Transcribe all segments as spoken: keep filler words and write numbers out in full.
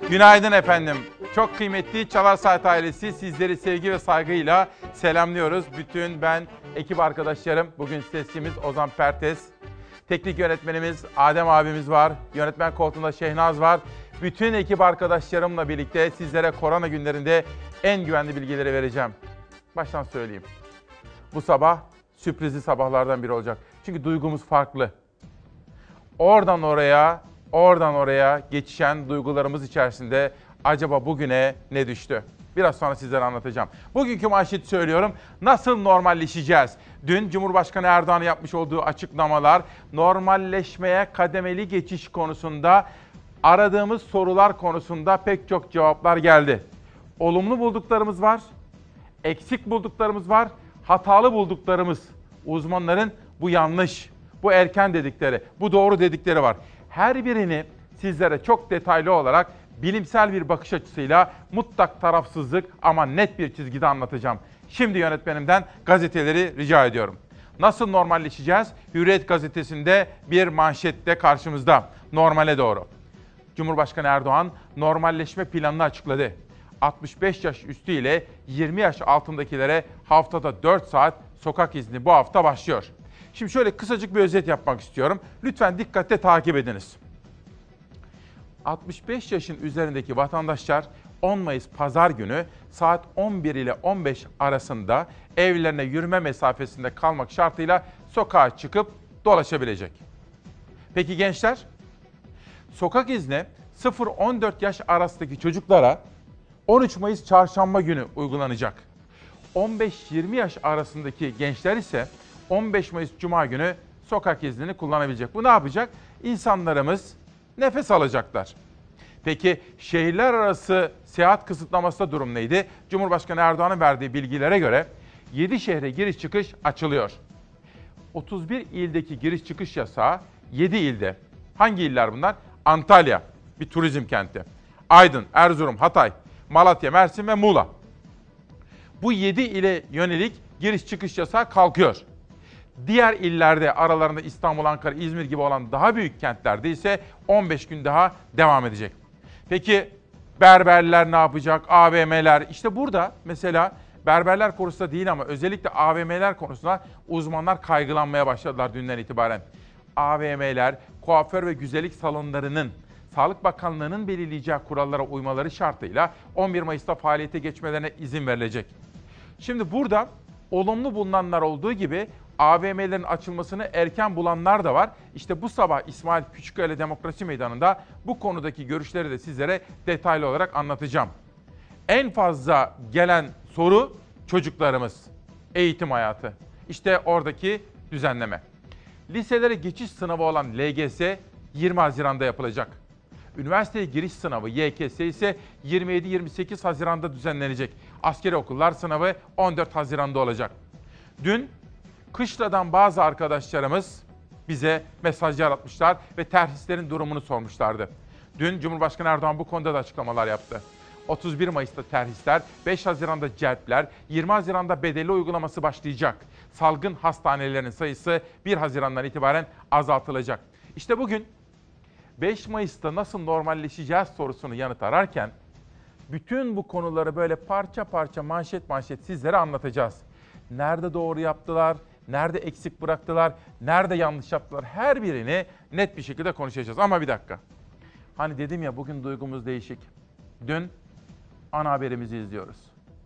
Günaydın efendim. Çok kıymetli Çalar Saat ailesi, sizleri sevgi ve saygıyla selamlıyoruz. Bütün ben, ekip arkadaşlarım, bugün sesçimiz Ozan Pertes, teknik yönetmenimiz Adem abimiz var, yönetmen koltuğunda Şehnaz var. Bütün ekip arkadaşlarımla birlikte sizlere korona günlerinde en güvenli bilgileri vereceğim. Baştan söyleyeyim. Bu sabah sürprizli sabahlardan biri olacak. Çünkü duygumuz farklı. Oradan oraya, oradan oraya geçişen duygularımız içerisinde acaba bugüne ne düştü? Biraz sonra sizlere anlatacağım. Bugünkü manşeti söylüyorum. Nasıl normalleşeceğiz? Dün Cumhurbaşkanı Erdoğan'ın yapmış olduğu açıklamalar normalleşmeye kademeli geçiş konusunda, aradığımız sorular konusunda pek çok cevaplar geldi. Olumlu bulduklarımız var, eksik bulduklarımız var, hatalı bulduklarımız. Uzmanların bu yanlış, bu erken dedikleri, bu doğru dedikleri var. Her birini sizlere çok detaylı olarak bilimsel bir bakış açısıyla mutlak tarafsızlık ama net bir çizgide anlatacağım. Şimdi yönetmenimden gazeteleri rica ediyorum. Nasıl normalleşeceğiz? Hürriyet gazetesinde bir manşette karşımızda. Normale doğru. Cumhurbaşkanı Erdoğan normalleşme planını açıkladı. altmış beş yaş üstü ile yirmi yaş altındakilere haftada dört saat sokak izni bu hafta başlıyor. Şimdi şöyle kısacık bir özet yapmak istiyorum. Lütfen dikkatle takip ediniz. altmış beş yaşın üzerindeki vatandaşlar on Mayıs Pazar günü saat on bir ile on beş arasında evlerine yürüme mesafesinde kalmak şartıyla sokağa çıkıp dolaşabilecek. Peki gençler? Sokak izni sıfır on dört yaş arasındaki çocuklara on üç Mayıs Çarşamba günü uygulanacak. on beş yirmi yaş arasındaki gençler ise on beş Mayıs Cuma günü sokak iznini kullanabilecek. Bu ne yapacak? İnsanlarımız nefes alacaklar. Peki şehirler arası seyahat kısıtlamasında durum neydi? Cumhurbaşkanı Erdoğan'ın verdiği bilgilere göre yedi şehre giriş çıkış açılıyor. otuz bir ildeki giriş çıkış yasağı yedi ilde. Hangi iller bunlar? Antalya, bir turizm kenti. Aydın, Erzurum, Hatay, Malatya, Mersin ve Muğla. Bu yedi ile yönelik giriş çıkış yasağı kalkıyor. Diğer illerde aralarında İstanbul, Ankara, İzmir gibi olan daha büyük kentlerde ise on beş gün daha devam edecek. Peki berberler ne yapacak? A V M'ler. İşte burada mesela berberler konusunda değil ama özellikle A V M'ler konusunda uzmanlar kaygılanmaya başladılar dünden itibaren. A V M'ler, kuaför ve güzellik salonlarının Sağlık Bakanlığı'nın belirleyeceği kurallara uymaları şartıyla on bir Mayıs'ta faaliyete geçmelerine izin verilecek. Şimdi burada olumlu bulunanlar olduğu gibi A V M'lerin açılmasını erken bulanlar da var. İşte bu sabah İsmail Küçükkaya Demokrasi Meydanı'nda bu konudaki görüşleri de sizlere detaylı olarak anlatacağım. En fazla gelen soru çocuklarımız, eğitim hayatı. İşte oradaki düzenleme. Liselere geçiş sınavı olan L G S yirmi Haziran'da yapılacak. Üniversiteye giriş sınavı Y K S ise yirmi yedi yirmi sekiz Haziran'da düzenlenecek. Askeri okullar sınavı on dört Haziran'da olacak. Dün Kışla'dan bazı arkadaşlarımız bize mesajlar atmışlar ve terhislerin durumunu sormuşlardı. Dün Cumhurbaşkanı Erdoğan bu konuda da açıklamalar yaptı. otuz bir Mayıs'ta terhisler, beş Haziran'da celpler, yirmi Haziran'da bedelli uygulaması başlayacak. Salgın hastanelerinin sayısı bir Haziran'dan itibaren azaltılacak. İşte bugün beş Mayıs'ta nasıl normalleşeceğiz sorusunu yanıt ararken bütün bu konuları böyle parça parça manşet manşet sizlere anlatacağız. Nerede doğru yaptılar, nerede eksik bıraktılar, nerede yanlış yaptılar her birini net bir şekilde konuşacağız. Ama bir dakika. Hani dedim ya bugün duygumuz değişik. Dün ana haberimizi izliyoruz.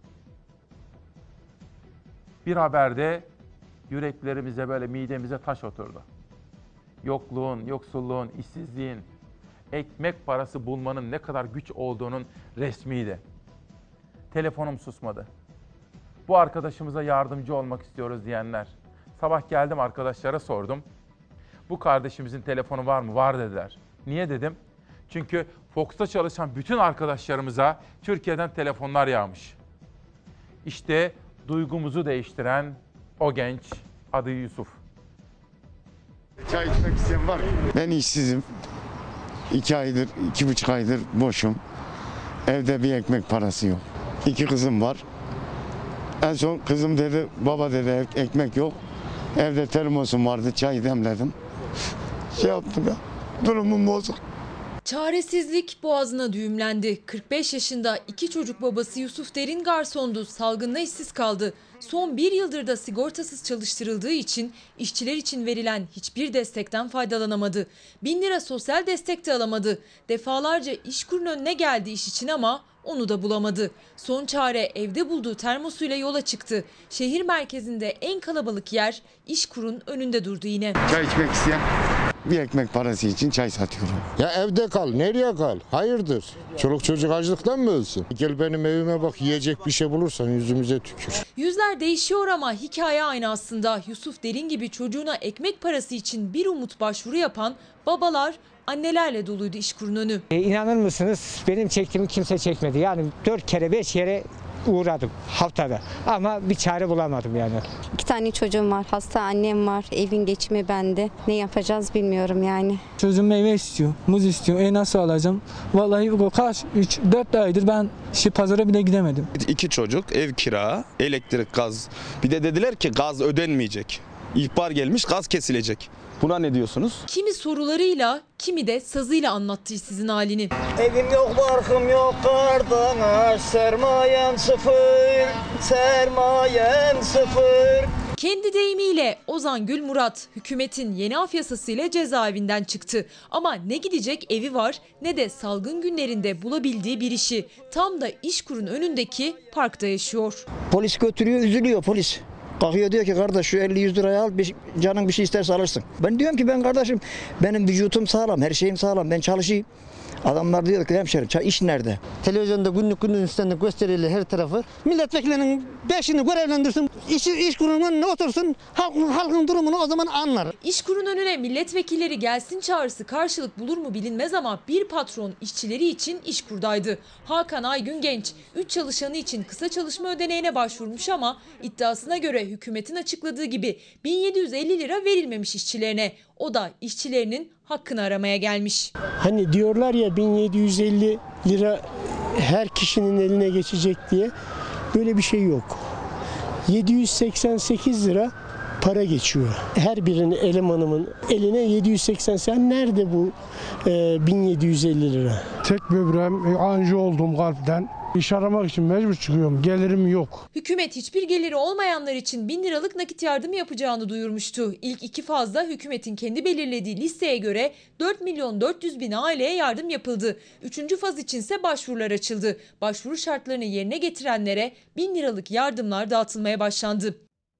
Bir haberde yüreklerimize böyle midemize taş oturdu. Yokluğun, yoksulluğun, işsizliğin, ekmek parası bulmanın ne kadar güç olduğunun resmiydi. Telefonum susmadı. Bu arkadaşımıza yardımcı olmak istiyoruz diyenler. Sabah geldim arkadaşlara sordum. Bu kardeşimizin telefonu var mı? Var dediler. Niye dedim? Çünkü Fox'ta çalışan bütün arkadaşlarımıza Türkiye'den telefonlar yağmış. İşte duygumuzu değiştiren o genç, adı Yusuf. Çay içmek isteyen var mı? Ben işsizim. İki aydır, iki buçuk aydır boşum. Evde bir ekmek parası yok. İki kızım var. En son kızım dedi, baba dedi ekmek yok. Evde termosum vardı, çay demledim. Şey yaptım ya, durumum bozuk. Çaresizlik boğazına düğümlendi. kırk beş yaşında iki çocuk babası Yusuf Derin garsondu. Salgında işsiz kaldı. Son bir yıldır da sigortasız çalıştırıldığı için işçiler için verilen hiçbir destekten faydalanamadı. Bin lira sosyal destek de alamadı. Defalarca İşkur'un önüne geldi iş için ama onu da bulamadı. Son çare evde bulduğu termosuyla yola çıktı. Şehir merkezinde en kalabalık yer İşkur'un önünde durdu yine. Çay içmek isteyen bir ekmek parası için çay satıyorum. Ya evde kal, nereye kal? Hayırdır? Çoluk çocuk açlıktan mı ölsün? Gel benim evime bak, yiyecek bir şey bulursan yüzümüze tükür. Yüzler değişiyor ama hikaye aynı aslında. Yusuf Derin gibi çocuğuna ekmek parası için bir umut başvuru yapan babalar, annelerle doluydu İşkur'un önü. E, inanır mısınız, benim çektiğimi kimse çekmedi. Yani dört kere beş kere uğradım haftada ama bir çare bulamadım yani. İki tane çocuğum var, hasta annem var, evin geçimi bende. Ne yapacağız bilmiyorum yani. Çocuğum meyve istiyor, muz istiyor. E nasıl alacağım? Vallahi o kaç, üç, dört aydır ben şey, pazara bile gidemedim. İki çocuk, ev kira, elektrik, gaz. Bir de dediler ki gaz ödenmeyecek. İhbar gelmiş, gaz kesilecek. Buna ne diyorsunuz? Kimi sorularıyla, kimi de sazıyla anlattı işsizin halini. Evim yok, barkım yok, kardeş, sermayem sıfır, sermayem sıfır. Kendi deyimiyle Ozan Gül Murat hükümetin yeni af yasasıyla cezaevinden çıktı. Ama ne gidecek evi var ne de salgın günlerinde bulabildiği bir işi. Tam da İşkur'un önündeki parkta yaşıyor. Polis götürüyor, üzülüyor polis. Kalkıyor diyor ki kardeş şu elli yüz lirayı al, bir, canın bir şey isterse alırsın. Ben diyorum ki ben kardeşim benim vücutum sağlam, her şeyim sağlam, ben çalışayım. Adamlar diyor ki hemşerim iş nerede? Televizyonda günlük günlük üstünde gösteriyle her tarafı. Milletvekillerinin beşini görevlendirsin, iş, iş kurulunun önüne otursun, halkın, halkın durumunu o zaman anlar. İşkur'un önüne milletvekilleri gelsin çağrısı karşılık bulur mu bilinmez ama bir patron işçileri için İşkur'daydı. Hakan Aygün Genç, üç çalışanı için kısa çalışma ödeneğine başvurmuş ama iddiasına göre hükümetin açıkladığı gibi bin yedi yüz elli lira verilmemiş işçilerine. O da işçilerinin hakkını aramaya gelmiş. Hani diyorlar ya bin yedi yüz elli lira her kişinin eline geçecek diye, böyle bir şey yok. yedi yüz seksen sekiz lira para geçiyor. Her birinin elemanımın eline yedi yüz seksen sekiz. Nerede bu e, bin yedi yüz elli lira? Tek böbreğim, anji oldum kalpten. İş aramak için mecbur çıkıyorum. Gelirim yok. Hükümet hiçbir geliri olmayanlar için bin liralık nakit yardım yapacağını duyurmuştu. İlk iki fazla hükümetin kendi belirlediği listeye göre dört milyon dört yüz bin aileye yardım yapıldı. Üçüncü faz içinse başvurular açıldı. Başvuru şartlarını yerine getirenlere bin liralık yardımlar dağıtılmaya başlandı.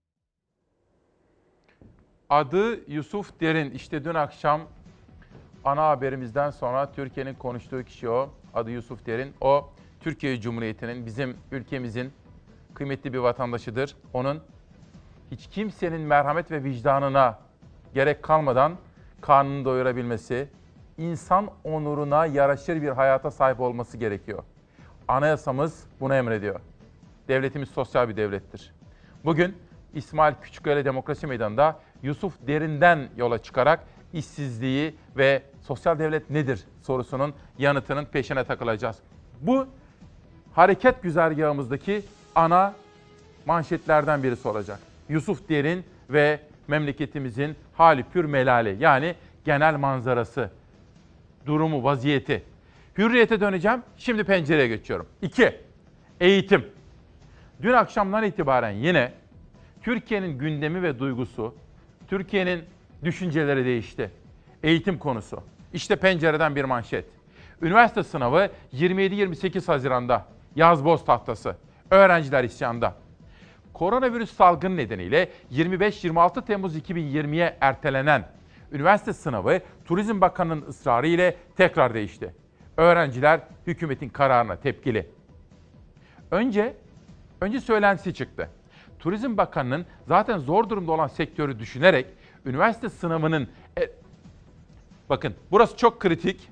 Adı Yusuf Derin. İşte dün akşam ana haberimizden sonra Türkiye'nin konuştuğu kişi o. Adı Yusuf Derin. O Türkiye Cumhuriyeti'nin, bizim ülkemizin kıymetli bir vatandaşıdır. Onun hiç kimsenin merhamet ve vicdanına gerek kalmadan karnını doyurabilmesi, insan onuruna yaraşır bir hayata sahip olması gerekiyor. Anayasamız bunu emrediyor. Devletimiz sosyal bir devlettir. Bugün İsmail Küçüköy'le Demokrasi Meydanı'nda Yusuf Derin'den yola çıkarak işsizliği ve sosyal devlet nedir sorusunun yanıtının peşine takılacağız. Bu hareket güzergahımızdaki ana manşetlerden birisi olacak. Yusuf Derin ve memleketimizin hali pür melali, yani genel manzarası, durumu, vaziyeti. Hürriyete döneceğim, şimdi pencereye geçiyorum. İki, eğitim. Dün akşamdan itibaren yine Türkiye'nin gündemi ve duygusu, Türkiye'nin düşünceleri değişti. Eğitim konusu. İşte pencereden bir manşet. Üniversite sınavı yirmi yedi yirmi sekiz Haziran'da. Yaz boz tahtası. Öğrenciler isyanda. Koronavirüs salgını nedeniyle yirmi beş yirmi altı Temmuz iki bin yirmiye ertelenen üniversite sınavı Turizm Bakanı'nın ısrarı ile tekrar değişti. Öğrenciler hükümetin kararına tepkili. Önce, önce söylentisi çıktı. Turizm Bakanı'nın zaten zor durumda olan sektörü düşünerek üniversite sınavının... E, bakın burası çok kritik.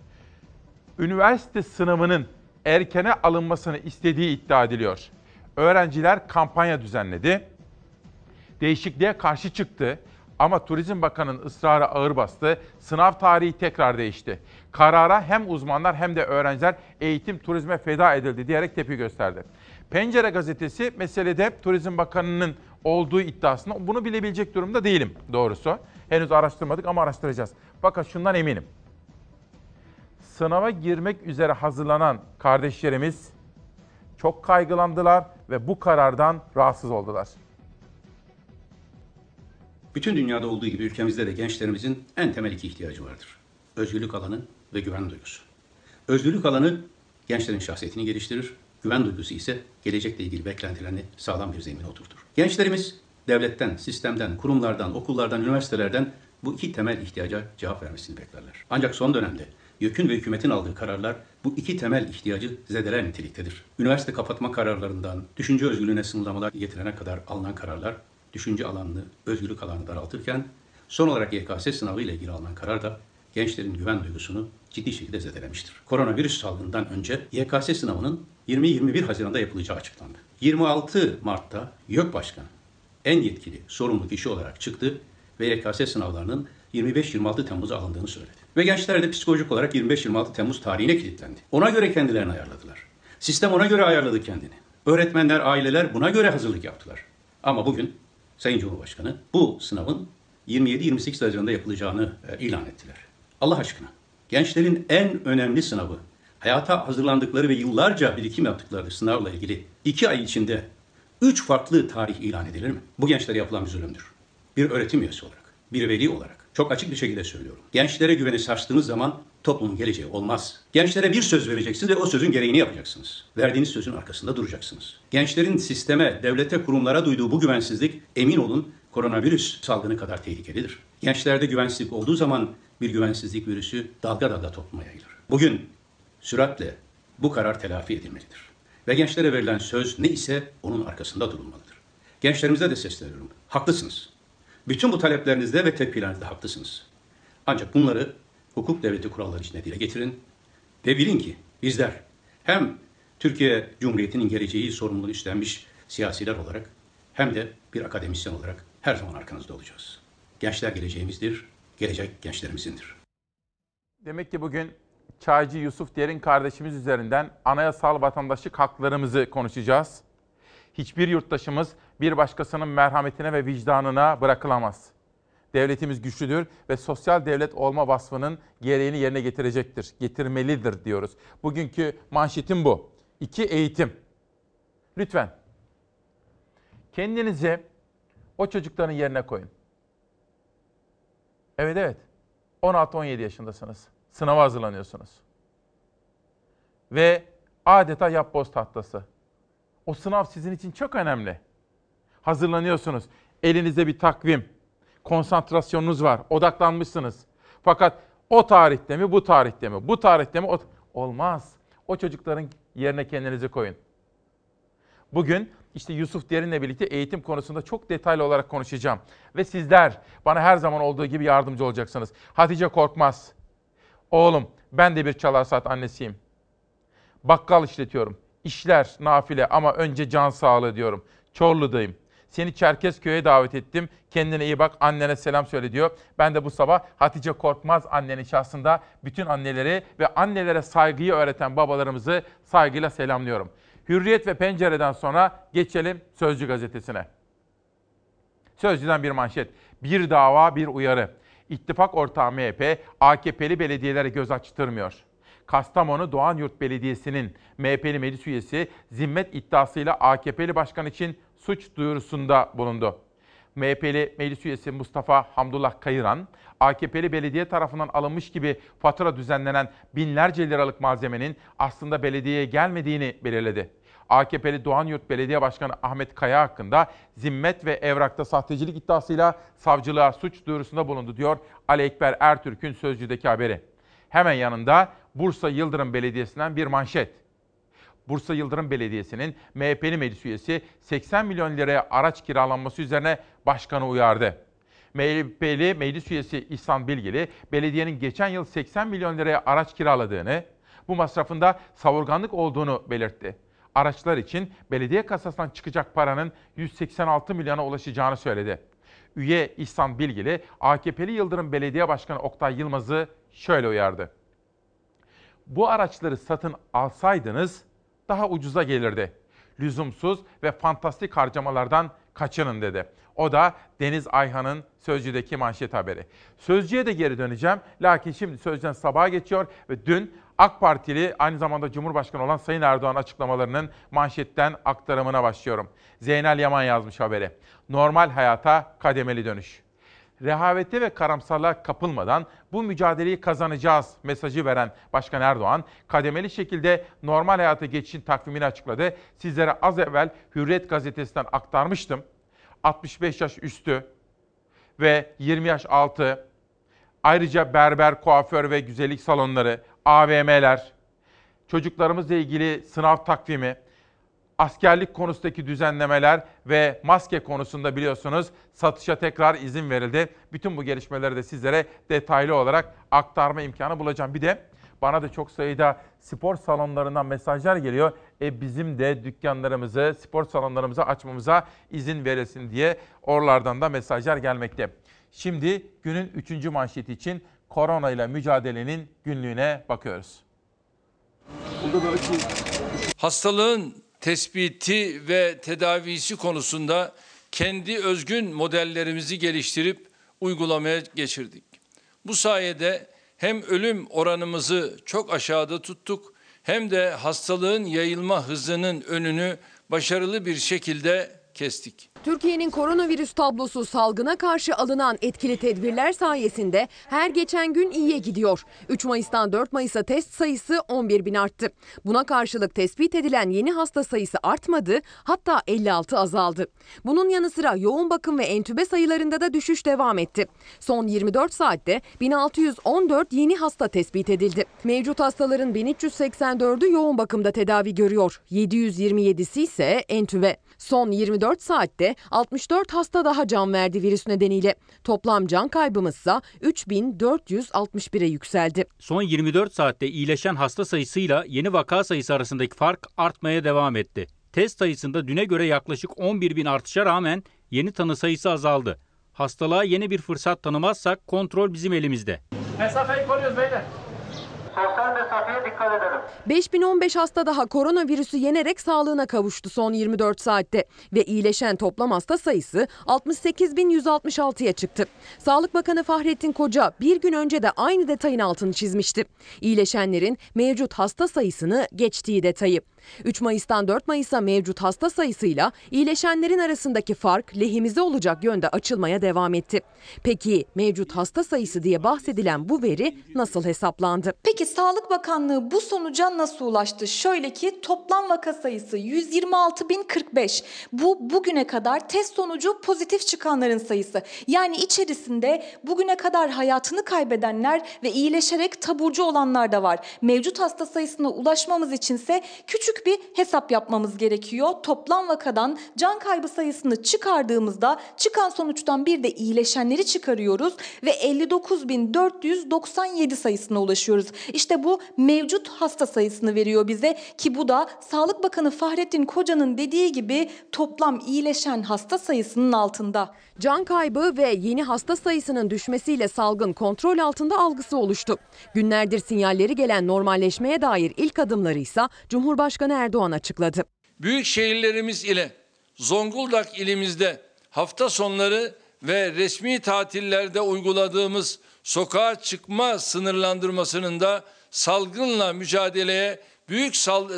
Üniversite sınavının erkene alınmasını istediği iddia ediliyor. Öğrenciler kampanya düzenledi. Değişikliğe karşı çıktı ama Turizm Bakanı'nın ısrarı ağır bastı. Sınav tarihi tekrar değişti. Karara hem uzmanlar hem de öğrenciler eğitim turizme feda edildi diyerek tepki gösterdi. Pencere gazetesi meselede Turizm Bakanı'nın olduğu iddiasında bunu bilebilecek durumda değilim doğrusu. Henüz araştırmadık ama araştıracağız. Fakat şundan eminim. Sınava girmek üzere hazırlanan kardeşlerimiz çok kaygılandılar ve bu karardan rahatsız oldular. Bütün dünyada olduğu gibi ülkemizde de gençlerimizin en temel iki ihtiyacı vardır. Özgürlük alanı ve güven duygusu. Özgürlük alanı gençlerin şahsiyetini geliştirir, güven duygusu ise gelecekle ilgili beklentilerini sağlam bir zemine oturtur. Gençlerimiz devletten, sistemden, kurumlardan, okullardan, üniversitelerden bu iki temel ihtiyaca cevap vermesini beklerler. Ancak son dönemde YÖK'ün ve hükümetin aldığı kararlar bu iki temel ihtiyacı zedeler niteliktedir. Üniversite kapatma kararlarından, düşünce özgürlüğüne sınırlamalar getirene kadar alınan kararlar, düşünce alanını, özgürlük alanını daraltırken, son olarak Y K S sınavı ile ilgili alınan karar da gençlerin güven duygusunu ciddi şekilde zedelemiştir. Koronavirüs salgından önce Y K S sınavının yirmi yirmi bir Haziran'da yapılacağı açıklandı. yirmi altı Mart'ta YÖK Başkanı en yetkili sorumlu kişi olarak çıktı ve Y K S sınavlarının yirmi beş yirmi altı Temmuz'a alındığını söyledi. Ve gençler de psikolojik olarak yirmi beş yirmi altı Temmuz tarihine kilitlendi. Ona göre kendilerini ayarladılar. Sistem ona göre ayarladı kendini. Öğretmenler, aileler buna göre hazırlık yaptılar. Ama bugün Sayın Cumhurbaşkanı bu sınavın yirmi yedi yirmi sekiz Haziran'da yapılacağını e, ilan ettiler. Allah aşkına, gençlerin en önemli sınavı, hayata hazırlandıkları ve yıllarca birikim yaptıkları sınavla ilgili iki ay içinde üç farklı tarih ilan edilir mi? Bu gençlere yapılan bir zulümdür. Bir öğretim üyesi olarak, bir veli olarak çok açık bir şekilde söylüyorum. Gençlere güveni sarstığınız zaman toplumun geleceği olmaz. Gençlere bir söz vereceksiniz ve o sözün gereğini yapacaksınız. Verdiğiniz sözün arkasında duracaksınız. Gençlerin sisteme, devlete, kurumlara duyduğu bu güvensizlik, emin olun, koronavirüs salgını kadar tehlikelidir. Gençlerde güvensizlik olduğu zaman bir güvensizlik virüsü dalga dalga topluma yayılır. Bugün süratle bu karar telafi edilmelidir. Ve gençlere verilen söz ne ise onun arkasında durulmalıdır. Gençlerimize de sesleniyorum. Haklısınız. Bütün bu taleplerinizde ve tepkilerinizde haklısınız. Ancak bunları hukuk devleti kuralları içinde dile getirin ve bilin ki bizler hem Türkiye Cumhuriyeti'nin geleceği sorumluluğu üstlenmiş siyasiler olarak hem de bir akademisyen olarak her zaman arkanızda olacağız. Gençler geleceğimizdir, gelecek gençlerimizindir. Demek ki bugün Çaycı Yusuf Derin kardeşimiz üzerinden anayasal vatandaşlık haklarımızı konuşacağız. Hiçbir yurttaşımız bir başkasının merhametine ve vicdanına bırakılamaz. Devletimiz güçlüdür ve sosyal devlet olma vasfının gereğini yerine getirecektir, getirmelidir diyoruz. Bugünkü manşetim bu. İki, eğitim. Lütfen kendinizi o çocukların yerine koyun. Evet evet, on altı on yedi yaşındasınız. Sınava hazırlanıyorsunuz. Ve adeta yapboz tahtası. O sınav sizin için çok önemli. Hazırlanıyorsunuz. Elinizde bir takvim, konsantrasyonunuz var, odaklanmışsınız. Fakat o tarihte mi, bu tarihte mi, bu tarihte mi? O... Olmaz. O çocukların yerine kendinizi koyun. Bugün işte Yusuf Derin'le birlikte eğitim konusunda çok detaylı olarak konuşacağım. Ve sizler bana her zaman olduğu gibi yardımcı olacaksınız. Hatice Korkmaz. Oğlum, ben de bir çalar saat annesiyim. Bakkal işletiyorum. İşler nafile ama önce can sağlığı diyorum. Çorlu'dayım. Seni Çerkezköy'e davet ettim. Kendine iyi bak, annene selam söyle diyor. Ben de bu sabah Hatice Korkmaz annenin şahsında bütün anneleri ve annelere saygıyı öğreten babalarımızı saygıyla selamlıyorum. Hürriyet ve Pencere'den sonra geçelim Sözcü gazetesine. Sözcü'den bir manşet. Bir dava, bir uyarı. İttifak ortağı M H P, A K P'li belediyelere göz açtırmıyor. Kastamonu Doğanyurt Belediyesi'nin M H P'li meclis üyesi zimmet iddiasıyla A K P'li başkan için suç duyurusunda bulundu. M H P'li meclis üyesi Mustafa Hamdullah Kayıran, A K P'li belediye tarafından alınmış gibi fatura düzenlenen binlerce liralık malzemenin aslında belediyeye gelmediğini belirledi. A K P'li Doğanyurt Belediye Başkanı Ahmet Kaya hakkında zimmet ve evrakta sahtecilik iddiasıyla savcılığa suç duyurusunda bulundu diyor Ali Ekber Ertürk'ün Sözcü'deki haberi. Hemen yanında Bursa Yıldırım Belediyesi'nden bir manşet. Bursa Yıldırım Belediyesi'nin M H P'li meclis üyesi seksen milyon liraya araç kiralanması üzerine başkanı uyardı. M H P'li meclis üyesi İhsan Bilgili, belediyenin geçen yıl seksen milyon liraya araç kiraladığını, bu masrafında savurganlık olduğunu belirtti. Araçlar için belediye kasasından çıkacak paranın yüz seksen altı milyona ulaşacağını söyledi. Üye İhsan Bilgili, A K P'li Yıldırım Belediye Başkanı Oktay Yılmaz'ı şöyle uyardı. Bu araçları satın alsaydınız daha ucuza gelirdi. Lüzumsuz ve fantastik harcamalardan kaçının dedi. O da Deniz Ayhan'ın Sözcü'deki manşet haberi. Sözcü'ye de geri döneceğim. Lakin şimdi Sözcü'den sabaha geçiyor ve dün AK Partili aynı zamanda Cumhurbaşkanı olan Sayın Erdoğan açıklamalarının manşetten aktarımına başlıyorum. Zeynel Yaman yazmış haberi. Normal hayata kademeli dönüş. Rehavete ve karamsarlığa kapılmadan bu mücadeleyi kazanacağız mesajı veren Başkan Erdoğan, kademeli şekilde normal hayata geçişin takvimini açıkladı. Sizlere az evvel Hürriyet gazetesinden aktarmıştım. altmış beş yaş üstü ve yirmi yaş altı, ayrıca berber, kuaför ve güzellik salonları, A V M'ler, çocuklarımızla ilgili sınav takvimi, askerlik konusundaki düzenlemeler ve maske konusunda biliyorsunuz satışa tekrar izin verildi. Bütün bu gelişmeleri de sizlere detaylı olarak aktarma imkanı bulacağım. Bir de bana da çok sayıda spor salonlarından mesajlar geliyor. E bizim de dükkanlarımızı, spor salonlarımızı açmamıza izin verilsin diye oralardan da mesajlar gelmekte. Şimdi günün üçüncü manşeti için korona ile mücadelenin günlüğüne bakıyoruz. Hastalığın tespiti ve tedavisi konusunda kendi özgün modellerimizi geliştirip uygulamaya geçirdik. Bu sayede hem ölüm oranımızı çok aşağıda tuttuk hem de hastalığın yayılma hızının önünü başarılı bir şekilde kestik. Türkiye'nin koronavirüs tablosu salgına karşı alınan etkili tedbirler sayesinde her geçen gün iyiye gidiyor. üç Mayıs'tan dört Mayıs'a test sayısı on bir bin arttı. Buna karşılık tespit edilen yeni hasta sayısı artmadı, hatta elli altı azaldı. Bunun yanı sıra yoğun bakım ve entübe sayılarında da düşüş devam etti. Son yirmi dört saatte bin altı yüz on dört yeni hasta tespit edildi. Mevcut hastaların bin üç yüz seksen dördü yoğun bakımda tedavi görüyor. yedi yüz yirmi yedisi ise entübe. Son yirmi dört saatte altmış dört hasta daha can verdi virüs nedeniyle. Toplam can kaybımızsa üç bin dört yüz altmış bire yükseldi. Son yirmi dört saatte iyileşen hasta sayısıyla yeni vaka sayısı arasındaki fark artmaya devam etti. Test sayısında düne göre yaklaşık on bir bin artışa rağmen yeni tanı sayısı azaldı. Hastalığa yeni bir fırsat tanımazsak kontrol bizim elimizde. Mesafeyi koruyoruz beyler. Sosyal mesafeye dikkat edelim. beş bin on beş hasta daha koronavirüsü yenerek sağlığına kavuştu son yirmi dört saatte ve iyileşen toplam hasta sayısı altmış sekiz bin yüz altmış altıya çıktı. Sağlık Bakanı Fahrettin Koca bir gün önce de aynı detayın altını çizmişti. İyileşenlerin mevcut hasta sayısını geçtiği detayı. üç Mayıs'tan dört Mayıs'a mevcut hasta sayısıyla iyileşenlerin arasındaki fark lehimize olacak yönde açılmaya devam etti. Peki mevcut hasta sayısı diye bahsedilen bu veri nasıl hesaplandı? Peki Sağlık Bakanlığı bu sonuca nasıl ulaştı? Şöyle ki toplam vaka sayısı yüz yirmi altı bin kırk beş. Bu bugüne kadar test sonucu pozitif çıkanların sayısı. Yani içerisinde bugüne kadar hayatını kaybedenler ve iyileşerek taburcu olanlar da var. Mevcut hasta sayısına ulaşmamız içinse küçük bir hesap yapmamız gerekiyor. Toplam vakadan can kaybı sayısını çıkardığımızda çıkan sonuçtan bir de iyileşenleri çıkarıyoruz ve elli dokuz bin dört yüz doksan yedi sayısına ulaşıyoruz. İşte bu mevcut hasta sayısını veriyor bize ki bu da Sağlık Bakanı Fahrettin Koca'nın dediği gibi toplam iyileşen hasta sayısının altında. Can kaybı ve yeni hasta sayısının düşmesiyle salgın kontrol altında algısı oluştu. Günlerdir sinyalleri gelen normalleşmeye dair ilk adımları ise Cumhurbaşkanı Erdoğan açıkladı. Büyük şehirlerimiz ile Zonguldak ilimizde hafta sonları ve resmi tatillerde uyguladığımız sokağa çıkma sınırlandırmasının da salgınla mücadeleye büyük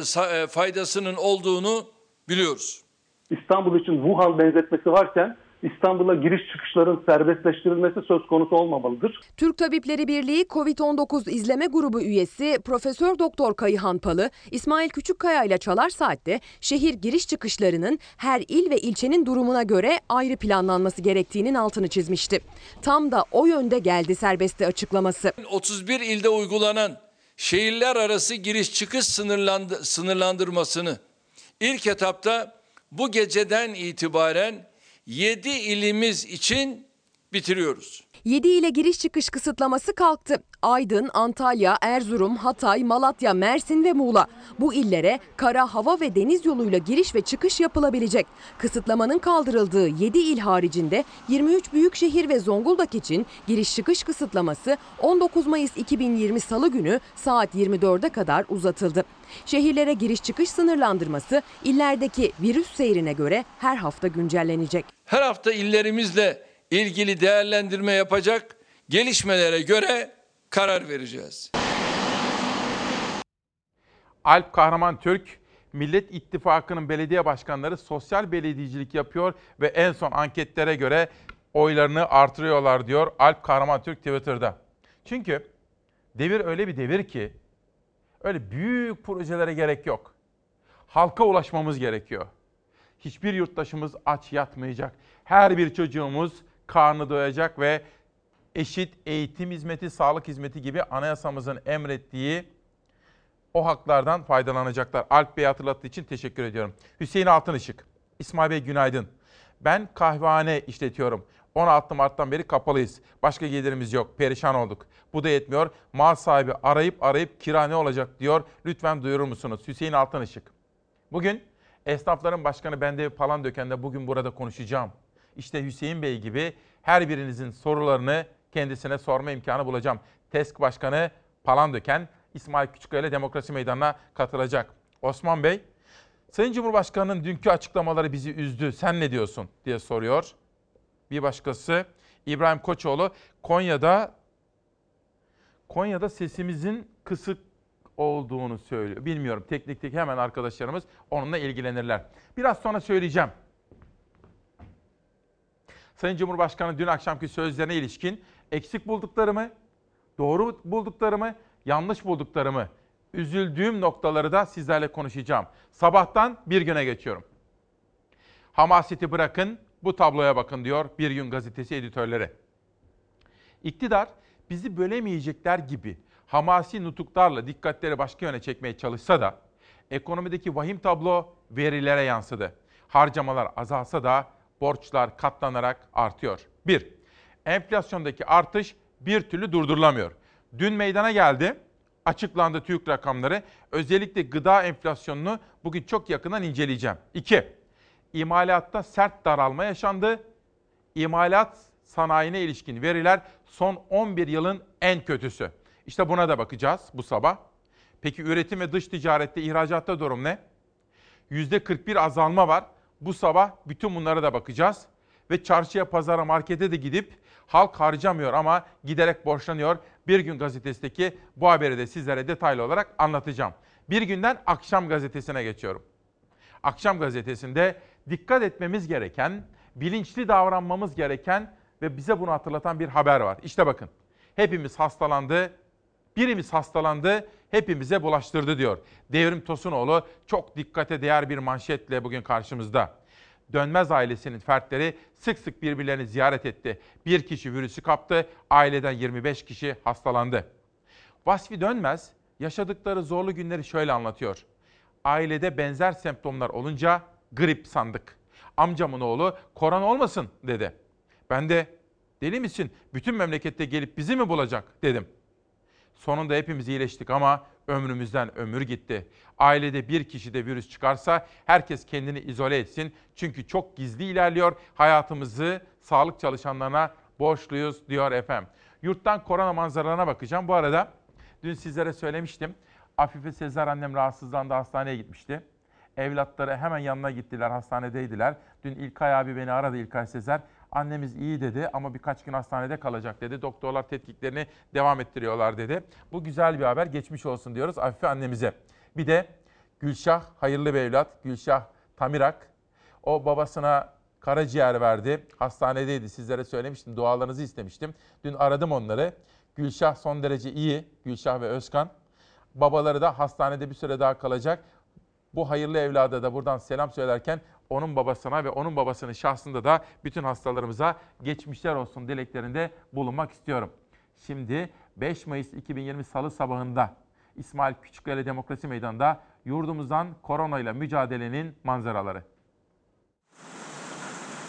faydasının olduğunu biliyoruz. İstanbul için Wuhan benzetmesi varken İstanbul'a giriş çıkışların serbestleştirilmesi söz konusu olmamalıdır. Türk Tabipleri Birliği Covid on dokuz izleme grubu üyesi Profesör Doktor Kayıhan Palı, İsmail Küçükkaya ile Çalar Saat'te şehir giriş çıkışlarının her il ve ilçenin durumuna göre ayrı planlanması gerektiğinin altını çizmişti. Tam da o yönde geldi serbestti açıklaması. otuz bir ilde uygulanan şehirler arası giriş çıkış sınırlandı, sınırlandırmasını ilk etapta bu geceden itibaren yedi ilimiz için bitiriyoruz. yedi ile giriş çıkış kısıtlaması kalktı. Aydın, Antalya, Erzurum, Hatay, Malatya, Mersin ve Muğla. Bu illere kara, hava ve deniz yoluyla giriş ve çıkış yapılabilecek. Kısıtlamanın kaldırıldığı yedi il haricinde yirmi üç büyükşehir ve Zonguldak için giriş çıkış kısıtlaması on dokuz Mayıs iki bin yirmi Salı günü saat yirmi dörde kadar uzatıldı. Şehirlere giriş çıkış sınırlandırması illerdeki virüs seyrine göre her hafta güncellenecek. Her hafta illerimizle ilgili değerlendirme yapacak, gelişmelere göre karar vereceğiz. Alp Kahraman Türk, Millet İttifakı'nın belediye başkanları sosyal belediyecilik yapıyor ve en son anketlere göre oylarını artırıyorlar diyor Alp Kahraman Türk Twitter'da. Çünkü devir öyle bir devir ki öyle büyük projelere gerek yok. Halka ulaşmamız gerekiyor. Hiçbir yurttaşımız aç yatmayacak. Her bir çocuğumuz karnı doyacak ve eşit eğitim hizmeti, sağlık hizmeti gibi anayasamızın emrettiği o haklardan faydalanacaklar. Alp Bey hatırlattığı için teşekkür ediyorum. Hüseyin Altınışık, İsmail Bey günaydın. Ben kahvehane işletiyorum. on altı Mart'tan beri kapalıyız. Başka gelirimiz yok. Perişan olduk. Bu da yetmiyor. Mal sahibi arayıp arayıp kira ne olacak diyor. Lütfen duyurur musunuz? Hüseyin Altınışık. Bugün esnafların başkanı Bendevi Palandöken'de bugün burada konuşacağım. İşte Hüseyin Bey gibi her birinizin sorularını kendisine sorma imkanı bulacağım. TESK Başkanı Palandöken, İsmail Küçükkaya ile Demokrasi Meydanı'na katılacak. Osman Bey, Sayın Cumhurbaşkanı'nın dünkü açıklamaları bizi üzdü. Sen ne diyorsun diye soruyor. Bir başkası İbrahim Koçoğlu, Konya'da Konya'da sesimizin kısık olduğunu söylüyor. Bilmiyorum. Teknikteki hemen arkadaşlarımız onunla ilgilenirler. Biraz sonra söyleyeceğim. Sayın Cumhurbaşkanı dün akşamki sözlerine ilişkin eksik bulduklarımı, doğru bulduklarımı, yanlış bulduklarımı, üzüldüğüm noktaları da sizlerle konuşacağım. Sabahtan bir güne geçiyorum. Hamaseti bırakın, bu tabloya bakın diyor Bir Gün Gazetesi editörleri. İktidar bizi bölemeyecekler gibi hamasi nutuklarla dikkatleri başka yöne çekmeye çalışsa da ekonomideki vahim tablo verilere yansıdı. Harcamalar azalsa da borçlar katlanarak artıyor. Bir, enflasyondaki artış bir türlü durdurulamıyor. Dün meydana geldi, açıklandı TÜİK rakamları. Özellikle gıda enflasyonunu bugün çok yakından inceleyeceğim. İki, imalatta sert daralma yaşandı. İmalat sanayine ilişkin veriler son on bir yılın en kötüsü. İşte buna da bakacağız bu sabah. Peki üretim ve dış ticarette, ihracatta durum ne? yüzde kırk bir azalma var. Bu sabah bütün bunlara da bakacağız. Ve çarşıya, pazara, markete de gidip halk harcamıyor ama giderek borçlanıyor. Bir Gün Gazetesi'ndeki bu haberi de sizlere detaylı olarak anlatacağım. Bir Günden Akşam Gazetesi'ne geçiyorum. Akşam Gazetesi'nde dikkat etmemiz gereken, bilinçli davranmamız gereken ve bize bunu hatırlatan bir haber var. İşte bakın, hepimiz hastalandı, birimiz hastalandı, hepimize bulaştırdı diyor. Devrim Tosunoğlu çok dikkate değer bir manşetle bugün karşımızda. Dönmez ailesinin fertleri sık sık birbirlerini ziyaret etti. Bir kişi virüsü kaptı, aileden yirmi beş kişi hastalandı. Vasfi Dönmez yaşadıkları zorlu günleri şöyle anlatıyor. Ailede benzer semptomlar olunca grip sandık. Amcamın oğlu korona olmasın dedi. Ben de deli misin, bütün memlekette gelip bizi mi bulacak dedim. Sonunda hepimiz iyileştik ama ömrümüzden ömür gitti. Ailede bir kişide virüs çıkarsa herkes kendini izole etsin. Çünkü çok gizli ilerliyor. Hayatımızı sağlık çalışanlarına borçluyuz diyor efendim. Yurttan korona manzaralarına bakacağım. Bu arada dün sizlere söylemiştim. Afife Sezer annem rahatsızlandı, hastaneye gitmişti. Evlatları hemen yanına gittiler, hastanedeydiler. Dün İlkay abi beni aradı, İlkay Sezer. Annemiz iyi dedi ama birkaç gün hastanede kalacak dedi. Doktorlar tetkiklerini devam ettiriyorlar dedi. Bu güzel bir haber, geçmiş olsun diyoruz Afife annemize. Bir de Gülşah, hayırlı bir evlat. Gülşah Tamirak, o babasına karaciğer verdi. Hastanedeydi, sizlere söylemiştim, dualarınızı istemiştim. Dün aradım onları. Gülşah son derece iyi, Gülşah ve Özkan. Babaları da hastanede bir süre daha kalacak. Bu hayırlı evlada da buradan selam söylerken onun babasına ve onun babasının şahsında da bütün hastalarımıza geçmişler olsun dileklerinde bulunmak istiyorum. Şimdi beş Mayıs iki bin yirmi Salı sabahında İsmail Küçükkaya Demokrasi Meydanı'nda yurdumuzdan koronayla mücadelenin manzaraları.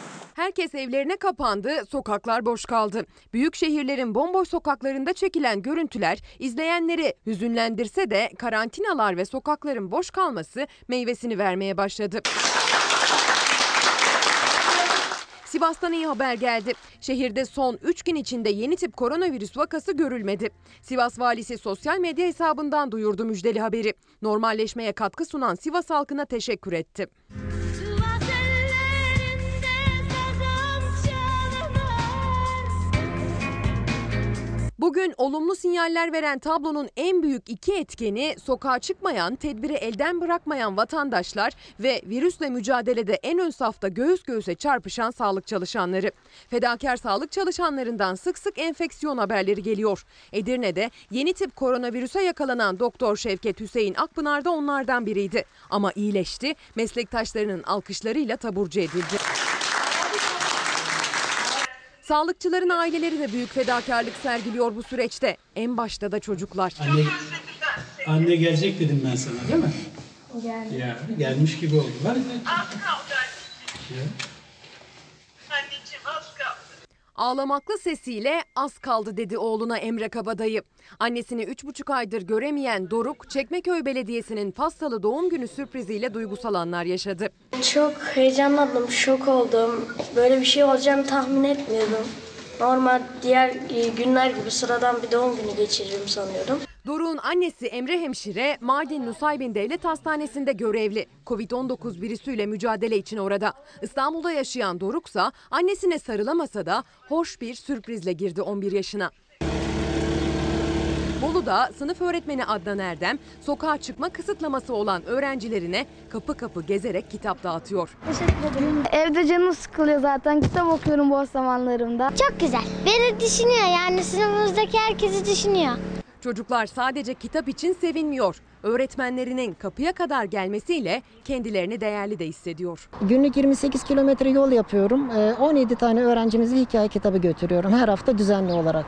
Herkes evlerine kapandı, sokaklar boş kaldı. Büyük şehirlerin bomboş sokaklarında çekilen görüntüler izleyenleri hüzünlendirse de karantinalar ve sokakların boş kalması meyvesini vermeye başladı. Sivas'tan iyi haber geldi. Şehirde son üç gün içinde yeni tip koronavirüs vakası görülmedi. Sivas valisi sosyal medya hesabından duyurdu müjdeli haberi. Normalleşmeye katkı sunan Sivas halkına teşekkür etti. Bugün olumlu sinyaller veren tablonun en büyük iki etkeni sokağa çıkmayan, tedbiri elden bırakmayan vatandaşlar ve virüsle mücadelede en ön safta göğüs göğüse çarpışan sağlık çalışanları. Fedakar sağlık çalışanlarından sık sık enfeksiyon haberleri geliyor. Edirne'de yeni tip koronavirüse yakalanan Doktor Şevket Hüseyin Akpınar da onlardan biriydi. Ama iyileşti, meslektaşlarının alkışlarıyla taburcu edildi. Sağlıkçıların aileleri de büyük fedakarlık sergiliyor bu süreçte. En başta da çocuklar. Anne, anne gelecek dedim ben sana, değil mi? Geldi. Ya, gelmiş gibi oldu. Ben... Az kaldı. Ya. Anneciğim az kaldı. Ağlamaklı sesiyle az kaldı dedi oğluna Emre Kabadayı. Annesini üç buçuk aydır göremeyen Doruk, Çekmeköy Belediyesi'nin pastalı doğum günü sürpriziyle duygusal anlar yaşadı. Çok heyecanlandım, şok oldum. Böyle bir şey olacağını tahmin etmiyordum. Normal diğer günler gibi sıradan bir doğum günü geçiririm sanıyordum. Doruk'un annesi Emre Hemşire, Mardin Nusaybin Devlet Hastanesi'nde görevli. Covid on dokuz virüsüyle mücadele için orada. İstanbul'da yaşayan Doruk'sa annesine sarılamasa da hoş bir sürprizle girdi on bir yaşına. Bolu'da sınıf öğretmeni Adnan Erdem, sokağa çıkma kısıtlaması olan öğrencilerine kapı kapı gezerek kitap dağıtıyor. Teşekkür ederim. Evde canım sıkılıyor zaten. Kitap okuyorum boş zamanlarımda. Çok güzel. Beni düşünüyor, yani sınıfımızdaki herkesi düşünüyor. Çocuklar sadece kitap için sevinmiyor. Öğretmenlerinin kapıya kadar gelmesiyle kendilerini değerli de hissediyor. Günlük yirmi sekiz kilometre yol yapıyorum. on yedi tane öğrencimize hikaye kitabı götürüyorum her hafta düzenli olarak.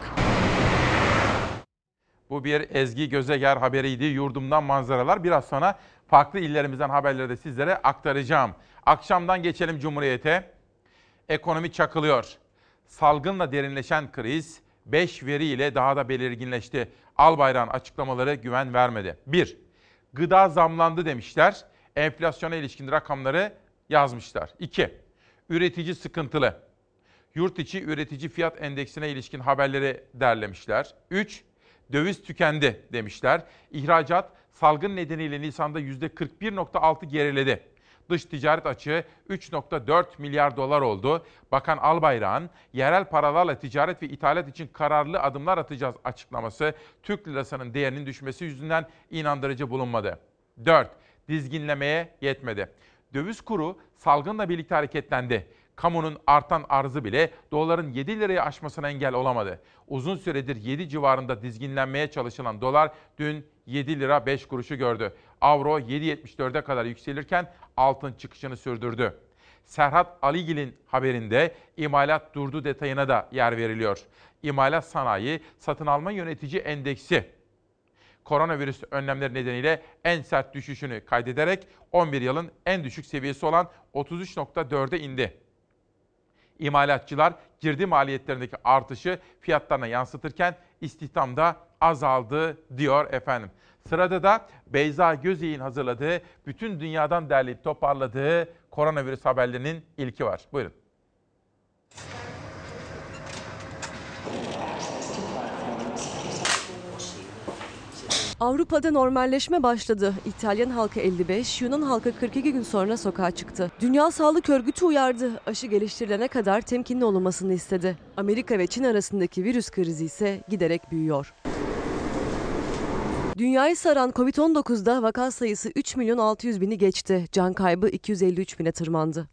Bu bir Ezgi Gözeger haberiydi. Yurdumdan manzaralar. Biraz sonra farklı illerimizden haberleri de sizlere aktaracağım. Akşamdan geçelim Cumhuriyet'e. Ekonomi çakılıyor. Salgınla derinleşen kriz beş veriyle daha da belirginleşti. Albayrak'ın açıklamaları güven vermedi. bir. Gıda zamlandı demişler. Enflasyona ilişkin rakamları yazmışlar. iki. Üretici sıkıntılı. Yurt içi üretici fiyat endeksine ilişkin haberleri derlemişler. üç. Döviz tükendi demişler. İhracat salgın nedeniyle Nisan'da yüzde kırk bir virgül altı geriledi. Dış ticaret açığı üç virgül dört milyar dolar oldu. Bakan Albayrak'ın yerel paralarla ticaret ve ithalat için kararlı adımlar atacağız açıklaması Türk lirasının değerinin düşmesi yüzünden inandırıcı bulunmadı. dört. Dizginlemeye yetmedi. Döviz kuru salgınla birlikte hareketlendi. Kamunun artan arzı bile doların yedi lirayı aşmasına engel olamadı. Uzun süredir yedi civarında dizginlenmeye çalışılan dolar dün yedi lira beş kuruşu gördü. Avro yedi virgül yetmiş dörde kadar yükselirken altın çıkışını sürdürdü. Serhat Aligil'in haberinde imalat durdu detayına da yer veriliyor. İmalat sanayi satın alma yönetici endeksi koronavirüs önlemleri nedeniyle en sert düşüşünü kaydederek on bir yılın en düşük seviyesi olan otuz üç virgül dörde indi. İmalatçılar girdi maliyetlerindeki artışı fiyatlarına yansıtırken istihdam da azaldı diyor efendim. Sırada da Beyza Gözey'in hazırladığı, bütün dünyadan derleyip toparladığı koronavirüs haberlerinin ilki var. Buyurun. Avrupa'da normalleşme başladı. İtalyan halkı elli beş, Yunan halkı kırk iki gün sonra sokağa çıktı. Dünya Sağlık Örgütü uyardı. Aşı geliştirilene kadar temkinli olunmasını istedi. Amerika ve Çin arasındaki virüs krizi ise giderek büyüyor. Dünyayı saran Covid on dokuzda vaka sayısı üç milyon altı yüz bini geçti. Can kaybı iki yüz elli üç bine tırmandı.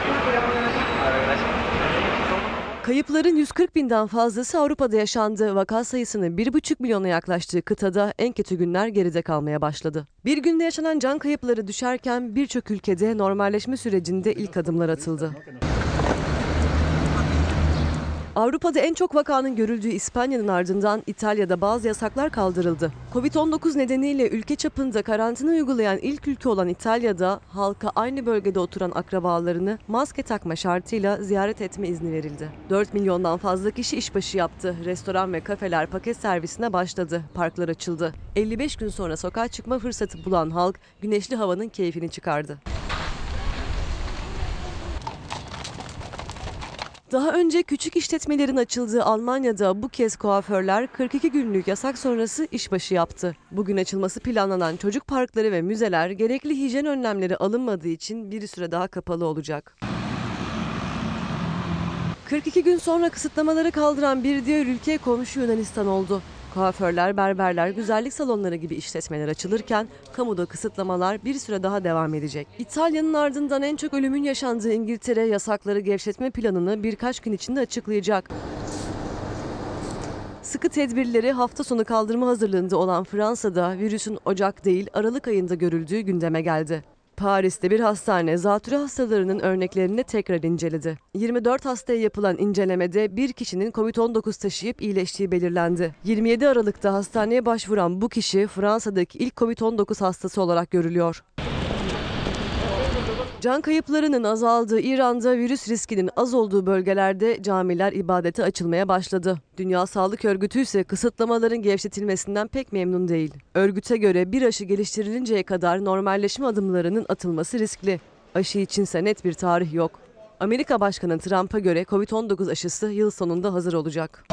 Kayıpların yüz kırk binden fazlası Avrupa'da yaşandı. Vaka sayısının bir buçuk milyona yaklaştığı kıtada en kötü günler geride kalmaya başladı. Bir günde yaşanan can kayıpları düşerken birçok ülkede normalleşme sürecinde ilk adımlar atıldı. Avrupa'da en çok vakanın görüldüğü İspanya'nın ardından İtalya'da bazı yasaklar kaldırıldı. kovid on dokuz nedeniyle ülke çapında karantina uygulayan ilk ülke olan İtalya'da halka aynı bölgede oturan akrabalarını maske takma şartıyla ziyaret etme izni verildi. dört milyondan fazla kişi işbaşı yaptı. Restoran ve kafeler paket servisine başladı. Parklar açıldı. elli beş gün sonra sokağa çıkma fırsatı bulan halk güneşli havanın keyfini çıkardı. Daha önce küçük işletmelerin açıldığı Almanya'da bu kez kuaförler kırk iki günlük yasak sonrası işbaşı yaptı. Bugün açılması planlanan çocuk parkları ve müzeler gerekli hijyen önlemleri alınmadığı için bir süre daha kapalı olacak. kırk iki gün sonra kısıtlamaları kaldıran bir diğer ülke komşu Yunanistan oldu. Kuaförler, berberler, güzellik salonları gibi işletmeler açılırken kamuda kısıtlamalar bir süre daha devam edecek. İtalya'nın ardından en çok ölümün yaşandığı İngiltere yasakları gevşetme planını birkaç gün içinde açıklayacak. Sıkı tedbirleri hafta sonu kaldırma hazırlığında olan Fransa'da virüsün Ocak değil Aralık ayında görüldüğü gündeme geldi. Paris'te bir hastane zatürre hastalarının örneklerini tekrar inceledi. yirmi dört hastaya yapılan incelemede bir kişinin kovid on dokuz taşıyıp iyileştiği belirlendi. yirmi yedi Aralık'ta hastaneye başvuran bu kişi Fransa'daki ilk kovid on dokuz hastası olarak görülüyor. Can kayıplarının azaldığı İran'da virüs riskinin az olduğu bölgelerde camiler ibadete açılmaya başladı. Dünya Sağlık Örgütü ise kısıtlamaların gevşetilmesinden pek memnun değil. Örgüte göre bir aşı geliştirilinceye kadar normalleşme adımlarının atılması riskli. Aşı içinse net bir tarih yok. Amerika Başkanı Trump'a göre kovid on dokuz aşısı yıl sonunda hazır olacak.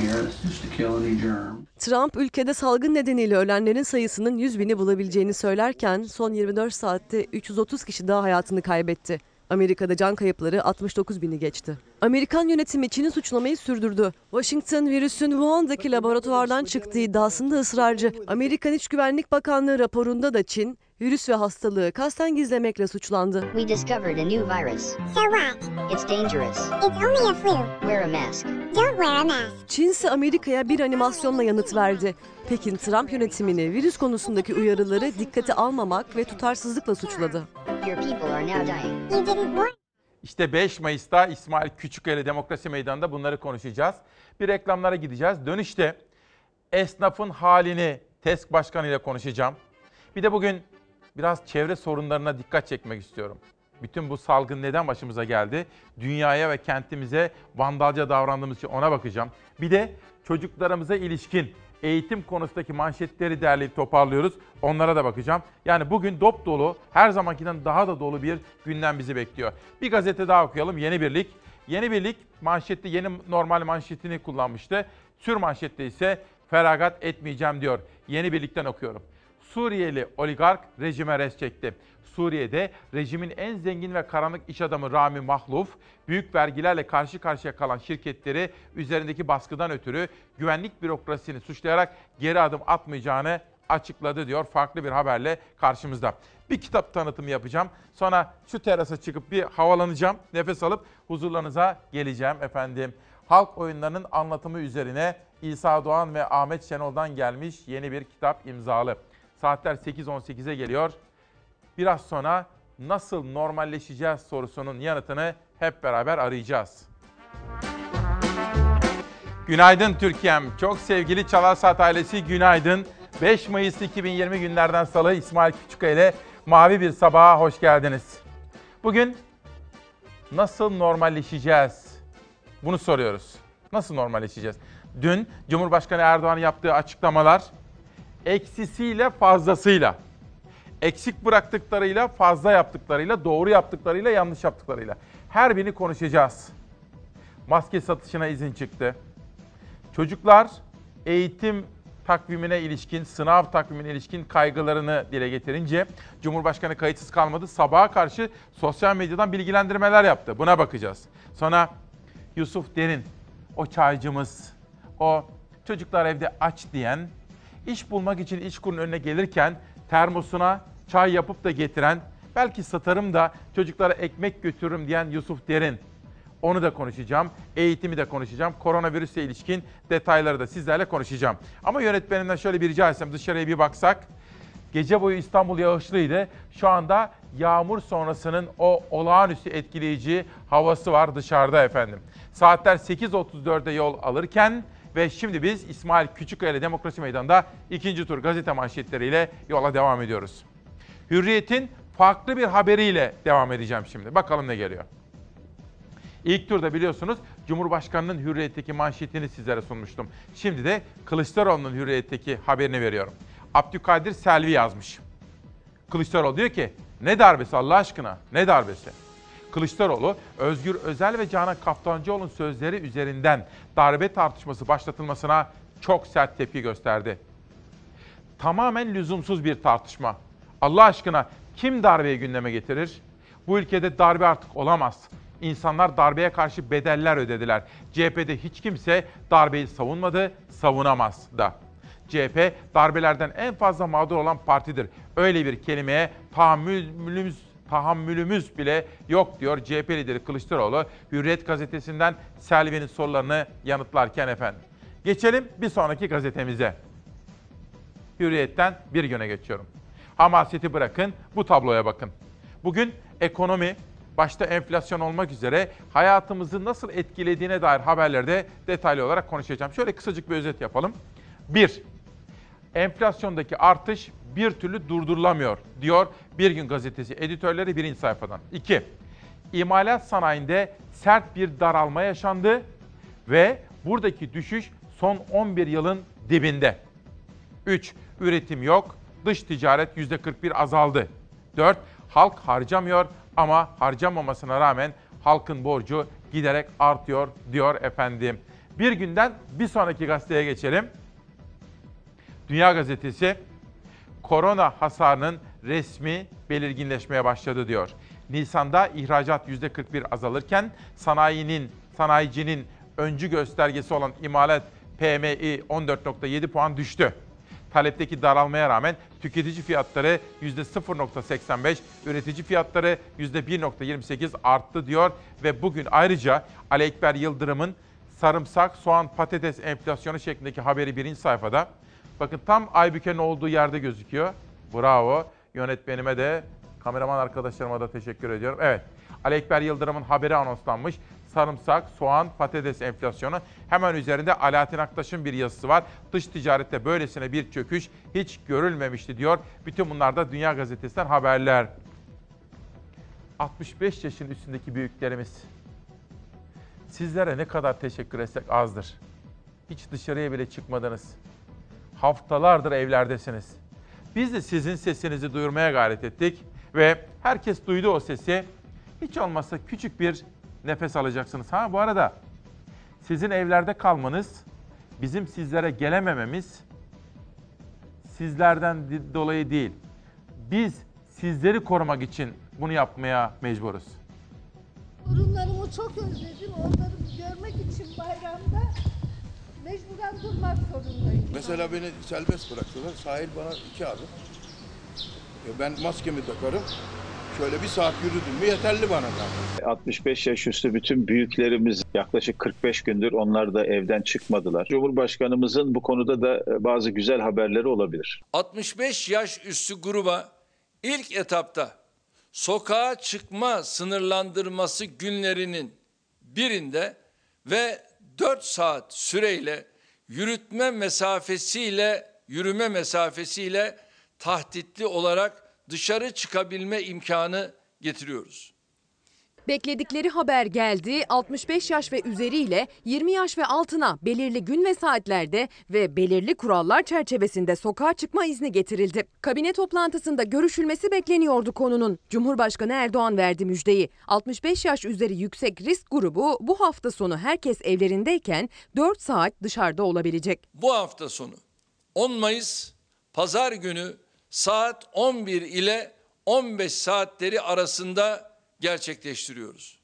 Trump ülkede salgın nedeniyle ölenlerin sayısının yüz bini bulabileceğini söylerken son yirmi dört saatte üç yüz otuz kişi daha hayatını kaybetti. Amerika'da can kayıpları altmış dokuz bini geçti. Amerikan yönetimi Çin'i suçlamayı sürdürdü. Washington virüsün Wuhan'daki laboratuvardan çıktığı iddiasında ısrarcı. Amerikan İç Güvenlik Bakanlığı raporunda da Çin, virüs ve hastalığı kasten gizlemekle suçlandı. We discovered a new virus. So what? It's dangerous. It's only a flu. Wear a mask. Don't wear a mask. Çin ise Amerika'ya bir animasyonla yanıt verdi. Pekin, Trump yönetimini virüs konusundaki uyarıları dikkate almamak ve tutarsızlıkla suçladı. Your people are now dying. You didn't warn. İşte beş Mayıs'ta İsmail Küçükkaya Demokrasi Meydanı'nda bunları konuşacağız. Bir reklamlara gideceğiz. Dönüşte esnafın halini TESK Başkanı ile konuşacağım. Bir de bugün biraz çevre sorunlarına dikkat çekmek istiyorum. Bütün bu salgın neden başımıza geldi? Dünyaya ve kentimize vandalca davrandığımız için ona bakacağım. Bir de çocuklarımıza ilişkin eğitim konusundaki manşetleri derleyip toparlıyoruz. Onlara da bakacağım. Yani bugün dop dolu, her zamankinden daha da dolu bir gündem bizi bekliyor. Bir gazete daha okuyalım. Yeni Birlik. Yeni Birlik manşette yeni normal manşetini kullanmıştı. Sür manşette ise feragat etmeyeceğim diyor. Yeni Birlik'ten okuyorum. Suriyeli oligark rejime res çekti. Suriye'de rejimin en zengin ve karanlık iş adamı Rami Mahluf, büyük vergilerle karşı karşıya kalan şirketleri üzerindeki baskıdan ötürü güvenlik bürokrasisini suçlayarak geri adım atmayacağını açıkladı diyor farklı bir haberle karşımızda. Bir kitap tanıtımı yapacağım. Sonra şu terasa çıkıp bir havalanacağım. Nefes alıp huzurlarınıza geleceğim efendim. Halk oyunlarının anlatımı üzerine İsa Doğan ve Ahmet Şenol'dan gelmiş yeni bir kitap imzalı. Saatler sekiz on sekize geliyor. Biraz sonra nasıl normalleşeceğiz sorusunun yanıtını hep beraber arayacağız. Günaydın Türkiye'm. Çok sevgili Çalar Saat ailesi günaydın. beş Mayıs iki bin yirmi günlerden salı İsmail Küçükkaya ile Mavi Bir Sabaha hoş geldiniz. Bugün nasıl normalleşeceğiz? Bunu soruyoruz. Nasıl normalleşeceğiz? Dün Cumhurbaşkanı Erdoğan'ın yaptığı açıklamalar eksisiyle fazlasıyla, eksik bıraktıklarıyla, fazla yaptıklarıyla, doğru yaptıklarıyla, yanlış yaptıklarıyla. Her birini konuşacağız. Maske satışına izin çıktı. Çocuklar eğitim takvimine ilişkin, sınav takvimine ilişkin kaygılarını dile getirince Cumhurbaşkanı kayıtsız kalmadı. Sabaha karşı sosyal medyadan bilgilendirmeler yaptı. Buna bakacağız. Sonra Yusuf Derin, o çaycımız, o çocuklar evde aç diyen, iş bulmak için İşkur'un önüne gelirken termosuna çay yapıp da getiren, belki satarım da çocuklara ekmek götürürüm diyen Yusuf Derin. Onu da konuşacağım, eğitimi de konuşacağım, koronavirüse ilişkin detayları da sizlerle konuşacağım. Ama yönetmenimden şöyle bir rica etsem, dışarıya bir baksak. Gece boyu İstanbul yağışlıydı. Şu anda yağmur sonrasının o olağanüstü etkileyici havası var dışarıda efendim. Saatler sekiz otuz dörde yol alırken ve şimdi biz İsmail Küçükkaya ile Demokrasi Meydanı'nda ikinci tur gazete manşetleriyle yola devam ediyoruz. Hürriyet'in farklı bir haberiyle devam edeceğim şimdi. Bakalım ne geliyor. İlk turda biliyorsunuz Cumhurbaşkanı'nın Hürriyet'teki manşetini sizlere sunmuştum. Şimdi de Kılıçdaroğlu'nun Hürriyet'teki haberini veriyorum. Abdülkadir Selvi yazmış. Kılıçdaroğlu diyor ki ne darbesi Allah aşkına ne darbesi? Kılıçdaroğlu Özgür Özel ve Canan Kaftancıoğlu'nun sözleri üzerinden darbe tartışması başlatılmasına çok sert tepki gösterdi. Tamamen lüzumsuz bir tartışma. Allah aşkına kim darbeyi gündeme getirir? Bu ülkede darbe artık olamaz. İnsanlar darbeye karşı bedeller ödediler. C H P'de hiç kimse darbeyi savunmadı, savunamaz da. C H P darbelerden en fazla mağdur olan partidir. Öyle bir kelimeye tahammülümüz, tahammülümüz bile yok diyor C H P lideri Kılıçdaroğlu. Hürriyet gazetesinden Selvi'nin sorularını yanıtlarken efendim. Geçelim bir sonraki gazetemize. Hürriyet'ten bir güne geçiyorum. Hamaseti bırakın, bu tabloya bakın. Bugün ekonomi, başta enflasyon olmak üzere hayatımızı nasıl etkilediğine dair haberleri de detaylı olarak konuşacağım. Şöyle kısacık bir özet yapalım. Bir, enflasyondaki artış bir türlü durdurulamıyor diyor Bir Gün Gazetesi editörleri birinci sayfadan. İki, imalat sanayinde sert bir daralma yaşandı ve buradaki düşüş son on bir yılın dibinde. Üç, üretim yok, dış ticaret yüzde kırk bir azaldı. Dört, halk harcamıyor ama harcamamasına rağmen halkın borcu giderek artıyor diyor efendim. Bir günden bir sonraki gazeteye geçelim. Dünya Gazetesi, korona hasarının resmi belirginleşmeye başladı diyor. Nisan'da ihracat yüzde kırk bir azalırken sanayinin, sanayicinin öncü göstergesi olan imalat P M I on dört virgül yedi puan düştü. Talepteki daralmaya rağmen tüketici fiyatları yüzde sıfır virgül seksen beş, üretici fiyatları yüzde bir virgül yirmi sekiz arttı diyor. Ve bugün ayrıca Ali Ekber Yıldırım'ın sarımsak, soğan, patates enflasyonu şeklindeki haberi birinci sayfada. Bakın tam Aybüke'nin olduğu yerde gözüküyor. Bravo. Yönetmenime de, kameraman arkadaşlarıma da teşekkür ediyorum. Evet, Ali Ekber Yıldırım'ın haberi anonslanmış. Sarımsak, soğan, patates enflasyonu. Hemen üzerinde Alaaddin Aktaş'ın bir yazısı var. Dış ticarette böylesine bir çöküş hiç görülmemişti diyor. Bütün bunlar da Dünya Gazetesi'nden haberler. altmış beş yaşın üstündeki büyüklerimiz. Sizlere ne kadar teşekkür etsek azdır. Hiç dışarıya bile çıkmadınız. Haftalardır evlerdesiniz. Biz de sizin sesinizi duyurmaya gayret ettik ve herkes duydu o sesi. Hiç olmazsa küçük bir nefes alacaksınız. Ha bu arada sizin evlerde kalmanız, bizim sizlere gelemememiz sizlerden dolayı değil. Biz sizleri korumak için bunu yapmaya mecburuz. Torunlarımı çok özledim. Onları görmek için bayramda mecburen durmak zorundayım. Mesela beni serbest bıraktılar. Sahil bana iki adım. Ben maskemi takarım. Şöyle bir saat yürüdüm mü yeterli bana da. altmış beş yaş üstü bütün büyüklerimiz yaklaşık kırk beş gündür onlar da evden çıkmadılar. Cumhurbaşkanımızın bu konuda da bazı güzel haberleri olabilir. altmış beş yaş üstü gruba ilk etapta sokağa çıkma sınırlandırması günlerinin birinde ve dört saat süreyle yürütme mesafesiyle, yürüme mesafesiyle tahtitli olarak dışarı çıkabilme imkanı getiriyoruz. Bekledikleri haber geldi. altmış beş yaş ve üzeriyle yirmi yaş ve altına belirli gün ve saatlerde ve belirli kurallar çerçevesinde sokağa çıkma izni getirildi. Kabine toplantısında görüşülmesi bekleniyordu konunun. Cumhurbaşkanı Erdoğan verdi müjdeyi. altmış beş yaş üzeri yüksek risk grubu bu hafta sonu herkes evlerindeyken dört saat dışarıda olabilecek. Bu hafta sonu on Mayıs Pazar günü saat on bir ile on beş saatleri arasında gerçekleştiriyoruz.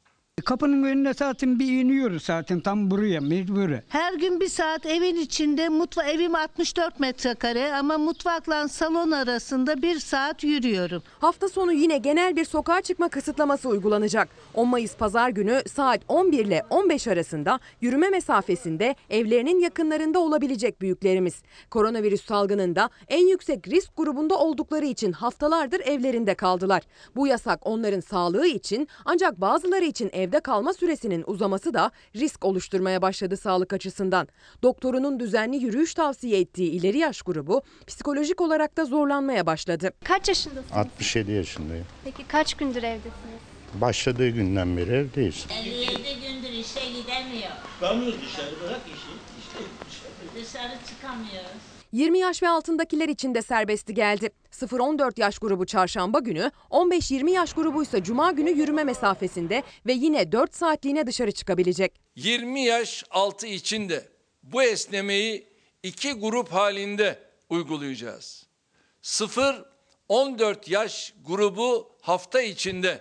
Kapının önüne zaten bir iniyoruz zaten tam buraya mecburi. Her gün bir saat evin içinde, mutfa evim altmış dört metrekare ama mutfakla salon arasında bir saat yürüyorum. Hafta sonu yine genel bir sokağa çıkma kısıtlaması uygulanacak. on Mayıs Pazar günü saat on bir ile on beş arasında yürüme mesafesinde evlerinin yakınlarında olabilecek büyüklerimiz. Koronavirüs salgınında en yüksek risk grubunda oldukları için haftalardır evlerinde kaldılar. Bu yasak onların sağlığı için, ancak bazıları için evde kalma süresinin uzaması da risk oluşturmaya başladı sağlık açısından. Doktorunun düzenli yürüyüş tavsiye ettiği ileri yaş grubu psikolojik olarak da zorlanmaya başladı. Kaç yaşındasınız? altmış yedi yaşındayım. Peki kaç gündür evdesiniz? Başladığı günden beri evdeyiz. elli yedi gündür işe gidemiyor. Çıkamıyoruz dışarı, bırak işi. İşte dışarı. Dışarı çıkamıyoruz. yirmi yaş ve altındakiler için de serbesti geldi. sıfır on dört yaş grubu çarşamba günü, on beş yirmi yaş grubu ise cuma günü yürüme mesafesinde ve yine dört saatliğine dışarı çıkabilecek. yirmi yaş altı için de bu esnemeyi iki grup halinde uygulayacağız. sıfır on dört yaş grubu hafta içinde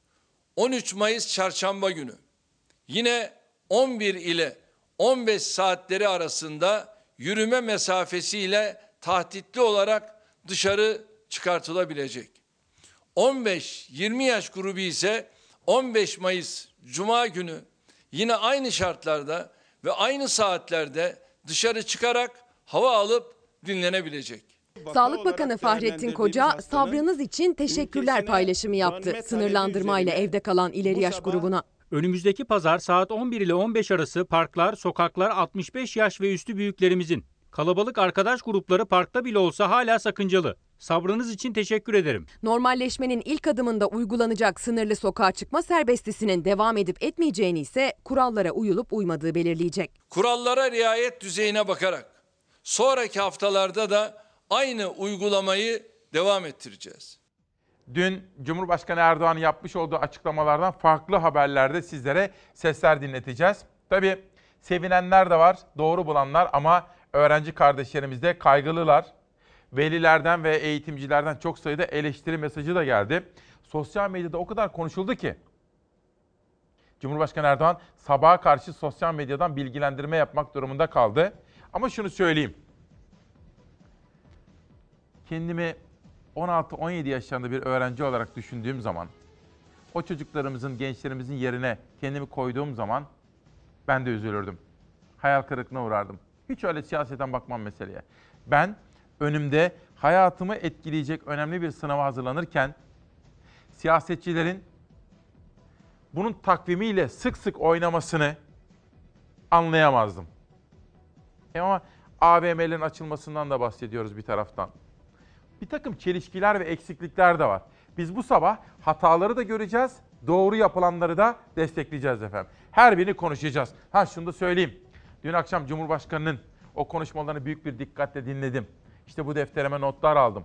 on üç Mayıs çarşamba günü yine on bir ile on beş saatleri arasında yürüme mesafesiyle tahtitli olarak dışarı çıkartılabilecek. on beş yirmi yaş grubu ise on beş Mayıs Cuma günü yine aynı şartlarda ve aynı saatlerde dışarı çıkarak hava alıp dinlenebilecek. Sağlık Bakanı Fahrettin Koca sabrınız için teşekkürler paylaşımı yaptı. Sınırlandırmayla evde kalan ileri yaş grubuna. Önümüzdeki pazar saat on bir ile on beş arası parklar, sokaklar altmış beş yaş ve üstü büyüklerimizin. Kalabalık arkadaş grupları parkta bile olsa hala sakıncalı. Sabrınız için teşekkür ederim. Normalleşmenin ilk adımında uygulanacak sınırlı sokağa çıkma serbestisinin devam edip etmeyeceğini ise kurallara uyulup uymadığı belirleyecek. Kurallara riayet düzeyine bakarak sonraki haftalarda da aynı uygulamayı devam ettireceğiz. Dün Cumhurbaşkanı Erdoğan yapmış olduğu açıklamalardan farklı haberlerde sizlere sesler dinleteceğiz. Tabii sevinenler de var, doğru bulanlar ama öğrenci kardeşlerimiz de kaygılılar. Velilerden ve eğitimcilerden çok sayıda eleştiri mesajı da geldi. Sosyal medyada o kadar konuşuldu ki Cumhurbaşkanı Erdoğan sabaha karşı sosyal medyadan bilgilendirme yapmak durumunda kaldı. Ama şunu söyleyeyim. Kendimi on altı on yedi yaşlarında bir öğrenci olarak düşündüğüm zaman, o çocuklarımızın, gençlerimizin yerine kendimi koyduğum zaman ben de üzülürdüm. Hayal kırıklığına uğrardım. Hiç öyle siyaseten bakmam meseleye. Ben önümde hayatımı etkileyecek önemli bir sınava hazırlanırken siyasetçilerin bunun takvimiyle sık sık oynamasını anlayamazdım. E ama A V M'lerin açılmasından da bahsediyoruz bir taraftan. Bir takım çelişkiler ve eksiklikler de var. Biz bu sabah hataları da göreceğiz, doğru yapılanları da destekleyeceğiz efendim. Her birini konuşacağız. Ha şunu da söyleyeyim. Dün akşam Cumhurbaşkanı'nın o konuşmalarını büyük bir dikkatle dinledim. İşte bu defterime notlar aldım.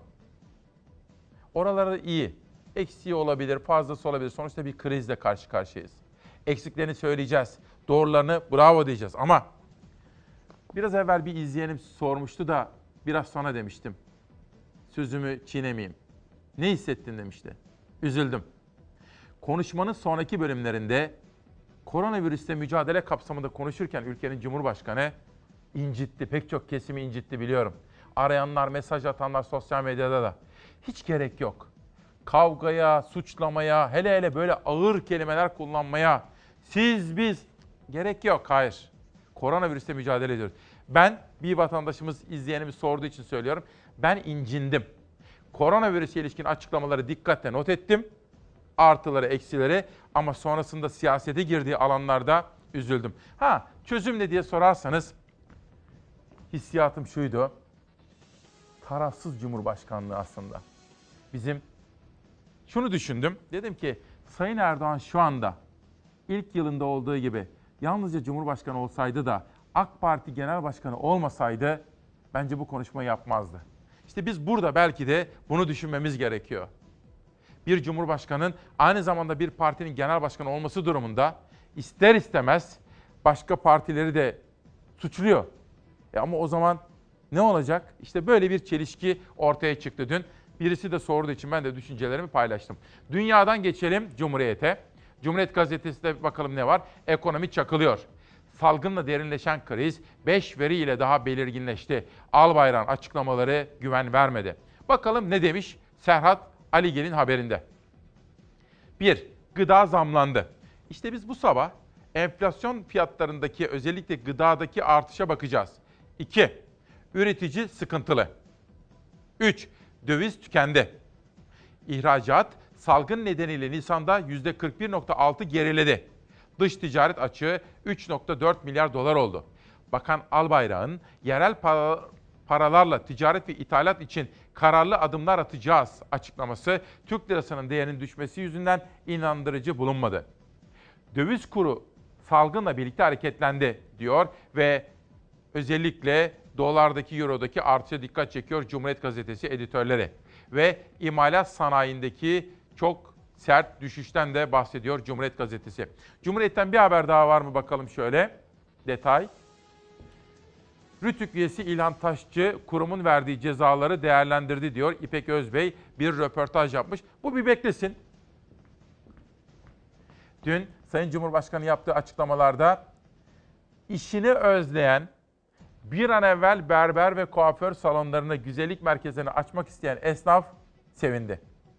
Oraları iyi. Eksiği olabilir, fazlası olabilir. Sonuçta bir krizle karşı karşıyayız. Eksiklerini söyleyeceğiz. Doğrularını bravo diyeceğiz. Ama biraz evvel bir izleyenim sormuştu da biraz sonra demiştim. Sözümü çiğnemeyeyim. Ne hissettin demişti. Üzüldüm. Konuşmanın sonraki bölümlerinde koronavirüsle mücadele kapsamında konuşurken ülkenin Cumhurbaşkanı incitti. Pek çok kesimi incitti biliyorum. Arayanlar, mesaj atanlar sosyal medyada da. Hiç gerek yok. Kavgaya, suçlamaya, hele hele böyle ağır kelimeler kullanmaya, siz biz gerek yok. Hayır. Koronavirüsle mücadele ediyoruz. Ben bir vatandaşımız, izleyenimiz sorduğu için söylüyorum. Ben incindim. Koronavirüse ilişkin açıklamaları dikkatle not ettim. Artıları, eksileri ama sonrasında siyasete girdiği alanlarda üzüldüm. Ha, çözüm ne diye sorarsanız hissiyatım şuydu. Tarafsız Cumhurbaşkanlığı aslında. Bizim şunu düşündüm. Dedim ki Sayın Erdoğan şu anda ilk yılında olduğu gibi yalnızca Cumhurbaşkanı olsaydı da AK Parti Genel Başkanı olmasaydı bence bu konuşmayı yapmazdı. İşte biz burada belki de bunu düşünmemiz gerekiyor. Bir Cumhurbaşkanının aynı zamanda bir partinin genel başkanı olması durumunda ister istemez başka partileri de suçluyor. E ama o zaman ne olacak? İşte böyle bir çelişki ortaya çıktı dün. Birisi de sorduğu için ben de düşüncelerimi paylaştım. Dünyadan geçelim Cumhuriyet'e. Cumhuriyet Gazetesi'nde bakalım ne var? Ekonomi çakılıyor. Salgınla derinleşen kriz beş veri ile daha belirginleşti. Albayrak'ın açıklamaları güven vermedi. Bakalım ne demiş Serhat Aligel'in haberinde. bir. Gıda zamlandı. İşte biz bu sabah enflasyon fiyatlarındaki özellikle gıdadaki artışa bakacağız. iki. Üretici sıkıntılı. üç. Döviz tükendi. İhracat salgın nedeniyle Nisan'da yüzde kırk bir virgül altı geriledi. Dış ticaret açığı üç virgül dört milyar dolar oldu. Bakan Albayrak'ın yerel para, paralarla ticaret ve ithalat için kararlı adımlar atacağız açıklaması Türk lirasının değerinin düşmesi yüzünden inandırıcı bulunmadı. Döviz kuru salgınla birlikte hareketlendi diyor ve özellikle dolardaki, eurodaki artışa dikkat çekiyor Cumhuriyet Gazetesi editörleri. Ve imalat sanayindeki çok sert düşüşten de bahsediyor Cumhuriyet Gazetesi. Cumhuriyet'ten bir haber daha var mı bakalım şöyle. Detay. RÜTÜK üyesi İlhan Taşçı kurumun verdiği cezaları değerlendirdi diyor İpek Özbey bir röportaj yapmış. Bu bir beklesin. Dün Sayın Cumhurbaşkanı yaptığı açıklamalarda işini özleyen, bir an evvel berber ve kuaför salonlarını, güzellik merkezlerini açmak isteyen esnaf sevindi.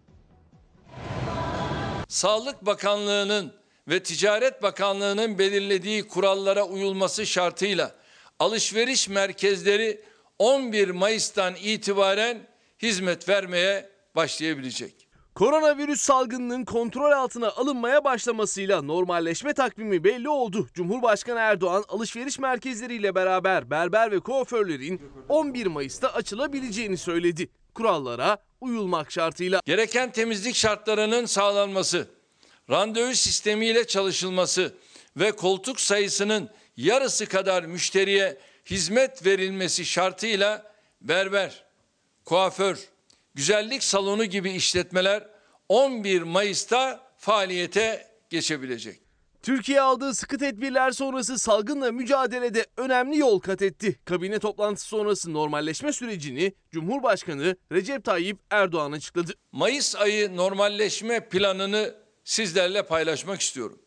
Sağlık Bakanlığı'nın ve Ticaret Bakanlığı'nın belirlediği kurallara uyulması şartıyla alışveriş merkezleri on bir Mayıs'tan itibaren hizmet vermeye başlayabilecek. Koronavirüs salgınının kontrol altına alınmaya başlamasıyla normalleşme takvimi belli oldu. Cumhurbaşkanı Erdoğan alışveriş merkezleriyle beraber berber ve kuaförlerin on bir Mayıs'ta açılabileceğini söyledi. Kurallara uyulmak şartıyla. Gereken temizlik şartlarının sağlanması, randevu sistemiyle çalışılması ve koltuk sayısının yarısı kadar müşteriye hizmet verilmesi şartıyla berber, kuaför, güzellik salonu gibi işletmeler on bir Mayıs'ta faaliyete geçebilecek. Türkiye aldığı sıkı tedbirler sonrası salgınla mücadelede önemli yol kat etti. Kabine toplantısı sonrası normalleşme sürecini Cumhurbaşkanı Recep Tayyip Erdoğan açıkladı. Mayıs ayı normalleşme planını sizlerle paylaşmak istiyorum.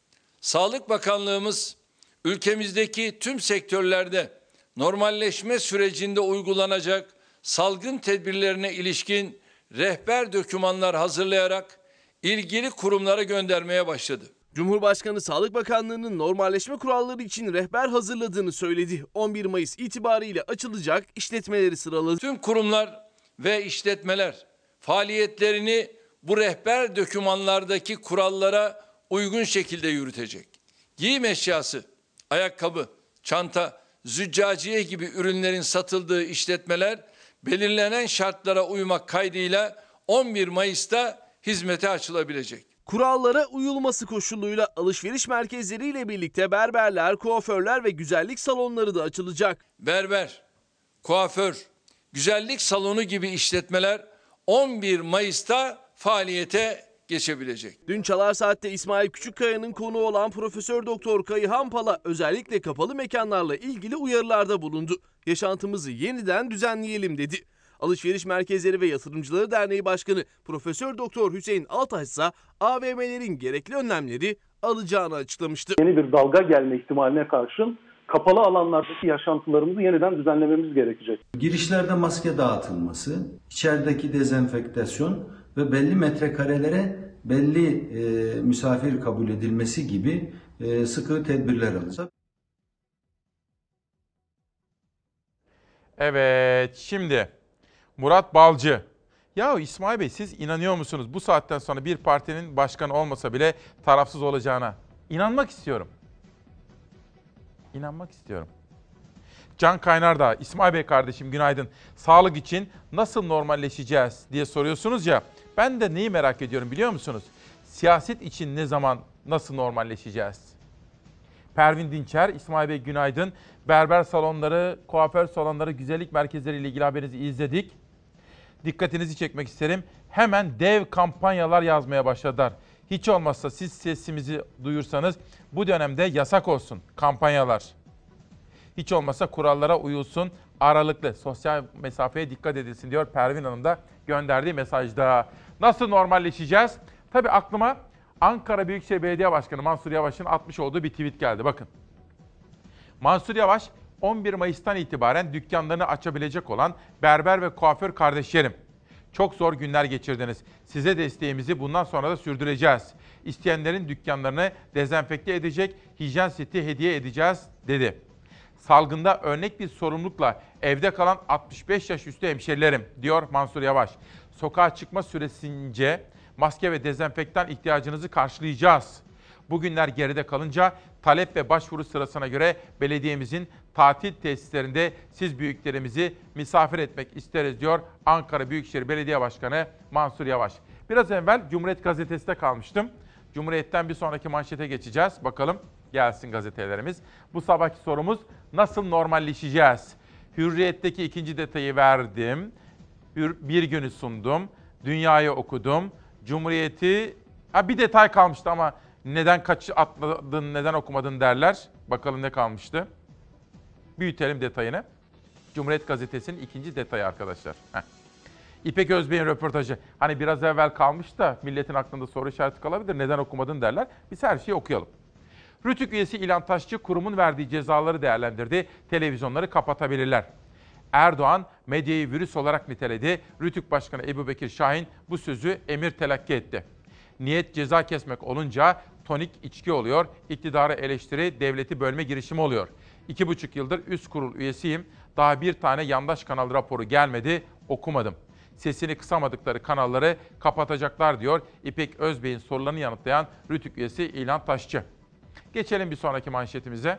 Sağlık Bakanlığımız ülkemizdeki tüm sektörlerde normalleşme sürecinde uygulanacak salgın tedbirlerine ilişkin rehber dokümanlar hazırlayarak ilgili kurumlara göndermeye başladı. Cumhurbaşkanı Sağlık Bakanlığı'nın normalleşme kuralları için rehber hazırladığını söyledi. on bir Mayıs itibariyle açılacak işletmeleri sıraladı. Tüm kurumlar ve işletmeler faaliyetlerini bu rehber dokümanlardaki kurallara uygun şekilde yürütecek. Giyim eşyası, ayakkabı, çanta, züccaciye gibi ürünlerin satıldığı işletmeler belirlenen şartlara uymak kaydıyla on bir Mayıs'ta hizmete açılabilecek. Kurallara uyulması koşuluyla alışveriş merkezleriyle birlikte berberler, kuaförler ve güzellik salonları da açılacak. Berber, kuaför, güzellik salonu gibi işletmeler on bir Mayıs'ta faaliyete geçebilecek. Dün Çalar Saat'te İsmail Küçükkaya'nın konuğu olan Profesör Doktor Kayıhan Pala özellikle kapalı mekanlarla ilgili uyarılarda bulundu. Yaşantımızı yeniden düzenleyelim dedi. Alışveriş Merkezleri ve Yatırımcıları Derneği Başkanı Profesör Doktor Hüseyin Altaş ise A V M'lerin gerekli önlemleri alacağını açıklamıştı. Yeni bir dalga gelme ihtimaline karşın kapalı alanlardaki yaşantılarımızı yeniden düzenlememiz gerekecek. Girişlerde maske dağıtılması, içerideki dezenfektasyon ve belli metrekarelere belli e, misafir kabul edilmesi gibi e, sıkı tedbirler alınacak. Evet, şimdi Murat Balcı. Ya İsmail Bey, siz inanıyor musunuz bu saatten sonra bir partinin başkanı olmasa bile tarafsız olacağına? İnanmak istiyorum. İnanmak istiyorum. Can Kaynardağ, İsmail Bey kardeşim günaydın. Sağlık için nasıl normalleşeceğiz diye soruyorsunuz ya. Ben de neyi merak ediyorum biliyor musunuz? Siyaset için ne zaman, nasıl normalleşeceğiz? Pervin Dinçer, İsmail Bey günaydın. Berber salonları, kuaför salonları, güzellik merkezleriyle ilgili haberinizi izledik. Dikkatinizi çekmek isterim. Hemen dev kampanyalar yazmaya başladılar. Hiç olmazsa siz sesimizi duyursanız bu dönemde yasak olsun kampanyalar. Hiç olmazsa kurallara uyulsun, aralıklı, sosyal mesafeye dikkat edilsin diyor Pervin Hanım da gönderdiği mesajda. Nasıl normalleşeceğiz? Tabii aklıma Ankara Büyükşehir Belediye Başkanı Mansur Yavaş'ın atmış olduğu bir tweet geldi. Bakın. Mansur Yavaş, on bir Mayıs'tan itibaren dükkanlarını açabilecek olan berber ve kuaför kardeşlerim. Çok zor günler geçirdiniz. Size desteğimizi bundan sonra da sürdüreceğiz. İsteyenlerin dükkanlarını dezenfekte edecek, hijyen seti hediye edeceğiz dedi. Salgında örnek bir sorumlulukla evde kalan altmış beş yaş üstü hemşerilerim, diyor Mansur Yavaş. Sokağa çıkma süresince maske ve dezenfektan ihtiyacınızı karşılayacağız. Bugünler geride kalınca talep ve başvuru sırasına göre belediyemizin tatil tesislerinde siz büyüklerimizi misafir etmek isteriz, diyor Ankara Büyükşehir Belediye Başkanı Mansur Yavaş. Biraz evvel Cumhuriyet Gazetesi'nde kalmıştım. Cumhuriyet'ten bir sonraki manşete geçeceğiz. Bakalım gelsin gazetelerimiz. Bu sabahki sorumuz nasıl normalleşeceğiz? Hürriyet'teki ikinci detayı verdim. Bir günü sundum. Dünyayı okudum. Cumhuriyet'i... Ha, bir detay kalmıştı ama neden kaç atladın, neden okumadın derler. Bakalım ne kalmıştı? Büyütelim detayını. Cumhuriyet Gazetesi'nin ikinci detayı arkadaşlar. Heh. İpek Özbey'in röportajı. Hani biraz evvel kalmış da milletin aklında soru işareti kalabilir. Neden okumadın derler. Biz her şeyi okuyalım. Rütük üyesi İlhan Taşçı kurumun verdiği cezaları değerlendirdi. Televizyonları kapatabilirler. Erdoğan medyayı virüs olarak niteledi. Rütük Başkanı Ebubekir Şahin bu sözü emir telakki etti. Niyet ceza kesmek olunca tonik içki oluyor. İktidarı eleştiri, devleti bölme girişimi oluyor. İki buçuk yıldır üst kurul üyesiyim. Daha bir tane yandaş kanal raporu gelmedi, okumadım. Sesini kısamadıkları kanalları kapatacaklar, diyor İpek Özbey'in sorularını yanıtlayan Rütük üyesi İlhan Taşçı. Geçelim bir sonraki manşetimize.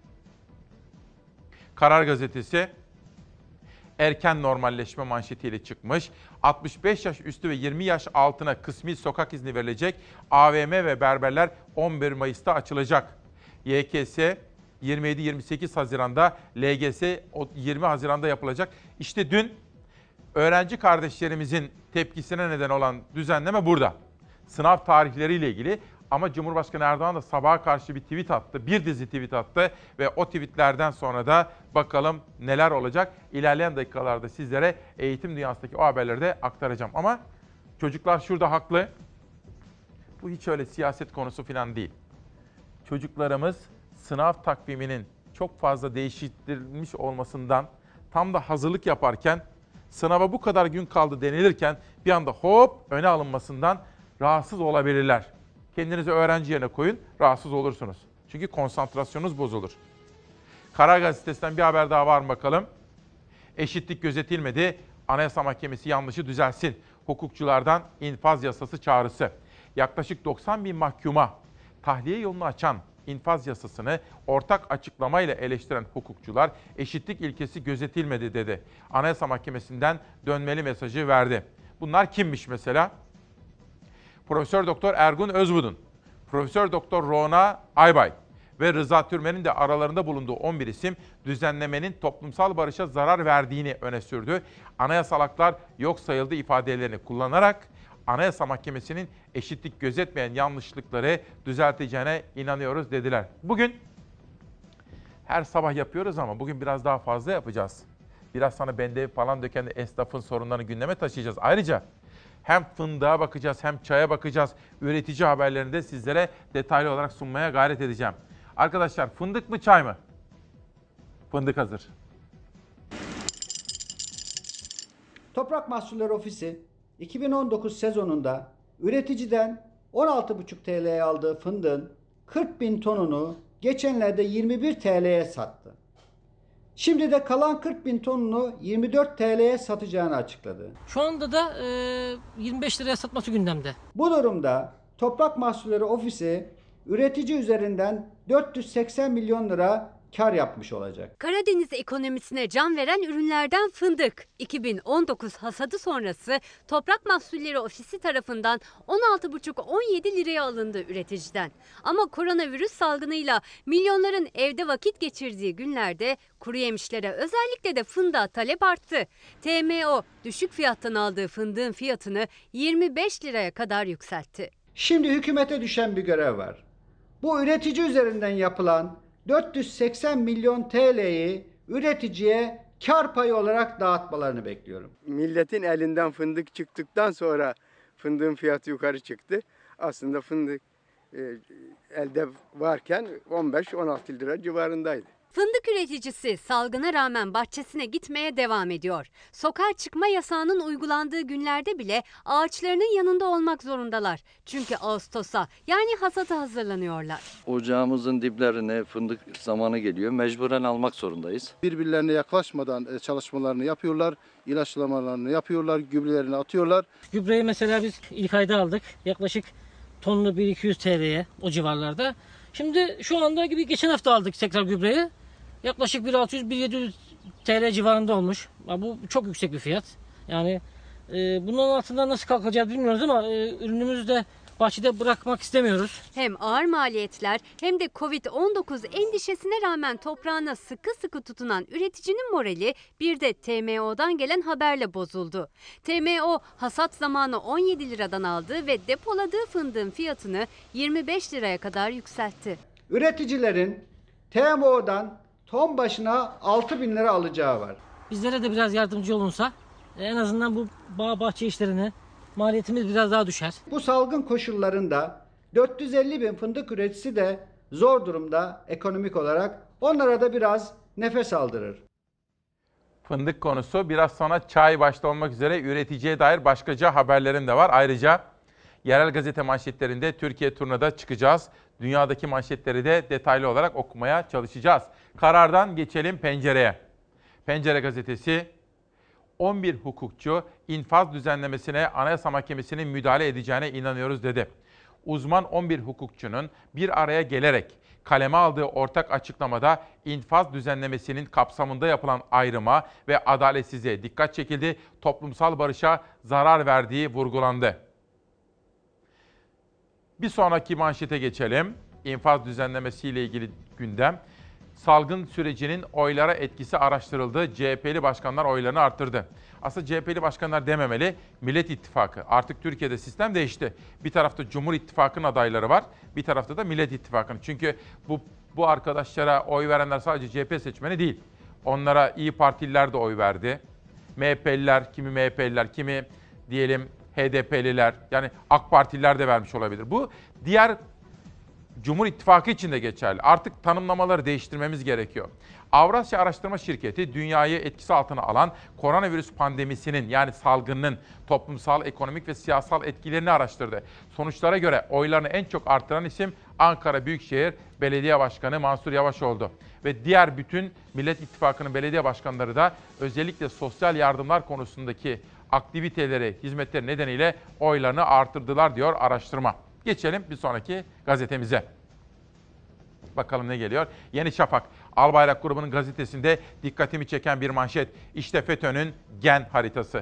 Karar Gazetesi erken normalleşme manşetiyle çıkmış. altmış beş yaş üstü ve yirmi yaş altına kısmi sokak izni verilecek. A V M ve berberler on bir Mayıs'ta açılacak. Y K S yirmi yedi yirmi sekiz Haziran'da, L G S yirmi Haziran'da yapılacak. İşte dün öğrenci kardeşlerimizin tepkisine neden olan düzenleme burada. Sınav tarihleriyle ilgili. Ama Cumhurbaşkanı Erdoğan da sabaha karşı bir tweet attı, bir dizi tweet attı ve o tweetlerden sonra da bakalım neler olacak. İlerleyen dakikalarda sizlere eğitim dünyasındaki o haberleri de aktaracağım. Ama çocuklar şurada haklı. Bu hiç öyle siyaset konusu falan değil. Çocuklarımız sınav takviminin çok fazla değiştirilmiş olmasından, tam da hazırlık yaparken sınava bu kadar gün kaldı denilirken bir anda hop öne alınmasından rahatsız olabilirler. Kendinizi öğrenci yerine koyun, rahatsız olursunuz. Çünkü konsantrasyonunuz bozulur. Karar Gazetesi'nden bir haber daha var mı bakalım? Eşitlik gözetilmedi, Anayasa Mahkemesi yanlışı düzelsin. Hukukçulardan infaz yasası çağrısı. Yaklaşık doksan bin mahkuma tahliye yolunu açan infaz yasasını ortak açıklamayla eleştiren hukukçular eşitlik ilkesi gözetilmedi dedi. Anayasa Mahkemesi'nden dönmeli mesajı verdi. Bunlar kimmiş mesela? Profesör Doktor Ergun Özbudun, Profesör Doktor Rona Aybay ve Rıza Türmen'in de aralarında bulunduğu on bir isim düzenlemenin toplumsal barışa zarar verdiğini öne sürdü. Anayasal haklar yok sayıldı ifadelerini kullanarak Anayasa Mahkemesi'nin eşitlik gözetmeyen yanlışlıkları düzelteceğine inanıyoruz dediler. Bugün her sabah yapıyoruz ama bugün biraz daha fazla yapacağız. Biraz sonra bende falan döken esnafın sorunlarını gündeme taşıyacağız. Ayrıca hem fındığa bakacağız hem çaya bakacağız. Üretici haberlerini de sizlere detaylı olarak sunmaya gayret edeceğim. Arkadaşlar fındık mı çay mı? Fındık hazır. Toprak Mahsulleri Ofisi iki bin on dokuz sezonunda üreticiden on altı buçuk T L'ye aldığı fındığın kırk bin tonunu geçenlerde yirmi bir T L'ye sattı. Şimdi de kalan kırk bin tonunu yirmi dört T L'ye satacağını açıkladı. Şu anda da e, yirmi beş liraya satması gündemde. Bu durumda Toprak Mahsulleri Ofisi üretici üzerinden dört yüz seksen milyon lira kar yapmış olacak. Karadeniz ekonomisine can veren ürünlerden fındık. iki bin on dokuz hasadı sonrası Toprak Mahsulleri Ofisi tarafından on altı buçuk on yedi liraya alındı üreticiden. Ama koronavirüs salgınıyla milyonların evde vakit geçirdiği günlerde kuru yemişlere özellikle de fındığa talep arttı. T M O düşük fiyattan aldığı fındığın fiyatını yirmi beş liraya kadar yükseltti. Şimdi hükümete düşen bir görev var. Bu üretici üzerinden yapılan dört yüz seksen milyon T L'yi üreticiye kar payı olarak dağıtmalarını bekliyorum. Milletin elinden fındık çıktıktan sonra fındığın fiyatı yukarı çıktı. Aslında fındık e, elde varken on beş on altı lira civarındaydı. Fındık üreticisi salgına rağmen bahçesine gitmeye devam ediyor. Sokağa çıkma yasağının uygulandığı günlerde bile ağaçlarının yanında olmak zorundalar. Çünkü Ağustos'a yani hasata hazırlanıyorlar. Ocağımızın diplerine fındık zamanı geliyor. Mecburen almak zorundayız. Birbirlerine yaklaşmadan çalışmalarını yapıyorlar, ilaçlamalarını yapıyorlar, gübrelerini atıyorlar. Gübreyi mesela biz ilk ayda aldık. Yaklaşık tonlu bin iki yüz T L'ye o civarlarda. Şimdi şu anda gibi geçen hafta aldık tekrar gübreyi. Yaklaşık bin altı yüz bin yedi yüz T L civarında olmuş. Bu çok yüksek bir fiyat. Yani e, bunun altından nasıl kalkacağız bilmiyoruz ama e, ürünümüzü de bahçede bırakmak istemiyoruz. Hem ağır maliyetler hem de Covid on dokuz endişesine rağmen toprağına sıkı sıkı tutunan üreticinin morali bir de T M O'dan gelen haberle bozuldu. T M O hasat zamanı on yedi liradan aldı ve depoladığı fındığın fiyatını yirmi beş liraya kadar yükseltti. Üreticilerin T M O'dan ton başına altı bin lira alacağı var. Bizlere de biraz yardımcı olunsa en azından bu bağ bahçe işlerine maliyetimiz biraz daha düşer. Bu salgın koşullarında dört yüz elli bin fındık üreticisi de zor durumda ekonomik olarak. Onlara da biraz nefes aldırır. Fındık konusu biraz sonra çay başta olmak üzere üreticiye dair başkaca haberlerim de var. Ayrıca yerel gazete manşetlerinde Türkiye turuna da çıkacağız. Dünyadaki manşetleri de detaylı olarak okumaya çalışacağız. Karardan geçelim pencereye. Pencere gazetesi on bir hukukçu infaz düzenlemesine Anayasa Mahkemesi'nin müdahale edeceğine inanıyoruz dedi. Uzman on bir hukukçunun bir araya gelerek kaleme aldığı ortak açıklamada infaz düzenlemesinin kapsamında yapılan ayrıma ve adaletsizliğe dikkat çekildi. Toplumsal barışa zarar verdiği vurgulandı. Bir sonraki manşete geçelim. İnfaz düzenlemesiyle ilgili gündem. Salgın sürecinin oylara etkisi araştırıldı. C H P'li başkanlar oylarını arttırdı. Aslında C H P'li başkanlar dememeli, Millet İttifakı. Artık Türkiye'de sistem değişti. Bir tarafta Cumhur İttifakı'nın adayları var, bir tarafta da Millet İttifakı'nın. Çünkü bu bu arkadaşlara oy verenler sadece C H P seçmeni değil. Onlara İYİ Partililer de oy verdi. M H P'liler, kimi M H P'liler, kimi diyelim H D P'liler, yani AK Partililer de vermiş olabilir. Bu diğer Cumhur İttifakı için de geçerli. Artık tanımlamaları değiştirmemiz gerekiyor. Avrasya Araştırma Şirketi dünyayı etkisi altına alan koronavirüs pandemisinin yani salgının toplumsal, ekonomik ve siyasal etkilerini araştırdı. Sonuçlara göre oylarını en çok arttıran isim Ankara Büyükşehir Belediye Başkanı Mansur Yavaş oldu. Ve diğer bütün Millet İttifakı'nın belediye başkanları da özellikle sosyal yardımlar konusundaki aktiviteleri, hizmetleri nedeniyle oylarını artırdılar diyor araştırma. Geçelim bir sonraki gazetemize. Bakalım ne geliyor? Yeni Şafak, Albayrak grubunun gazetesinde dikkatimi çeken bir manşet. İşte FETÖ'nün gen haritası.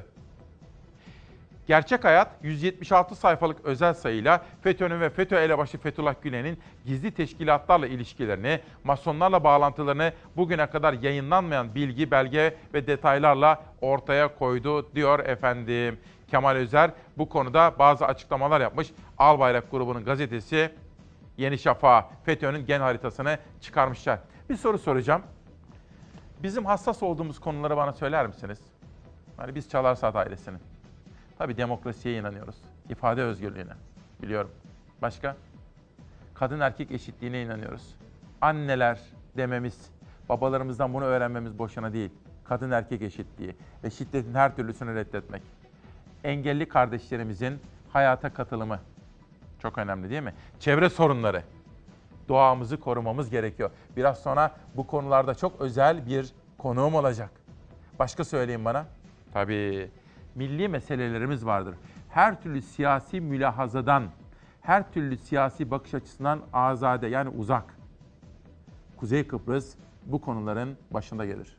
Gerçek Hayat yüz yetmiş altı sayfalık özel sayıyla FETÖ'nün ve FETÖ elebaşı Fethullah Gülen'in gizli teşkilatlarla ilişkilerini, masonlarla bağlantılarını bugüne kadar yayınlanmayan bilgi, belge ve detaylarla ortaya koydu diyor efendim. Kemal Özer bu konuda bazı açıklamalar yapmış. Albayrak grubunun gazetesi Yeni Şafak'a FETÖ'nün gen haritasını çıkarmışlar. Bir soru soracağım. Bizim hassas olduğumuz konuları bana söyler misiniz? Hani biz Çalarsat ailesinin. Tabii demokrasiye inanıyoruz. İfade özgürlüğüne. Biliyorum. Başka? Kadın erkek eşitliğine inanıyoruz. Anneler dememiz, babalarımızdan bunu öğrenmemiz boşuna değil. Kadın erkek eşitliği ve şiddetin her türlüsünü reddetmek. Engelli kardeşlerimizin hayata katılımı. Çok önemli değil mi? Çevre sorunları. Doğamızı korumamız gerekiyor. Biraz sonra bu konularda çok özel bir konuğum olacak. Başka söyleyin bana. Tabii milli meselelerimiz vardır. Her türlü siyasi mülahazadan, her türlü siyasi bakış açısından azade yani uzak. Kuzey Kıbrıs bu konuların başında gelir.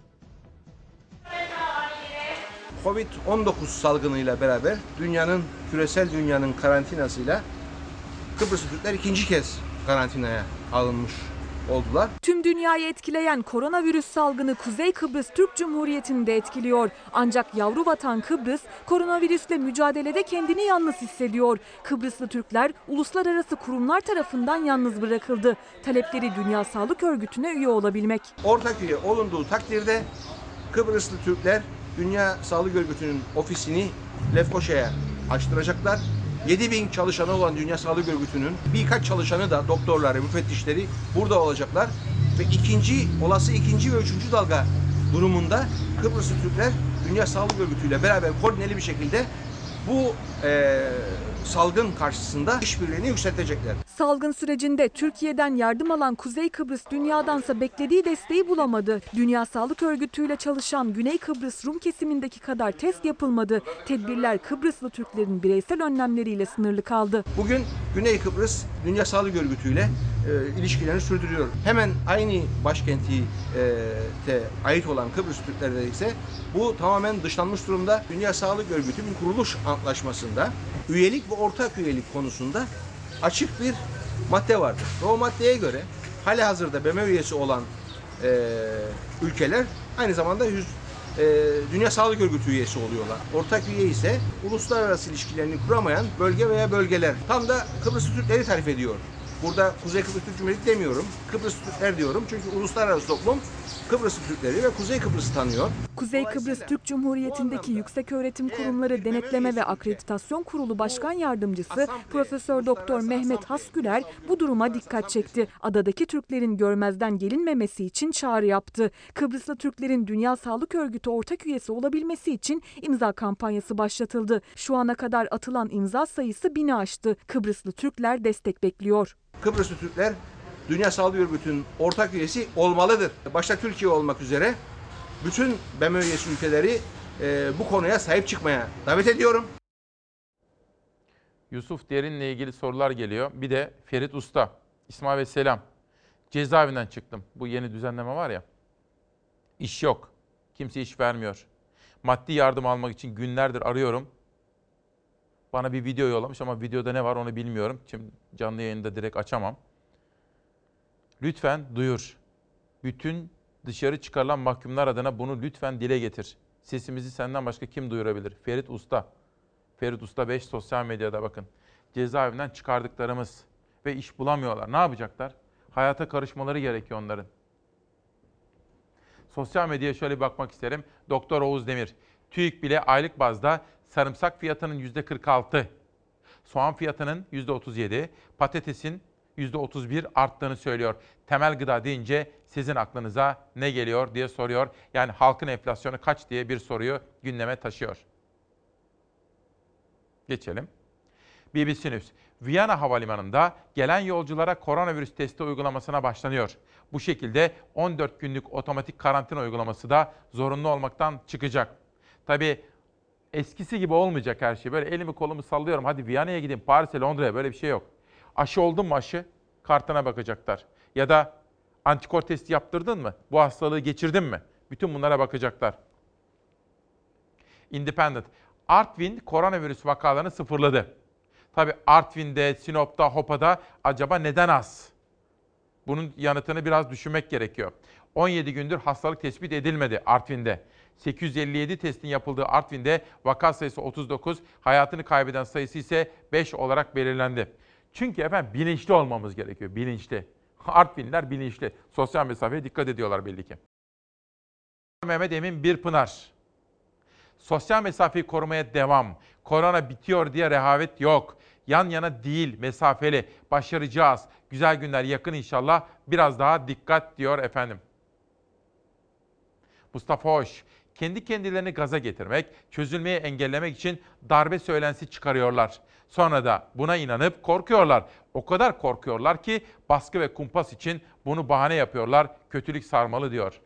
Covid on dokuz salgınıyla beraber dünyanın, küresel dünyanın karantinasıyla Kıbrıslı Türkler ikinci kez karantinaya alınmış oldular. Tüm dünyayı etkileyen koronavirüs salgını Kuzey Kıbrıs Türk Cumhuriyeti'ni de etkiliyor. Ancak yavru vatan Kıbrıs koronavirüsle mücadelede kendini yalnız hissediyor. Kıbrıslı Türkler uluslararası kurumlar tarafından yalnız bırakıldı. Talepleri Dünya Sağlık Örgütü'ne üye olabilmek. Ortak üye olunduğu takdirde Kıbrıslı Türkler Dünya Sağlık Örgütü'nün ofisini Lefkoşa'ya açtıracaklar yedi bin çalışanı olan Dünya Sağlık Örgütü'nün birkaç çalışanı da doktorları, müfettişleri burada olacaklar. Ve ikinci, olası ikinci ve üçüncü dalga durumunda Kıbrıslı Türkler Dünya Sağlık Örgütü ile beraber koordineli bir şekilde bu e, salgın karşısında işbirliğini yükseltecekler. Salgın sürecinde Türkiye'den yardım alan Kuzey Kıbrıs dünyadansa beklediği desteği bulamadı. Dünya Sağlık Örgütü ile çalışan Güney Kıbrıs Rum kesimindeki kadar test yapılmadı. Tedbirler Kıbrıslı Türklerin bireysel önlemleriyle sınırlı kaldı. Bugün Güney Kıbrıs Dünya Sağlık Örgütü ile e, ilişkilerini sürdürüyor. Hemen aynı başkenti e, te ait olan Kıbrıs Türklerde ise bu tamamen dışlanmış durumda. Dünya Sağlık Örgütü'nün kuruluş antlaşmasında üyelik ve ortak üyelik konusunda açık bir madde vardır. Ve o maddeye göre halihazırda B M Ö üyesi olan e, ülkeler aynı zamanda yüz, e, Dünya Sağlık Örgütü üyesi oluyorlar. Ortak üye ise uluslararası ilişkilerini kuramayan bölge veya bölgeler. Tam da Kıbrıs Türkleri tarif ediyor. Burada Kuzey Kıbrıs Türk Cumhuriyeti demiyorum. Kıbrıs Türkler diyorum çünkü uluslararası toplum Kıbrıs Türkleri ve Kuzey Kıbrıs'ı tanıyor. Kuzey Kıbrıs Türk Cumhuriyeti'ndeki Yükseköğretim Kurumları Denetleme ve Akreditasyon Kurulu Başkan Yardımcısı Profesör Doktor Mehmet Hasgüler bu duruma dikkat çekti. Adadaki Türklerin görmezden gelinmemesi için çağrı yaptı. Kıbrıslı Türklerin Dünya Sağlık Örgütü ortak üyesi olabilmesi için imza kampanyası başlatıldı. Şu ana kadar atılan imza sayısı bini aştı. Kıbrıslı Türkler destek bekliyor. Kıbrıslı Türkler Dünya Sağlık Örgütü'nün ortak üyesi olmalıdır. Başta Türkiye olmak üzere bütün B M Ö üyesi ülkeleri e, bu konuya sahip çıkmaya davet ediyorum. Yusuf Derin'le ilgili sorular geliyor. Bir de Ferit Usta. İsmail Bey selam. Cezaevinden çıktım. Bu yeni düzenleme var ya. İş yok. Kimse iş vermiyor. Maddi yardım almak için günlerdir arıyorum. Bana bir video yollamış ama videoda ne var onu bilmiyorum. Şimdi canlı yayında direkt açamam. Lütfen duyur. Bütün dışarı çıkarılan mahkumlar adına bunu lütfen dile getir. Sesimizi senden başka kim duyurabilir? Ferit Usta. Ferit Usta beş sosyal medyada bakın. Cezaevinden çıkardıklarımız ve iş bulamıyorlar. Ne yapacaklar? Hayata karışmaları gerekiyor onların. Sosyal medyaya şöyle bir bakmak isterim. Doktor Oğuz Demir. TÜİK bile aylık bazda sarımsak fiyatının yüzde kırk altı, soğan fiyatının yüzde otuz yedi, patatesin yüzde otuz bir arttığını söylüyor. Temel gıda deyince sizin aklınıza ne geliyor diye soruyor. Yani halkın enflasyonu kaç diye bir soruyu gündeme taşıyor. Geçelim. B B C News. Viyana Havalimanı'nda gelen yolculara koronavirüs testi uygulamasına başlanıyor. Bu şekilde on dört günlük otomatik karantina uygulaması da zorunlu olmaktan çıkacak. Tabii eskisi gibi olmayacak her şey. Böyle elimi kolumu sallıyorum. Hadi Viyana'ya gideyim, Paris'e, Londra'ya, böyle bir şey yok. Aşı oldun mu aşı? Kartına bakacaklar. Ya da antikor testi yaptırdın mı? Bu hastalığı geçirdin mi? Bütün bunlara bakacaklar. Independent. Artvin koronavirüs vakalarını sıfırladı. Tabii Artvin'de, Sinop'ta, Hopa'da acaba neden az? Bunun yanıtını biraz düşünmek gerekiyor. on yedi gündür hastalık tespit edilmedi Artvin'de. sekiz yüz elli yedi testin yapıldığı Artvin'de vaka sayısı otuz dokuz, hayatını kaybeden sayısı ise beş olarak belirlendi. Çünkü efendim bilinçli olmamız gerekiyor, bilinçli. Artvinliler bilinçli. Sosyal mesafeye dikkat ediyorlar belli ki. Mehmet Emin Birpınar. Sosyal mesafeyi korumaya devam. Korona bitiyor diye rehavet yok. Yan yana değil, mesafeli. Başaracağız. Güzel günler yakın inşallah. Biraz daha dikkat diyor efendim. Mustafa Hoş. Kendi kendilerini gaza getirmek, çözülmeyi engellemek için darbe söylentisi çıkarıyorlar. Sonra da buna inanıp korkuyorlar. O kadar korkuyorlar ki baskı ve kumpas için bunu bahane yapıyorlar. Kötülük sarmalı diyor.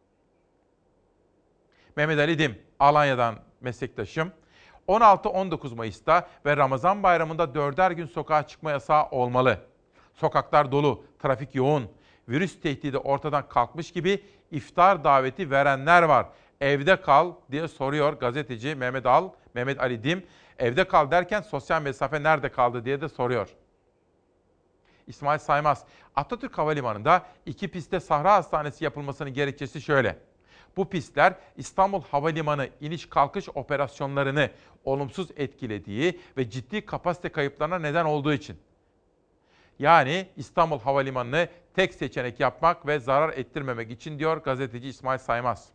Mehmet Ali Dim, Alanya'dan meslektaşım. on altı on dokuz Mayıs'ta ve Ramazan bayramında dörder gün sokağa çıkma yasağı olmalı. Sokaklar dolu, trafik yoğun. Virüs tehdidi ortadan kalkmış gibi iftar daveti verenler var. Evde kal diye soruyor gazeteci Mehmet Al, Mehmet Ali Dim. Evde kal derken sosyal mesafe nerede kaldı diye de soruyor. İsmail Saymaz, Atatürk Havalimanı'nda iki pistte Sahra Hastanesi yapılmasının gerekçesi şöyle. Bu pistler İstanbul Havalimanı iniş kalkış operasyonlarını olumsuz etkilediği ve ciddi kapasite kayıplarına neden olduğu için. Yani İstanbul Havalimanı'nı tek seçenek yapmak ve zarar ettirmemek için diyor gazeteci İsmail Saymaz.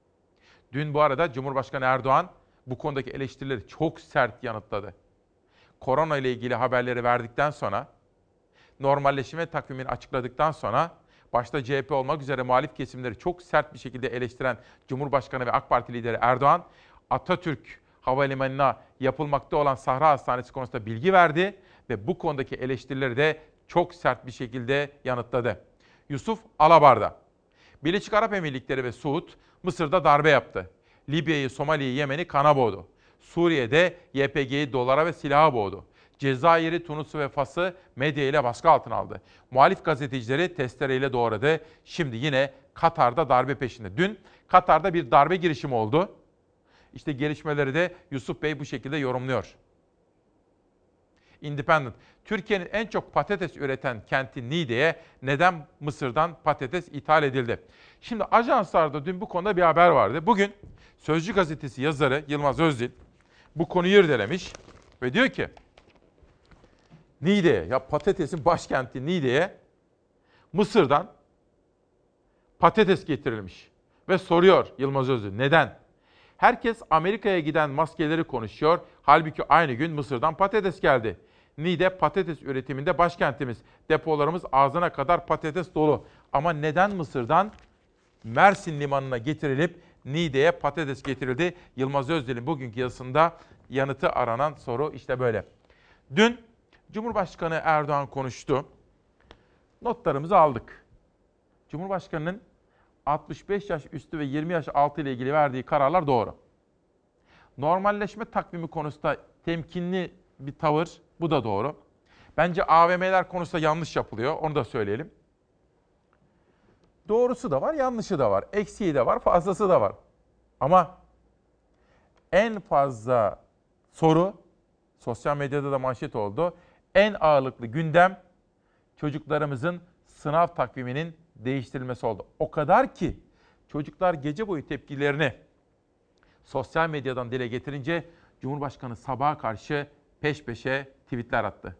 Dün bu arada Cumhurbaşkanı Erdoğan bu konudaki eleştirileri çok sert yanıtladı. korona ile ilgili haberleri verdikten sonra, normalleşme takvimini açıkladıktan sonra, başta C H P olmak üzere muhalif kesimleri çok sert bir şekilde eleştiren Cumhurbaşkanı ve AK Parti lideri Erdoğan, Atatürk Havalimanı'na yapılmakta olan Sahra Hastanesi konusunda bilgi verdi ve bu konudaki eleştirileri de çok sert bir şekilde yanıtladı. Yusuf Alabar'da. Birleşik Arap Emirlikleri ve Suud, Mısır'da darbe yaptı. Libya'yı, Somali'yi, Yemen'i kana boğdu. Suriye'de Y P G'yi dolara ve silaha boğdu. Cezayir'i, Tunus'u ve Fas'ı medya ile baskı altına aldı. Muhalif gazetecileri testereyle doğradı. Şimdi yine Katar'da darbe peşinde. Dün Katar'da bir darbe girişimi oldu. İşte gelişmeleri de Yusuf Bey bu şekilde yorumluyor. Independent. Türkiye'nin en çok patates üreten kenti Niğde'ye neden Mısır'dan patates ithal edildi? Şimdi ajanslarda dün bu konuda bir haber vardı. Bugün Sözcü gazetesi yazarı Yılmaz Özdil bu konuyu irdelemiş ve diyor ki Niğde'ye, ya patatesin başkenti Niğde'ye Mısır'dan patates getirilmiş. Ve soruyor Yılmaz Özdil, neden? Herkes Amerika'ya giden maskeleri konuşuyor. Halbuki aynı gün Mısır'dan patates geldi. Niğde patates üretiminde başkentimiz. Depolarımız ağzına kadar patates dolu. Ama neden Mısır'dan Mersin limanına getirilip Niğde'ye patates getirildi? Yılmaz Özdil'in bugünkü yazısında yanıtı aranan soru işte böyle. Dün Cumhurbaşkanı Erdoğan konuştu. Notlarımızı aldık. Cumhurbaşkanının altmış beş yaş üstü ve yirmi yaş altı ile ilgili verdiği kararlar doğru. Normalleşme takvimi konusunda temkinli bir tavır, bu da doğru. Bence A V M'ler konusunda yanlış yapılıyor, onu da söyleyelim. Doğrusu da var, yanlışı da var. Eksiği de var, fazlası da var. Ama en fazla soru, sosyal medyada da manşet oldu. En ağırlıklı gündem çocuklarımızın sınav takviminin değiştirilmesi oldu. O kadar ki çocuklar gece boyu tepkilerini sosyal medyadan dile getirince Cumhurbaşkanı sabaha karşı peş peşe tweetler attı.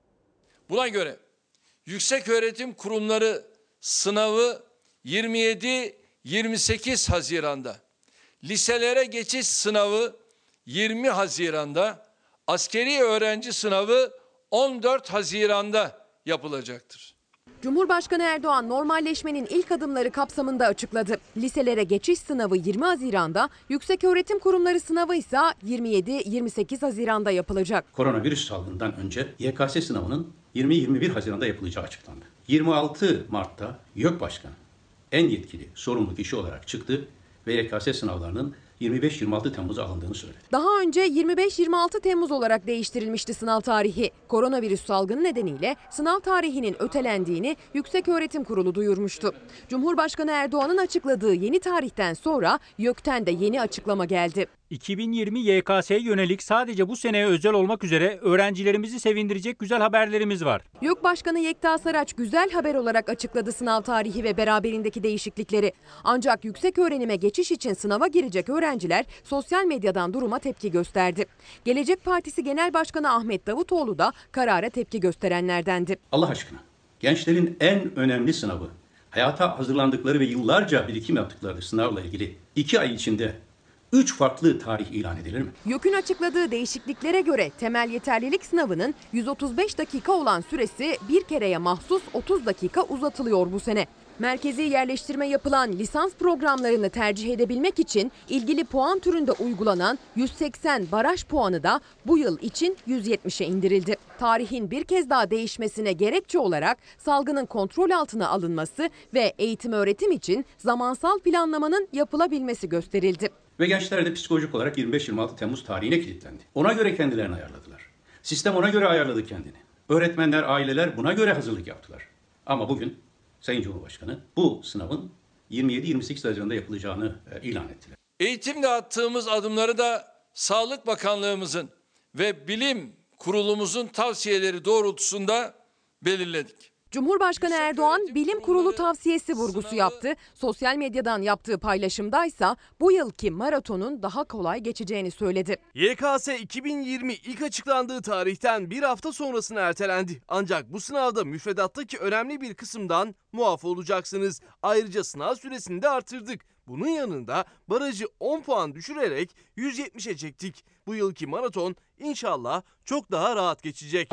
Buna göre yükseköğretim kurumları sınavı yirmi yedi yirmi sekiz Haziran'da, liselere geçiş sınavı yirmi Haziran'da, askeri öğrenci sınavı on dört Haziran'da yapılacaktır. Cumhurbaşkanı Erdoğan normalleşmenin ilk adımları kapsamında açıkladı. Liselere geçiş sınavı yirmi Haziran'da, yükseköğretim kurumları sınavı ise yirmi yedi yirmi sekiz Haziran'da yapılacak. Koronavirüs salgından önce Y K S sınavının yirmi yirmi bir Haziran'da yapılacağı açıklandı. yirmi altı Mart'ta YÖK Başkanı en yetkili sorumlu kişi olarak çıktı ve Y K S sınavlarının yirmi beş yirmi altı Temmuz'a alındığını söyledi. Daha önce yirmi beş yirmi altı Temmuz olarak değiştirilmişti sınav tarihi. Koronavirüs salgını nedeniyle sınav tarihinin ötelendiğini Yükseköğretim Kurulu duyurmuştu. Cumhurbaşkanı Erdoğan'ın açıkladığı yeni tarihten sonra YÖK'ten de yeni açıklama geldi. iki bin yirmi Y K S'ye yönelik sadece bu seneye özel olmak üzere öğrencilerimizi sevindirecek güzel haberlerimiz var. YÖK Başkanı Yekta Saraç güzel haber olarak açıkladı sınav tarihi ve beraberindeki değişiklikleri. Ancak yüksek öğrenime geçiş için sınava girecek öğrenciler sosyal medyadan duruma tepki gösterdi. Gelecek Partisi Genel Başkanı Ahmet Davutoğlu da karara tepki gösterenlerdendi. Allah aşkına, gençlerin en önemli sınavı, hayata hazırlandıkları ve yıllarca birikim yaptıkları sınavla ilgili iki ay içinde üç farklı tarih ilan edilir mi? YÖK'ün açıkladığı değişikliklere göre temel yeterlilik sınavının yüz otuz beş dakika olan süresi bir kereye mahsus otuz dakika uzatılıyor bu sene. Merkezi yerleştirme yapılan lisans programlarını tercih edebilmek için ilgili puan türünde uygulanan yüz seksen baraj puanı da bu yıl için yüz yetmişe indirildi. Tarihin bir kez daha değişmesine gerekçe olarak salgının kontrol altına alınması ve eğitim öğretim için zamansal planlamanın yapılabilmesi gösterildi. Ve gençler de psikolojik olarak yirmi beş yirmi altı Temmuz tarihine kilitlendi. Ona göre kendilerini ayarladılar. Sistem ona göre ayarladı kendini. Öğretmenler, aileler buna göre hazırlık yaptılar. Ama bugün Sayın Cumhurbaşkanı bu sınavın yirmi yedi yirmi sekiz Haziran'da yapılacağını e, ilan ettiler. Eğitimde attığımız adımları da Sağlık Bakanlığımızın ve Bilim Kurulumuzun tavsiyeleri doğrultusunda belirledik. Cumhurbaşkanı Erdoğan bilim kurulu tavsiyesi vurgusu yaptı. Sosyal medyadan yaptığı paylaşımdaysa bu yılki maratonun daha kolay geçeceğini söyledi. Y K S iki bin yirmi ilk açıklandığı tarihten bir hafta sonrasına ertelendi. Ancak bu sınavda müfredattaki önemli bir kısımdan muaf olacaksınız. Ayrıca sınav süresini de artırdık. Bunun yanında barajı on puan düşürerek yüz yetmişe çektik. Bu yılki maraton inşallah çok daha rahat geçecek.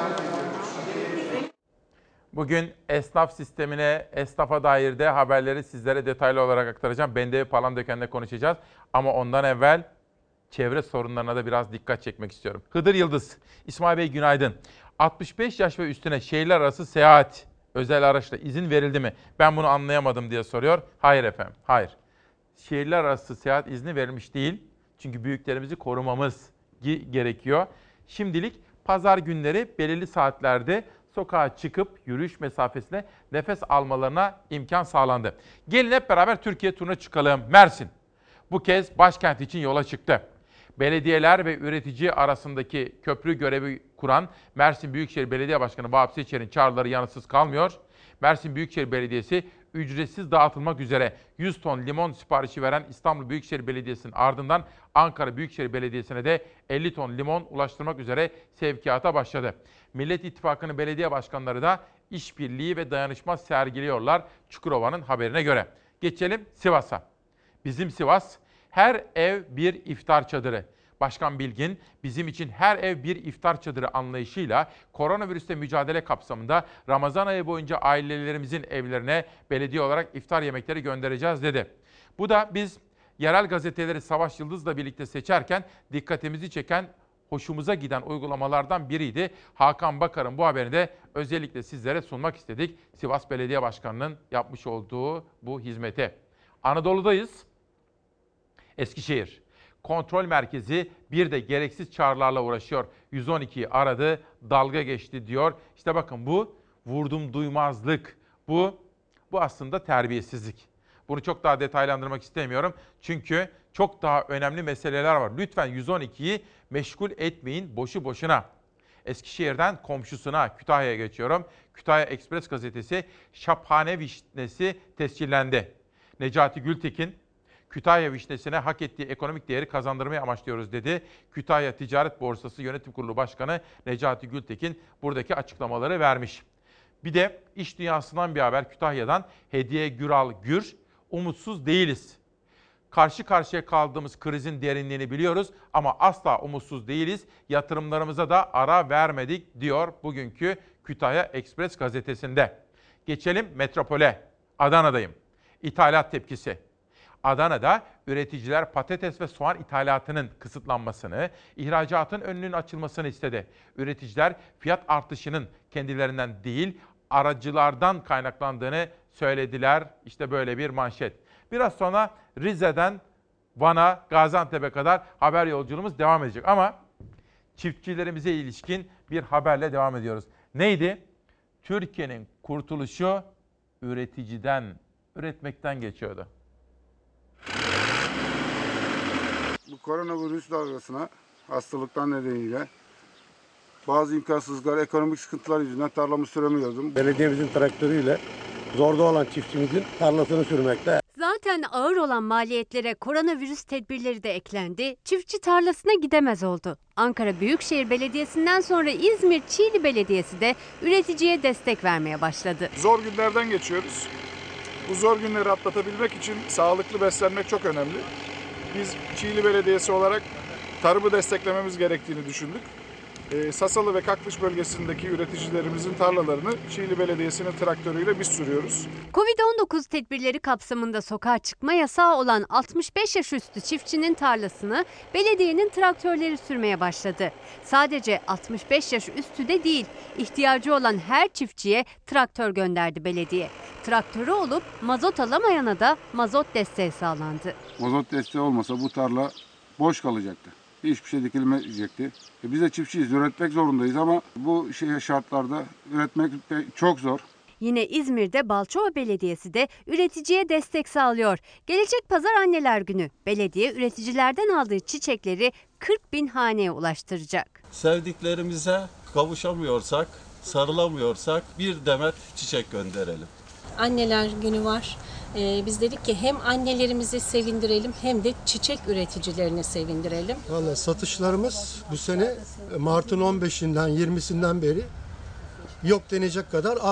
Bugün esnaf sistemine, esnafa dair de haberleri sizlere detaylı olarak aktaracağım. Bendevi Palandöken'le konuşacağız. Ama ondan evvel çevre sorunlarına da biraz dikkat çekmek istiyorum. Hıdır Yıldız, İsmail Bey günaydın. altmış beş yaş ve üstüne şehirler arası seyahat özel araçla izin verildi mi? Ben bunu anlayamadım diye soruyor. Hayır efendim, hayır. Şehirler arası seyahat izni verilmiş değil. Çünkü büyüklerimizi korumamız gerekiyor. Şimdilik pazar günleri belirli saatlerde sokağa çıkıp yürüyüş mesafesine nefes almalarına imkan sağlandı. Gelin hep beraber Türkiye turuna çıkalım. Mersin bu kez başkent için yola çıktı. Belediyeler ve üretici arasındaki köprü görevi kuran Mersin Büyükşehir Belediye Başkanı Vahap Seçer'in çağrıları yanıtsız kalmıyor. Mersin Büyükşehir Belediyesi ücretsiz dağıtılmak üzere yüz ton limon siparişi veren İstanbul Büyükşehir Belediyesi'nin ardından Ankara Büyükşehir Belediyesi'ne de elli ton limon ulaştırmak üzere sevkiyata başladı. Millet İttifakı'nın belediye başkanları da işbirliği ve dayanışma sergiliyorlar Çukurova'nın haberine göre. Geçelim Sivas'a. Bizim Sivas, her ev bir iftar çadırı. Başkan Bilgin, bizim için her ev bir iftar çadırı anlayışıyla koronavirüsle mücadele kapsamında Ramazan ayı boyunca ailelerimizin evlerine belediye olarak iftar yemekleri göndereceğiz dedi. Bu da biz yerel gazeteleri Savaş Yıldız'la birlikte seçerken dikkatimizi çeken, hoşumuza giden uygulamalardan biriydi. Hakan Bakar'ın bu haberini de özellikle sizlere sunmak istedik. Sivas Belediye Başkanı'nın yapmış olduğu bu hizmete. Anadolu'dayız. Eskişehir. Kontrol merkezi bir de gereksiz çağrılarla uğraşıyor. yüz on ikiyi aradı, dalga geçti diyor. İşte bakın bu vurdum duymazlık. Bu bu aslında terbiyesizlik. Bunu çok daha detaylandırmak istemiyorum. Çünkü çok daha önemli meseleler var. Lütfen yüz on ikiyi meşgul etmeyin boşu boşuna. Eskişehir'den komşusuna Kütahya'ya geçiyorum. Kütahya Ekspres gazetesi şaphane vişnesi tescillendi. Necati Gültekin, Kütahya vişnesine hak ettiği ekonomik değeri kazandırmayı amaçlıyoruz dedi. Kütahya Ticaret Borsası Yönetim Kurulu Başkanı Necati Gültekin buradaki açıklamaları vermiş. Bir de iş dünyasından bir haber Kütahya'dan Hediye Güral Gür, umutsuz değiliz. Karşı karşıya kaldığımız krizin derinliğini biliyoruz ama asla umutsuz değiliz. Yatırımlarımıza da ara vermedik diyor bugünkü Kütahya Ekspres gazetesinde. Geçelim metropole. Adana'dayım. İthalat tepkisi. Adana'da üreticiler patates ve soğan ithalatının kısıtlanmasını, ihracatın önünün açılmasını istedi. Üreticiler fiyat artışının kendilerinden değil, aracılardan kaynaklandığını söylediler. İşte böyle bir manşet. Biraz sonra Rize'den Van'a, Gaziantep'e kadar haber yolculuğumuz devam edecek. Ama çiftçilerimize ilişkin bir haberle devam ediyoruz. Neydi? Türkiye'nin kurtuluşu üreticiden, üretmekten geçiyordu. Bu koronavirüs dalgasına, hastalıklar nedeniyle bazı imkansızlıklar, ekonomik sıkıntılar yüzünden tarlamı süremiyordum. Belediyemizin traktörüyle zorda olan çiftçimizin tarlasını sürmekte. Zaten ağır olan maliyetlere koronavirüs tedbirleri de eklendi. Çiftçi tarlasına gidemez oldu. Ankara Büyükşehir Belediyesi'nden sonra İzmir Çiğli Belediyesi de üreticiye destek vermeye başladı. Zor günlerden geçiyoruz. Bu zor günleri atlatabilmek için sağlıklı beslenmek çok önemli. Biz Çiğli Belediyesi olarak tarımı desteklememiz gerektiğini düşündük. E, Sasalı ve Kaklıç bölgesindeki üreticilerimizin tarlalarını Çiğli Belediyesi'nin traktörüyle biz sürüyoruz. kovid on dokuz tedbirleri kapsamında sokağa çıkma yasağı olan altmış beş yaş üstü çiftçinin tarlasını belediyenin traktörleri sürmeye başladı. Sadece altmış beş yaş üstü de değil, ihtiyacı olan her çiftçiye traktör gönderdi belediye. Traktörü olup mazot alamayana da mazot desteği sağlandı. Mazot desteği olmasa bu tarla boş kalacaktı. Hiçbir şey dikilmeyecekti. E biz de çiftçiyiz, üretmek zorundayız ama bu şey şartlarda üretmek çok zor. Yine İzmir'de Balçova Belediyesi de üreticiye destek sağlıyor. Gelecek pazar Anneler Günü. Belediye üreticilerden aldığı çiçekleri kırk bin haneye ulaştıracak. Sevdiklerimize kavuşamıyorsak, sarılamıyorsak bir demet çiçek gönderelim. Anneler Günü var. Ee, biz dedik ki hem annelerimizi sevindirelim hem de çiçek üreticilerini sevindirelim. Vallahi satışlarımız bu sene Mart'ın on beşinden yirmisinden beri yok denecek kadar az.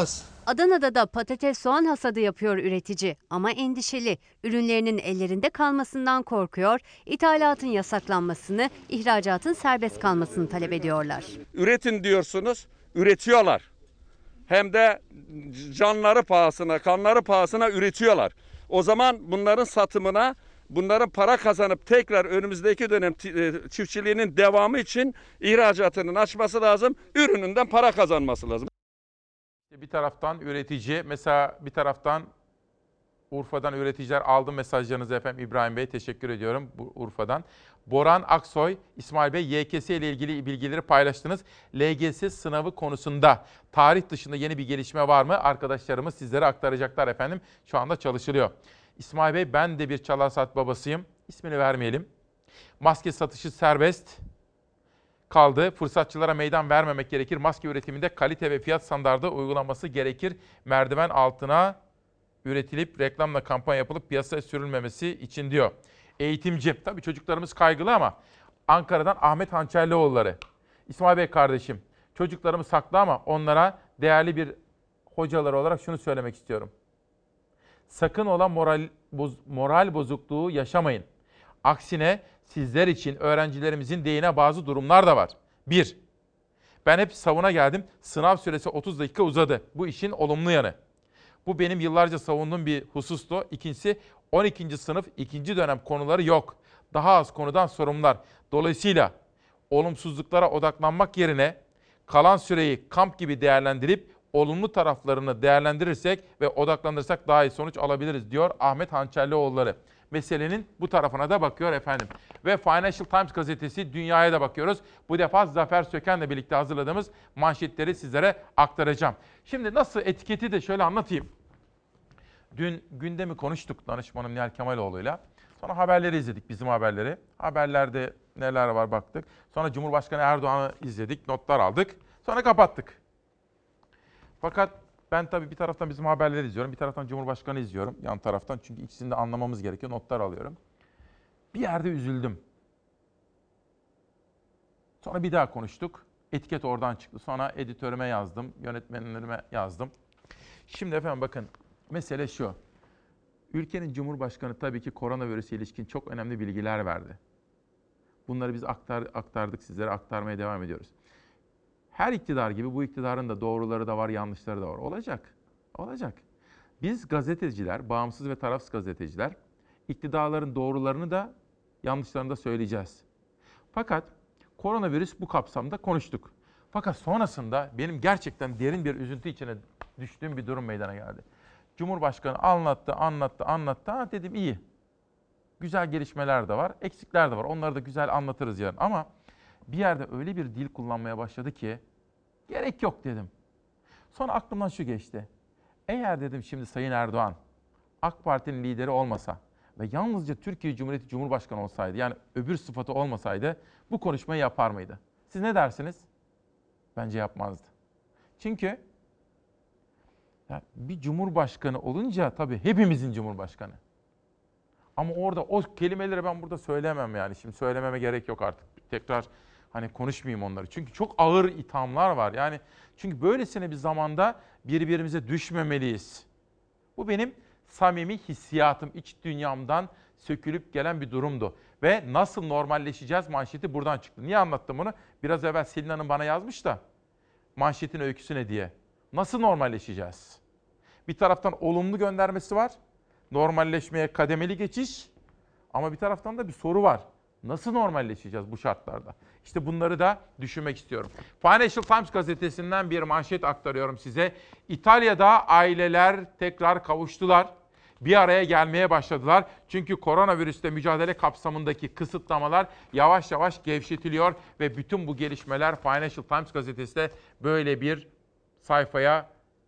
Adana'da da patates soğan hasadı yapıyor üretici ama endişeli. Ürünlerinin ellerinde kalmasından korkuyor, ithalatın yasaklanmasını, ihracatın serbest kalmasını talep ediyorlar. Üretin diyorsunuz, üretiyorlar. Hem de canları pahasına, kanları pahasına üretiyorlar. O zaman bunların satımına, bunların para kazanıp tekrar önümüzdeki dönem çiftçiliğinin devamı için ihracatının açması lazım, ürününden para kazanması lazım. Bir taraftan üretici, mesela bir taraftan Urfa'dan üreticiler aldım mesajlarınızı efendim İbrahim Bey, teşekkür ediyorum bu Urfa'dan. Boran Aksoy, İsmail Bey Y K S ile ilgili bilgileri paylaştınız. L G S sınavı konusunda tarih dışında yeni bir gelişme var mı? Arkadaşlarımız sizlere aktaracaklar efendim. Şu anda çalışılıyor. İsmail Bey, ben de bir Çalar Saat babasıyım. İsmini vermeyelim. Maske satışı serbest kaldı. Fırsatçılara meydan vermemek gerekir. Maske üretiminde kalite ve fiyat standardı uygulanması gerekir. Merdiven altına üretilip reklamla kampanya yapılıp piyasaya sürülmemesi için diyor. Eğitimci. Tabii çocuklarımız kaygılı ama Ankara'dan Ahmet Hançerlioğulları. İsmail Bey kardeşim, çocuklarımız haklı ama onlara değerli bir hocalar olarak şunu söylemek istiyorum. Sakın ola moral, boz, moral bozukluğu yaşamayın. Aksine sizler için öğrencilerimizin değine bazı durumlar da var. Bir, ben hep savuna geldim. Sınav süresi otuz dakika uzadı. Bu işin olumlu yanı. Bu benim yıllarca savunduğum bir husustu. İkincisi, on ikinci sınıf ikinci dönem konuları yok. Daha az konudan sorumlular. Dolayısıyla olumsuzluklara odaklanmak yerine kalan süreyi kamp gibi değerlendirip olumlu taraflarını değerlendirirsek ve odaklanırsak daha iyi sonuç alabiliriz diyor Ahmet Hançerlioğulları. Meselenin bu tarafına da bakıyor efendim. Ve Financial Times gazetesi Dünya'ya da bakıyoruz. Bu defa Zafer Söken'le birlikte hazırladığımız manşetleri sizlere aktaracağım. Şimdi nasıl etiketi de şöyle anlatayım. Dün gündemi konuştuk danışmanım Nihal Kemaloğlu'yla. Sonra haberleri izledik, bizim haberleri. Haberlerde neler var baktık. Sonra Cumhurbaşkanı Erdoğan'ı izledik, notlar aldık. Sonra kapattık. Fakat ben tabii bir taraftan bizim haberleri izliyorum, bir taraftan Cumhurbaşkanı izliyorum. Yan taraftan, çünkü ikisini de anlamamız gerekiyor, notlar alıyorum. Bir yerde üzüldüm. Sonra bir daha konuştuk. Etiket oradan çıktı. Sonra editörüme yazdım, yönetmenlerime yazdım. Şimdi efendim bakın, mesele şu. Ülkenin Cumhurbaşkanı tabii ki koronavirüse ilişkin çok önemli bilgiler verdi. Bunları biz aktar, aktardık, sizlere aktarmaya devam ediyoruz. Her iktidar gibi bu iktidarın da doğruları da var, yanlışları da var. Olacak, olacak. Biz gazeteciler, bağımsız ve tarafsız gazeteciler, iktidarların doğrularını da yanlışlarını da söyleyeceğiz. Fakat koronavirüs bu kapsamda konuştuk. Fakat sonrasında benim gerçekten derin bir üzüntü içine düştüğüm bir durum meydana geldi. Cumhurbaşkanı anlattı, anlattı, anlattı. Ha dedim iyi. Güzel gelişmeler de var, eksikler de var. Onları da güzel anlatırız yarın. Ama bir yerde öyle bir dil kullanmaya başladı ki gerek yok dedim. Sonra aklımdan şu geçti. Eğer dedim şimdi Sayın Erdoğan AK Parti'nin lideri olmasa ve yalnızca Türkiye Cumhuriyeti Cumhurbaşkanı olsaydı, yani öbür sıfatı olmasaydı bu konuşmayı yapar mıydı? Siz ne dersiniz? Bence yapmazdı. Çünkü ya bir cumhurbaşkanı olunca tabii hepimizin cumhurbaşkanı. Ama orada o kelimeleri ben burada söylemem yani. Şimdi söylememe gerek yok artık. Tekrar hani konuşmayayım onları. Çünkü çok ağır ithamlar var. Yani çünkü böylesine bir zamanda birbirimize düşmemeliyiz. Bu benim samimi hissiyatım, iç dünyamdan sökülüp gelen bir durumdu. Ve nasıl normalleşeceğiz manşeti buradan çıktı. Niye anlattım bunu? Biraz evvel Selin Hanım bana yazmış da manşetin öyküsü ne diye. Nasıl normalleşeceğiz? Bir taraftan olumlu göndermesi var. Normalleşmeye kademeli geçiş. Ama bir taraftan da bir soru var. Nasıl normalleşeceğiz bu şartlarda? İşte bunları da düşünmek istiyorum. Financial Times gazetesinden bir manşet aktarıyorum size. İtalya'da aileler tekrar kavuştular. Bir araya gelmeye başladılar. Çünkü koronavirüsle mücadele kapsamındaki kısıtlamalar yavaş yavaş gevşetiliyor. Ve bütün bu gelişmeler Financial Times gazetesinde böyle bir sayfaya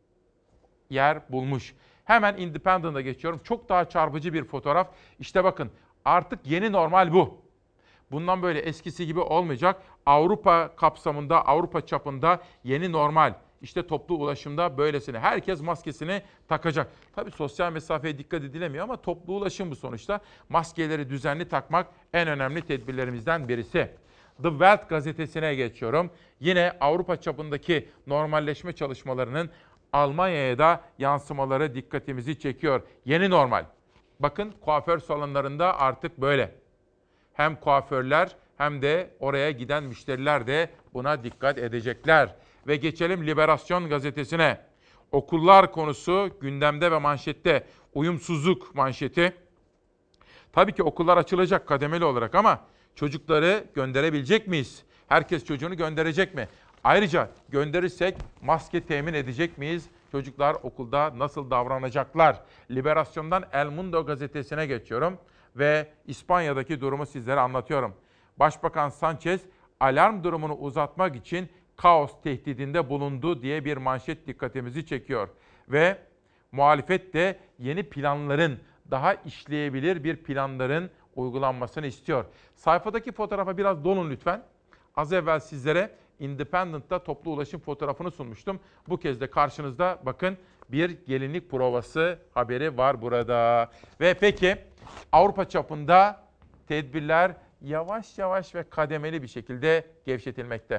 yer bulmuş. Hemen Independent'a geçiyorum. Çok daha çarpıcı bir fotoğraf. İşte bakın, artık yeni normal bu. Bundan böyle eskisi gibi olmayacak. Avrupa kapsamında, Avrupa çapında yeni normal. İşte toplu ulaşımda böylesine. Herkes maskesini takacak. Tabii sosyal mesafeye dikkat edilemiyor ama toplu ulaşım bu sonuçta. Maskeleri düzenli takmak en önemli tedbirlerimizden birisi. The Welt gazetesine geçiyorum. Yine Avrupa çapındaki normalleşme çalışmalarının Almanya'ya da yansımaları dikkatimizi çekiyor. Yeni normal. Bakın kuaför salonlarında artık böyle. Hem kuaförler hem de oraya giden müşteriler de buna dikkat edecekler. Ve geçelim Liberasyon gazetesine. Okullar konusu gündemde ve manşette. Uyumsuzluk manşeti. Tabii ki okullar açılacak kademeli olarak ama çocukları gönderebilecek miyiz? Herkes çocuğunu gönderecek mi? Ayrıca gönderirsek maske temin edecek miyiz? Çocuklar okulda nasıl davranacaklar? Liberasyon'dan El Mundo gazetesine geçiyorum ve İspanya'daki durumu sizlere anlatıyorum. Başbakan Sanchez alarm durumunu uzatmak için kaos tehdidinde bulundu diye bir manşet dikkatimizi çekiyor. Ve muhalefet de yeni planların, daha işleyebilir bir planların uygulanmasını istiyor. Sayfadaki fotoğrafa biraz dolun lütfen. Az evvel sizlere Independent'ta toplu ulaşım fotoğrafını sunmuştum. Bu kez de karşınızda bakın bir gelinlik provası haberi var burada. Ve peki Avrupa çapında tedbirler yavaş yavaş ve kademeli bir şekilde gevşetilmekte.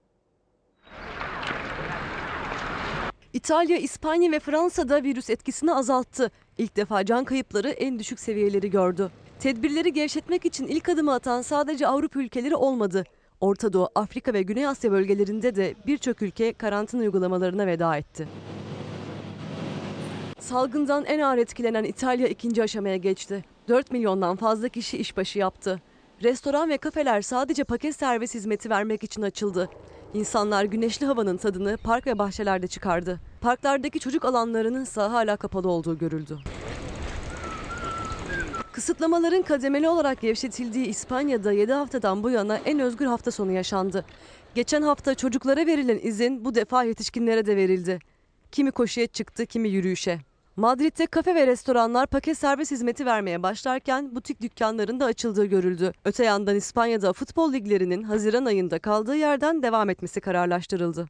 İtalya, İspanya ve Fransa'da virüs etkisini azalttı. İlk defa can kayıpları en düşük seviyeleri gördü. Tedbirleri gevşetmek için ilk adımı atan sadece Avrupa ülkeleri olmadı. Orta Doğu, Afrika ve Güney Asya bölgelerinde de birçok ülke karantina uygulamalarına veda etti. Salgından en ağır etkilenen İtalya ikinci aşamaya geçti. dört milyondan fazla kişi işbaşı yaptı. Restoran ve kafeler sadece paket servis hizmeti vermek için açıldı. İnsanlar güneşli havanın tadını park ve bahçelerde çıkardı. Parklardaki çocuk alanlarının ise hala kapalı olduğu görüldü. Kısıtlamaların kademeli olarak gevşetildiği İspanya'da yedi haftadan bu yana en özgür hafta sonu yaşandı. Geçen hafta çocuklara verilen izin bu defa yetişkinlere de verildi. Kimi koşuya çıktı, kimi yürüyüşe. Madrid'de kafe ve restoranlar paket servis hizmeti vermeye başlarken butik dükkanların da açıldığı görüldü. Öte yandan İspanya'da futbol liglerinin Haziran ayında kaldığı yerden devam etmesi kararlaştırıldı.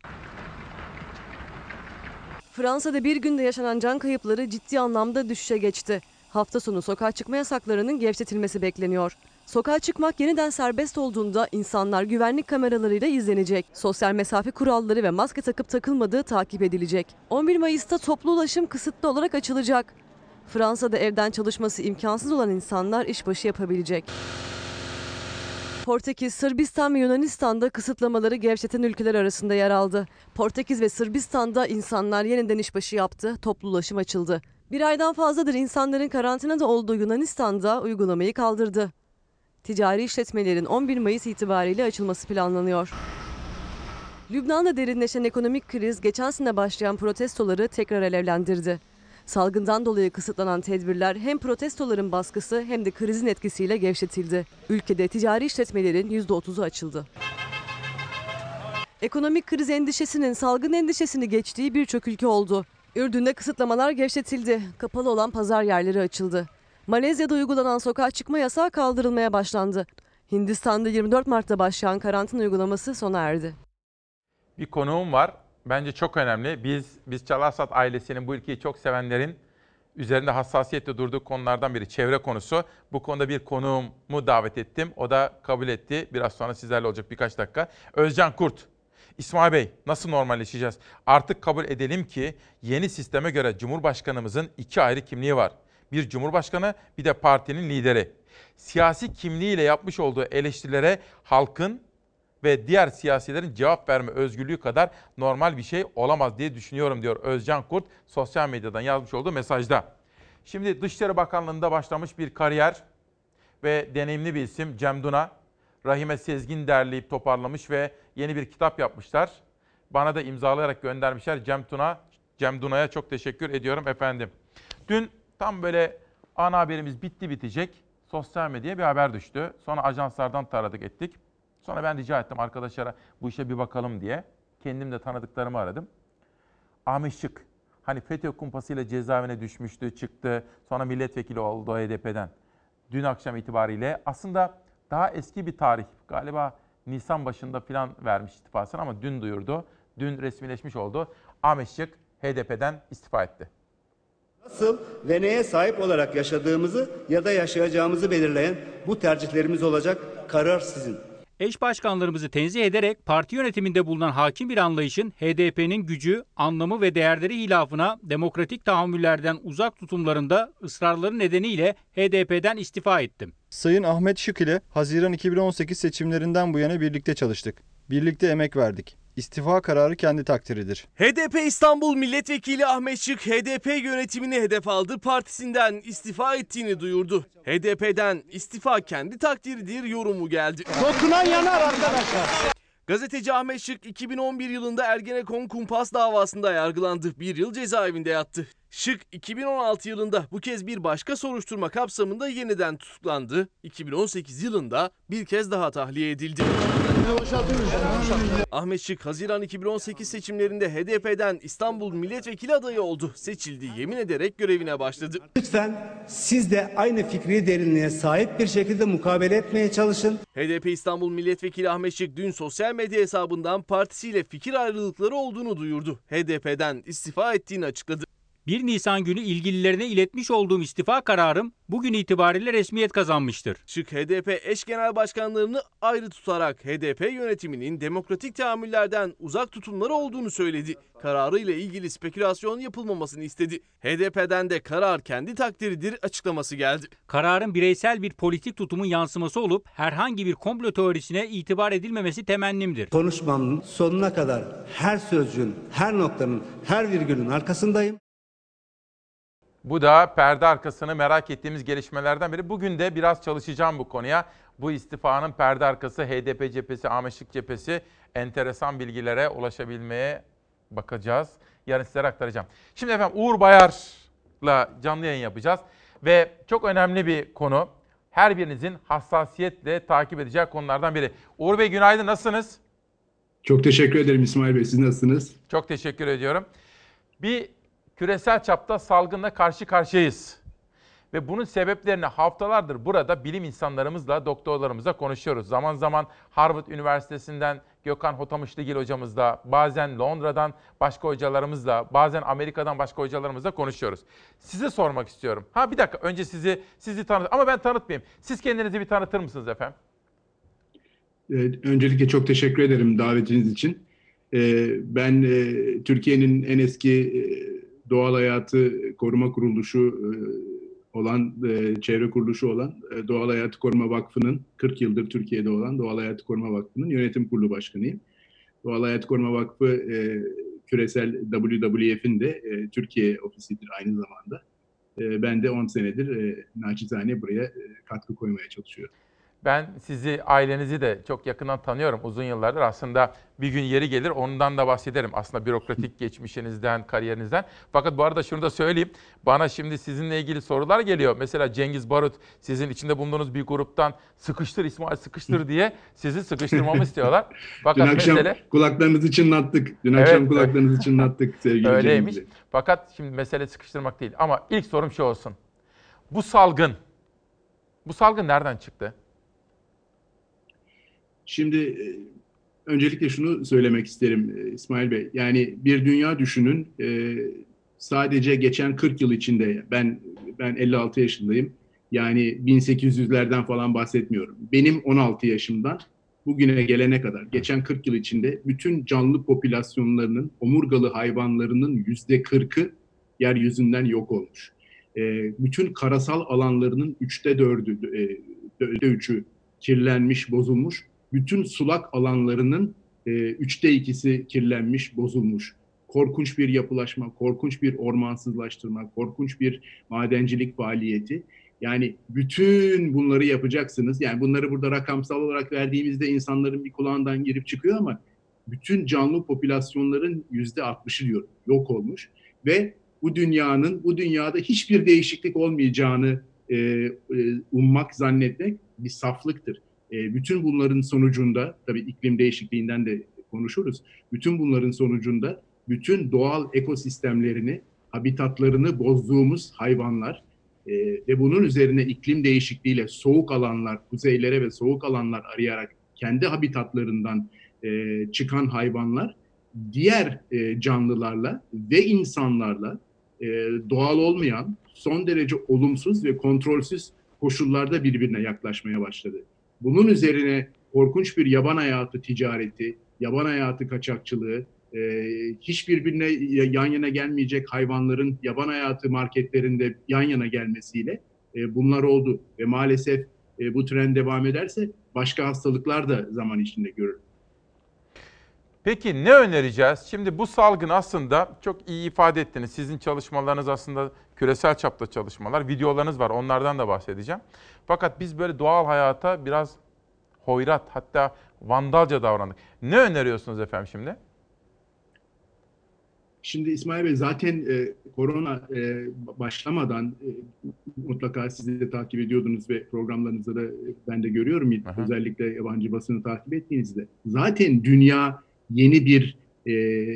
Fransa'da bir günde yaşanan can kayıpları ciddi anlamda düşüşe geçti. Hafta sonu sokağa çıkma yasaklarının gevşetilmesi bekleniyor. Sokağa çıkmak yeniden serbest olduğunda insanlar güvenlik kameralarıyla izlenecek. Sosyal mesafe kuralları ve maske takıp takılmadığı takip edilecek. on bir Mayıs'ta toplu ulaşım kısıtlı olarak açılacak. Fransa'da evden çalışması imkansız olan insanlar işbaşı yapabilecek. Portekiz, Sırbistan ve Yunanistan'da kısıtlamaları gevşeten ülkeler arasında yer aldı. Portekiz ve Sırbistan'da insanlar yeniden işbaşı yaptı, toplu ulaşım açıldı. Bir aydan fazladır insanların karantinada olduğu Yunanistan'da uygulamayı kaldırdı. Ticari işletmelerin on bir Mayıs itibariyle açılması planlanıyor. Lübnan'da derinleşen ekonomik kriz geçen sene başlayan protestoları tekrar alevlendirdi. Salgından dolayı kısıtlanan tedbirler hem protestoların baskısı hem de krizin etkisiyle gevşetildi. Ülkede ticari işletmelerin yüzde otuzu açıldı. Ekonomik kriz endişesinin salgın endişesini geçtiği birçok ülke oldu. Ürdün'de kısıtlamalar gevşetildi. Kapalı olan pazar yerleri açıldı. Malezya'da uygulanan sokağa çıkma yasağı kaldırılmaya başlandı. Hindistan'da yirmi dört Mart'ta başlayan karantina uygulaması sona erdi. Bir konuğum var. Bence çok önemli. Biz biz Çalarsat ailesinin, bu ülkeyi çok sevenlerin üzerinde hassasiyetle durduğu konulardan biri çevre konusu. Bu konuda bir konuğumu davet ettim. O da kabul etti. Biraz sonra sizlerle olacak birkaç dakika. Özcan Kurt. İsmail Bey, nasıl normalleşeceğiz? Artık kabul edelim ki yeni sisteme göre Cumhurbaşkanımızın iki ayrı kimliği var. Bir Cumhurbaşkanı, bir de partinin lideri. Siyasi kimliğiyle yapmış olduğu eleştirilere halkın ve diğer siyasilerin cevap verme özgürlüğü kadar normal bir şey olamaz diye düşünüyorum diyor Özcan Kurt sosyal medyadan yazmış olduğu mesajda. Şimdi Dışişleri Bakanlığı'nda başlamış bir kariyer ve deneyimli bir isim Cem Duna. Rahime Sezgin derleyip toparlamış ve yeni bir kitap yapmışlar. Bana da imzalayarak göndermişler. Cem Duna, Cem Duna'ya çok teşekkür ediyorum efendim. Dün tam böyle ana haberimiz bitti bitecek. Sosyal medyaya bir haber düştü. Sonra ajanslardan taradık ettik. Sonra ben rica ettim arkadaşlara bu işe bir bakalım diye. Kendim de tanıdıklarımı aradım. Ahmet Şık, hani FETÖ kumpasıyla cezaevine düşmüştü, çıktı. Sonra milletvekili oldu H D P'den. Dün akşam itibariyle aslında daha eski bir tarih, galiba Nisan başında falan vermiş istifasını ama dün duyurdu. Dün resmileşmiş oldu. Ahmet Şık H D P'den istifa etti. Nasıl ve neye sahip olarak yaşadığımızı ya da yaşayacağımızı belirleyen bu tercihlerimiz olacak. Karar sizin. Eş başkanlarımızı tenzih ederek parti yönetiminde bulunan hakim bir anlayışın H D P'nin gücü, anlamı ve değerleri hilafına demokratik tahammüllerden uzak tutumlarında ısrarları nedeniyle H D P'den istifa ettim. Sayın Ahmet Şık ile Haziran iki bin on sekiz seçimlerinden bu yana birlikte çalıştık. Birlikte emek verdik. İstifa kararı kendi takdiridir. H D P İstanbul Milletvekili Ahmet Şık, H D P yönetimini hedef aldı, partisinden istifa ettiğini duyurdu. H D P'den istifa kendi takdiridir yorumu geldi. Dokunan yanar arkadaşlar. Gazeteci Ahmet Şık iki bin on bir yılında Ergenekon kumpas davasında yargılandı. Bir yıl cezaevinde yattı. Şık iki bin on altı yılında bu kez bir başka soruşturma kapsamında yeniden tutuklandı. iki bin on sekiz yılında bir kez daha tahliye edildi. Ahmet Şık Haziran iki bin on sekiz seçimlerinde H D P'den İstanbul Milletvekili adayı oldu. Seçildi, yemin ederek görevine başladı. Lütfen siz de aynı fikri derinliğe sahip bir şekilde mukabele etmeye çalışın. H D P İstanbul Milletvekili Ahmet Şık dün sosyal medya hesabından partisiyle fikir ayrılıkları olduğunu duyurdu. H D P'den istifa ettiğini açıkladı. bir Nisan günü ilgililerine iletmiş olduğum istifa kararım bugün itibariyle resmiyet kazanmıştır. Şık H D P eş genel başkanlarını ayrı tutarak H D P yönetiminin demokratik tahammüllerden uzak tutumları olduğunu söyledi. Kararıyla ilgili spekülasyon yapılmamasını istedi. H D P'den de karar kendi takdiridir açıklaması geldi. Kararın bireysel bir politik tutumun yansıması olup herhangi bir komplo teorisine itibar edilmemesi temennimdir. Konuşmamın sonuna kadar her sözcüğün, her noktanın, her virgülün arkasındayım. Bu da perde arkasını merak ettiğimiz gelişmelerden biri. Bugün de biraz çalışacağım bu konuya. Bu istifanın perde arkası, H D P cephesi, Ahmet Şık cephesi, enteresan bilgilere ulaşabilmeye bakacağız. Yarın sizlere aktaracağım. Şimdi efendim Uğur Bayar'la canlı yayın yapacağız. Ve çok önemli bir konu. Her birinizin hassasiyetle takip edeceği konulardan biri. Uğur Bey günaydın, nasılsınız? Çok teşekkür ederim İsmail Bey. Siz nasılsınız? Çok teşekkür ediyorum. Bir küresel çapta salgınla karşı karşıyayız. Ve bunun sebeplerini haftalardır burada bilim insanlarımızla, doktorlarımızla konuşuyoruz. Zaman zaman Harvard Üniversitesi'nden Gökhan Hotamışlıgil hocamızla, bazen Londra'dan başka hocalarımızla, bazen Amerika'dan başka hocalarımızla konuşuyoruz. Size sormak istiyorum. Ha bir dakika, önce sizi sizi tanıt ama ben tanıtmayayım. Siz kendinizi bir tanıtır mısınız efendim? Öncelikle çok teşekkür ederim davetiniz için. Ben Türkiye'nin en eski doğal hayatı koruma kuruluşu olan, çevre kuruluşu olan Doğal Hayatı Koruma Vakfı'nın kırk yıldır Türkiye'de olan Doğal Hayatı Koruma Vakfı'nın yönetim kurulu başkanıyım. Doğal Hayatı Koruma Vakfı küresel W W F'in de Türkiye ofisidir aynı zamanda. Ben de on senedir naçizane buraya katkı koymaya çalışıyorum. Ben sizi, ailenizi de çok yakından tanıyorum uzun yıllardır. Aslında bir gün yeri gelir ondan da bahsederim. Aslında bürokratik geçmişinizden, kariyerinizden. Fakat bu arada şunu da söyleyeyim. Bana şimdi sizinle ilgili sorular geliyor. Mesela Cengiz Barut sizin içinde bulunduğunuz bir gruptan sıkıştır İsmail sıkıştır diye sizi sıkıştırmamı istiyorlar. Fakat Dün akşam mesele... kulaklarınızı çınlattık. Dün evet, akşam kulaklarınızı çınlattık sevgili öyleymiş. Cengiz'le. Fakat şimdi mesele sıkıştırmak değil. Ama ilk sorum şu olsun. Bu salgın, bu salgın nereden çıktı? Şimdi öncelikle şunu söylemek isterim İsmail Bey. Yani bir dünya düşünün, sadece geçen kırk yıl içinde, ben ben elli altı yaşındayım. Yani bin sekiz yüzlerden falan bahsetmiyorum. Benim on altı yaşımdan bugüne gelene kadar, geçen kırk yıl içinde bütün canlı popülasyonlarının, omurgalı hayvanlarının yüzde kırkı yeryüzünden yok olmuş. Bütün karasal alanlarının üçte dördü, dörtte üçü kirlenmiş, bozulmuş. Bütün sulak alanlarının e, üçte ikisi kirlenmiş, bozulmuş. Korkunç bir yapılaşma, korkunç bir ormansızlaştırma, korkunç bir madencilik faaliyeti. Yani bütün bunları yapacaksınız. Yani bunları burada rakamsal olarak verdiğimizde insanların bir kulağından girip çıkıyor ama bütün canlı popülasyonların yüzde altmışı diyor yok olmuş. Ve bu dünyanın, bu dünyada hiçbir değişiklik olmayacağını e, e, ummak, zannetmek bir saflıktır. Bütün bunların sonucunda, tabii iklim değişikliğinden de konuşuruz, bütün bunların sonucunda bütün doğal ekosistemlerini, habitatlarını bozduğumuz hayvanlar e, ve bunun üzerine iklim değişikliğiyle soğuk alanlar, kuzeylere ve soğuk alanlar arayarak kendi habitatlarından e, çıkan hayvanlar, diğer e, canlılarla ve insanlarla e, doğal olmayan, son derece olumsuz ve kontrolsüz koşullarda birbirine yaklaşmaya başladı. Bunun üzerine korkunç bir yaban hayatı ticareti, yaban hayatı kaçakçılığı, e, hiç birbirine yan yana gelmeyecek hayvanların yaban hayatı marketlerinde yan yana gelmesiyle e, bunlar oldu. Ve maalesef e, bu trend devam ederse başka hastalıklar da zaman içinde görülür. Peki ne önereceğiz? Şimdi bu salgın aslında çok iyi ifade ettiniz. Sizin çalışmalarınız aslında küresel çapta çalışmalar, videolarınız var. Onlardan da bahsedeceğim. Fakat biz böyle doğal hayata biraz hoyrat, hatta vandalca davrandık. Ne öneriyorsunuz efendim şimdi? Şimdi İsmail Bey zaten e, korona e, başlamadan e, mutlaka siz de takip ediyordunuz ve programlarınızda da e, ben de görüyorum. Aha. Özellikle yabancı basını takip ettiğinizde. Zaten dünya yeni bir e,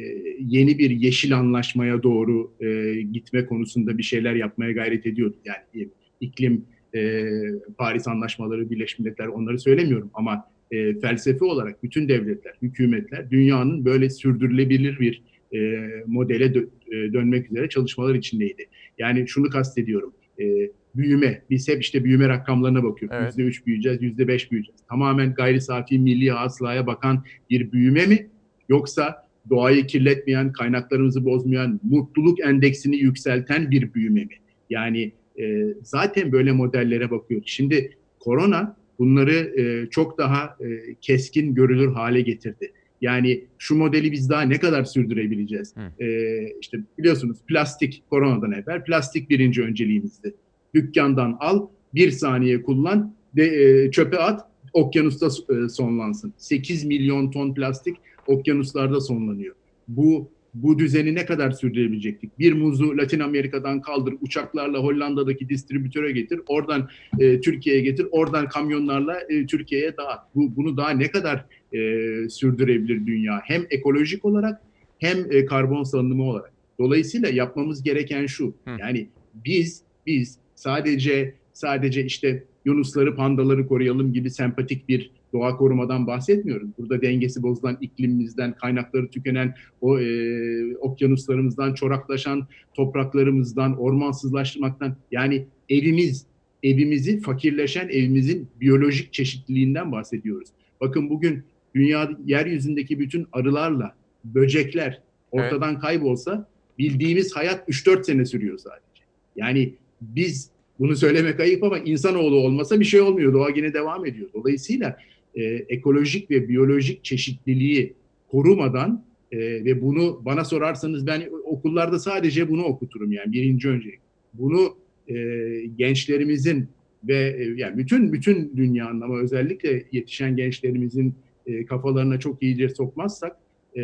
yeni bir yeşil anlaşmaya doğru e, gitme konusunda bir şeyler yapmaya gayret ediyordu. Yani e, iklim, e, Paris Anlaşmaları, Birleşmiş Milletler, onları söylemiyorum ama e, felsefe olarak bütün devletler, hükümetler dünyanın böyle sürdürülebilir bir e, modele dö- e, dönmek üzere çalışmalar içindeydi. Yani şunu kastediyorum. E, büyüme, biz hep işte büyüme rakamlarına bakıyoruz. Evet. yüzde üç büyüyeceğiz, yüzde beş büyüyeceğiz. Tamamen gayri safi milli hasılaya bakan bir büyüme mi? Yoksa doğayı kirletmeyen, kaynaklarımızı bozmayan, mutluluk endeksini yükselten bir büyüme mi? Yani e, zaten böyle modellere bakıyoruz. Şimdi korona bunları e, çok daha e, keskin görülür hale getirdi. Yani şu modeli biz daha ne kadar sürdürebileceğiz? Ee, işte biliyorsunuz plastik koronadan evvel plastik birinci önceliğimizdi. Dükkandan al, bir saniye kullan, de, e, çöpe at, okyanusta e, sonlansın. sekiz milyon ton plastik okyanuslarda sonlanıyor. Bu bu düzeni ne kadar sürdürebilecektik? Bir muzu Latin Amerika'dan kaldır, uçaklarla Hollanda'daki distribütöre getir, oradan e, Türkiye'ye getir, oradan kamyonlarla e, Türkiye'ye dağıt. Bu, bunu daha ne kadar e, sürdürebilir dünya? Hem ekolojik olarak hem e, karbon salınımı olarak. Dolayısıyla yapmamız gereken şu, Hı. yani biz biz sadece sadece işte yunusları, pandaları koruyalım gibi sempatik bir doğa korumadan bahsetmiyoruz. Burada dengesi bozulan iklimimizden, kaynakları tükenen o e, okyanuslarımızdan, çoraklaşan topraklarımızdan, ormansızlaştırmaktan, yani evimiz, evimizi fakirleşen evimizin biyolojik çeşitliliğinden bahsediyoruz. Bakın bugün dünya yeryüzündeki bütün arılarla böcekler ortadan evet. kaybolsa bildiğimiz hayat üç dört sene sürüyor sadece. Yani biz, bunu söylemek ayıp ama insanoğlu olmasa bir şey olmuyor. Doğa yine devam ediyor. Dolayısıyla e, ekolojik ve biyolojik çeşitliliği korumadan e, ve bunu bana sorarsanız ben okullarda sadece bunu okuturum, yani birinci öncelik. Bunu e, gençlerimizin ve e, yani bütün bütün dünyanın ama özellikle yetişen gençlerimizin e, kafalarına çok iyice sokmazsak e,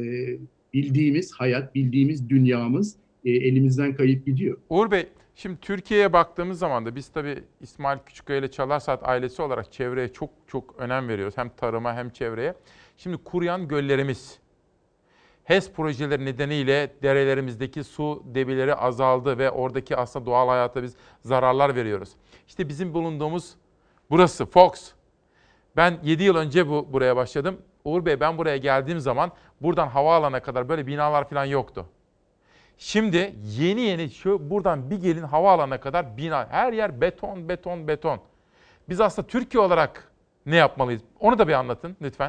bildiğimiz hayat, bildiğimiz dünyamız e, elimizden kayıp gidiyor. Uğur Bey, şimdi Türkiye'ye baktığımız zaman da biz tabii İsmail Küçükkaya ile Çalarsaat ailesi olarak çevreye çok çok önem veriyoruz. Hem tarıma hem çevreye. Şimdi kuruyan göllerimiz, H E S projeleri nedeniyle derelerimizdeki su debileri azaldı ve oradaki aslında doğal hayata biz zararlar veriyoruz. İşte bizim bulunduğumuz burası Fox. Ben yedi yıl önce bu buraya başladım. Uğur Bey, ben buraya geldiğim zaman buradan havaalanına kadar böyle binalar falan yoktu. Şimdi yeni yeni şu buradan bir gelin havaalanına kadar bina, her yer beton, beton, beton. Biz aslında Türkiye olarak ne yapmalıyız? Onu da bir anlatın lütfen.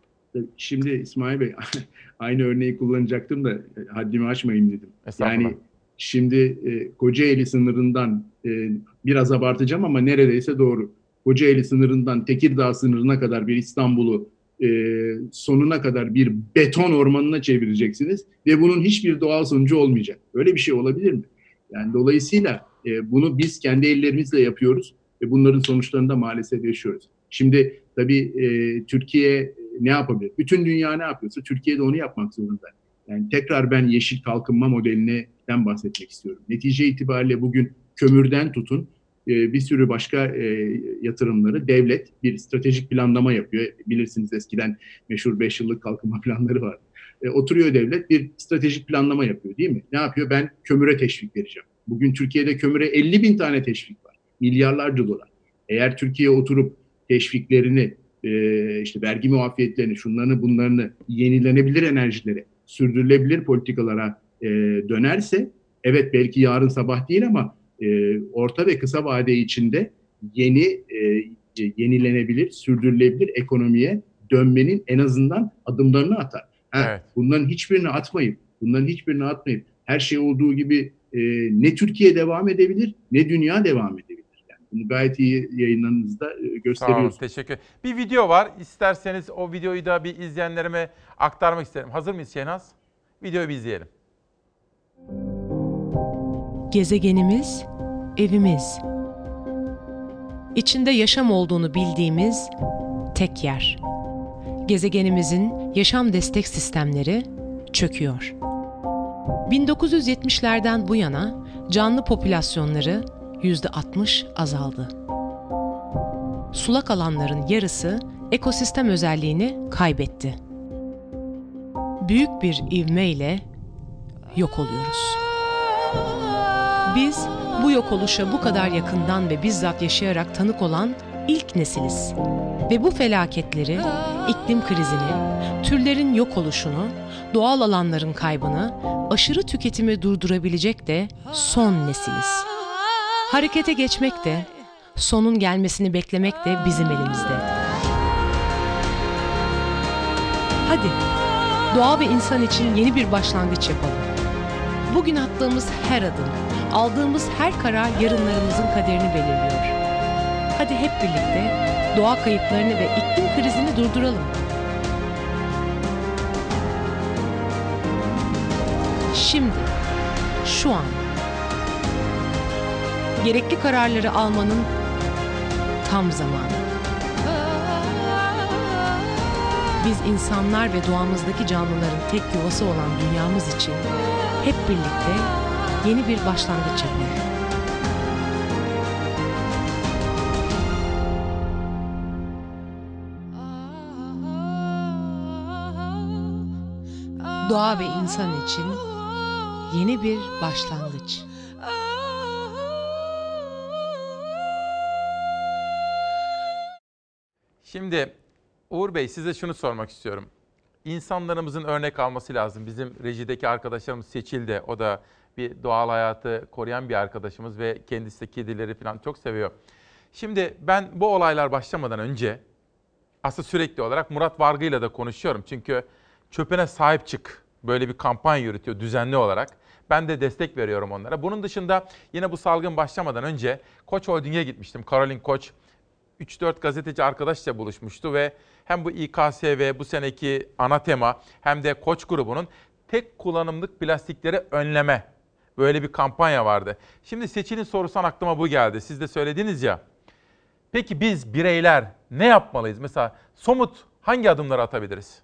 Şimdi İsmail Bey, aynı örneği kullanacaktım da haddimi aşmayayım dedim. Yani şimdi e, Kocaeli sınırından e, biraz abartacağım ama neredeyse doğru. Kocaeli sınırından Tekirdağ sınırına kadar bir İstanbul'u e, sonuna kadar bir beton ormanına çevireceksiniz ve bunun hiçbir doğal sonucu olmayacak. Öyle bir şey olabilir mi? Yani dolayısıyla e, bunu biz kendi ellerimizle yapıyoruz ve bunların sonuçlarını da maalesef yaşıyoruz. Şimdi tabii e, Türkiye ne yapabilir? Bütün dünya ne yapıyorsa Türkiye de onu yapmak zorunda. Yani tekrar ben yeşil kalkınma modelinden bahsetmek istiyorum. Netice itibariyle bugün kömürden tutun bir sürü başka yatırımları devlet bir stratejik planlama yapıyor. Bilirsiniz eskiden meşhur beş yıllık kalkınma planları var. Oturuyor devlet bir stratejik planlama yapıyor, değil mi? Ne yapıyor? Ben kömüre teşvik vereceğim. Bugün Türkiye'de kömüre elli bin tane teşvik var. Milyarlarca dolar. Eğer Türkiye oturup teşviklerini, işte vergi muafiyetlerini, şunlarını bunlarını yenilenebilir enerjilere, sürdürülebilir politikalara dönerse, evet belki yarın sabah değil ama E, orta ve kısa vade içinde yeni e, e, yenilenebilir, sürdürülebilir ekonomiye dönmenin en azından adımlarını atar. Ha, Evet. Bunların hiçbirini atmayıp, bunların hiçbirini atmayıp her şey olduğu gibi e, ne Türkiye devam edebilir ne dünya devam edebilir. Yani bunu gayet iyi yayınlarınızda e, Sağ olun, gösteriyorsunuz. teşekkür. Bir video var. İsterseniz o videoyu da bir izleyenlerime aktarmak isterim. Hazır mıyız Şehnaz? Videoyu bir izleyelim. Gezegenimiz, evimiz. İçinde yaşam olduğunu bildiğimiz tek yer. Gezegenimizin yaşam destek sistemleri çöküyor. bin dokuz yüz yetmişlerden bu yana canlı popülasyonları yüzde altmış azaldı. Sulak alanların yarısı ekosistem özelliğini kaybetti. Büyük bir ivmeyle yok oluyoruz. Biz bu yok oluşa bu kadar yakından ve bizzat yaşayarak tanık olan ilk nesiliz. Ve bu felaketleri, iklim krizini, türlerin yok oluşunu, doğal alanların kaybını, aşırı tüketimi durdurabilecek de son nesiliz. Harekete geçmek de, sonun gelmesini beklemek de bizim elimizde. Hadi, doğa ve insan için yeni bir başlangıç yapalım. Bugün attığımız her adım, aldığımız her karar yarınlarımızın kaderini belirliyor. Hadi hep birlikte doğa kayıplarını ve iklim krizini durduralım. Şimdi, şu an. Gerekli kararları almanın tam zamanı. Biz insanlar ve doğamızdaki canlıların tek yuvası olan dünyamız için hep birlikte yeni bir başlangıç yapalım. Doğa ve insan için yeni bir başlangıç. Şimdi Uğur Bey, size şunu sormak istiyorum. İnsanlarımızın örnek alması lazım. Bizim rejideki arkadaşlarımız Seçil de, o da bir doğal hayatı koruyan bir arkadaşımız ve kendisi de kedileri falan çok seviyor. Şimdi ben bu olaylar başlamadan önce aslında sürekli olarak Murat Vargı'yla da konuşuyorum. Çünkü çöpüne sahip çık, böyle bir kampanya yürütüyor düzenli olarak. Ben de destek veriyorum onlara. Bunun dışında yine bu salgın başlamadan önce Koç Holding'e gitmiştim. Caroline Koç üç dört gazeteci arkadaşla buluşmuştu ve hem bu İ K S V bu seneki ana tema hem de Koç grubunun tek kullanımlık plastikleri önleme, böyle bir kampanya vardı. Şimdi Seçil'in sorusundan aklıma bu geldi. Siz de söylediniz ya. Peki biz bireyler ne yapmalıyız? Mesela somut hangi adımları atabiliriz?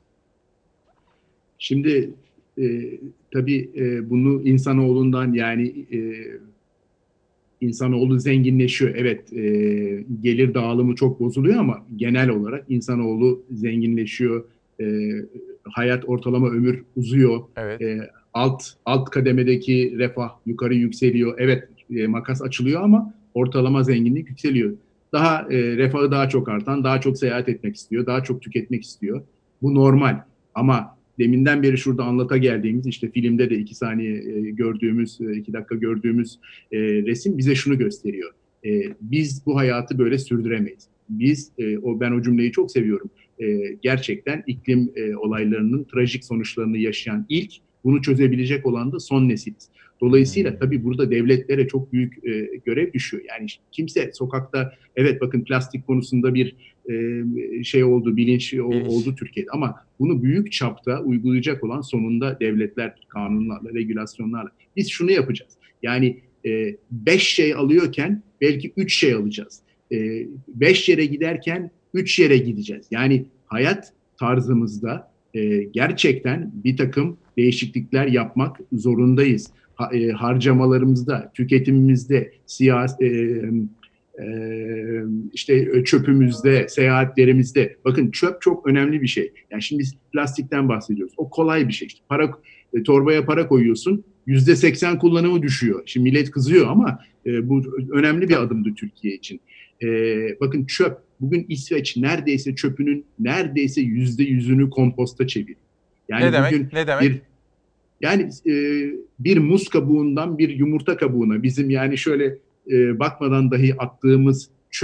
Şimdi e, tabii e, bunu insanoğlundan, yani e, insanoğlu zenginleşiyor. Evet, e, gelir dağılımı çok bozuluyor ama genel olarak insanoğlu zenginleşiyor. E, hayat ortalama ömür uzuyor. Evet. E, alt alt kademedeki refah yukarı yükseliyor. Evet, e, makas açılıyor ama ortalama zenginlik yükseliyor. Daha e, refahı daha çok artan, daha çok seyahat etmek istiyor, daha çok tüketmek istiyor. Bu normal. Ama deminden beri şurada anlata geldiğimiz, işte filmde de iki saniye e, gördüğümüz, e, iki dakika gördüğümüz e, resim bize şunu gösteriyor. E, biz bu hayatı böyle sürdüremeyiz. Biz, e, o ben o cümleyi çok seviyorum. E, gerçekten iklim e, olaylarının trajik sonuçlarını yaşayan ilk, bunu çözebilecek olan da son nesiliz. Dolayısıyla tabii burada devletlere çok büyük e, görev düşüyor. Yani kimse sokakta, evet bakın plastik konusunda bir e, şey oldu, bilinç, bilinç oldu Türkiye'de ama bunu büyük çapta uygulayacak olan sonunda devletler, kanunlarla, regülasyonlarla. Biz şunu yapacağız. Yani e, beş şey alıyorken belki üç şey alacağız. E, beş yere giderken üç yere gideceğiz. Yani hayat tarzımızda e, gerçekten bir takım değişiklikler yapmak zorundayız. Ha, e, harcamalarımızda, tüketimimizde, siyasi, e, e, işte çöpümüzde, seyahatlerimizde. Bakın çöp çok önemli bir şey. Yani şimdi biz plastikten bahsediyoruz. O kolay bir şey. İşte para, e, torbaya para koyuyorsun, yüzde seksen kullanımı düşüyor. Şimdi millet kızıyor ama e, bu önemli bir adımdı Türkiye için. E, bakın çöp, bugün İsveç neredeyse çöpünün neredeyse yüzde yüzünü komposta çeviriyor. Yani ne demek? Bugün ne demek? Bir, Yani e, bir muz kabuğundan bir yumurta kabuğuna bizim yani şöyle e, bakmadan dahi attığımız çöp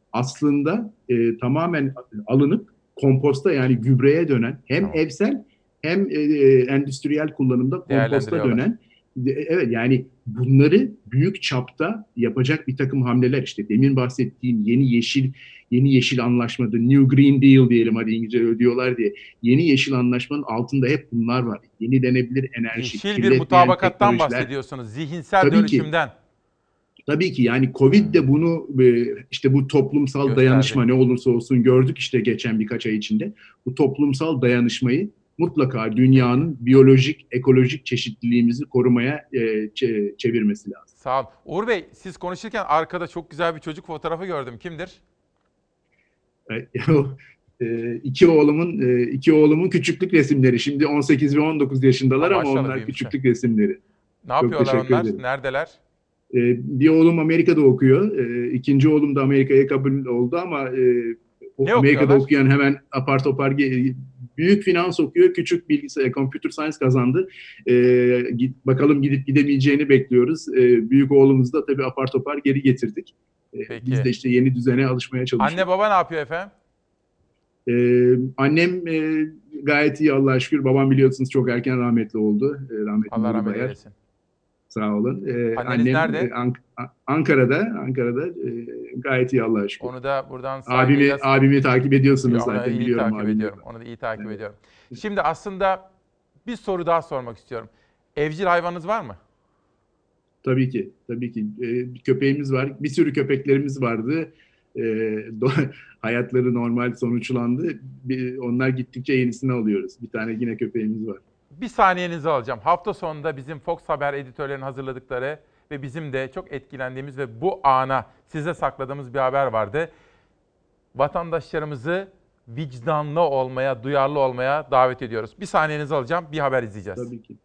aslında e, tamamen alınıp komposta yani gübreye dönen hem tamam. evsel hem e, endüstriyel kullanımda komposta dönen evet yani bunları büyük çapta yapacak bir takım hamleler işte demin bahsettiğim yeni yeşil yeni yeşil anlaşmada New Green Deal diyelim hadi İngilizce diyorlar diye yeni yeşil anlaşmanın altında hep bunlar var. Yenilenebilir enerji. Yeşil bir mutabakattan bahsediyorsunuz. Zihinsel Tabii dönüşümden. Ki. Tabii ki yani Covid de bunu işte bu toplumsal Gösterdi. dayanışma ne olursa olsun gördük işte geçen birkaç ay içinde. Bu toplumsal dayanışmayı mutlaka dünyanın biyolojik, ekolojik çeşitliliğimizi korumaya e, çevirmesi lazım. Sağ olun. Uğur Bey siz konuşurken arkada çok güzel bir çocuk fotoğrafı gördüm. Kimdir? e, iki oğlumun iki oğlumun küçüklük resimleri. Şimdi on sekiz ve on dokuz yaşındalar ama, ama onlar küçüklük resimleri. Ne çok yapıyorlar onlar? Ederim. Neredeler? Bir oğlum Amerika'da okuyor. İkinci oğlum da Amerika'ya kabul oldu ama o Amerika'da okuyan hemen apar topar büyük finans okuyor. Küçük bilgisayar, computer science kazandı. Bakalım gidip gidemeyeceğini bekliyoruz. Büyük oğlumuzu da tabii apar topar geri getirdik. Peki. Biz de işte yeni düzene alışmaya çalışıyoruz. Anne baba ne yapıyor efendim? Annem gayet iyi Allah'a şükür. Babam biliyorsunuz çok erken rahmetli oldu. Rahmetli Allah rahmet eylesin. Sağ olun. Ee, Anneniz annem nerede? Ank- Ankara'da, Ankara'da e, gayet iyi Allah'a şükür. Onu da buradan abimi abimi takip ediyorsunuz onu zaten iyi biliyorum. Takip ediyorum. Onu da iyi takip evet. ediyorum. Şimdi aslında bir soru daha sormak istiyorum. Evcil hayvanınız var mı? Tabii ki, tabii ki. Ee, bir köpeğimiz var. Bir sürü köpeklerimiz vardı. Ee, do- hayatları normal sonuçlandı. Bir, onlar gittikçe yenisini alıyoruz. Bir tane yine köpeğimiz var. Bir saniyenizi alacağım. Hafta sonunda bizim Fox Haber editörlerinin hazırladıkları ve bizim de çok etkilendiğimiz ve bu ana size sakladığımız bir haber vardı. Vatandaşlarımızı vicdanlı olmaya, duyarlı olmaya davet ediyoruz. Bir saniyenizi alacağım, bir haber izleyeceğiz. Tabii ki.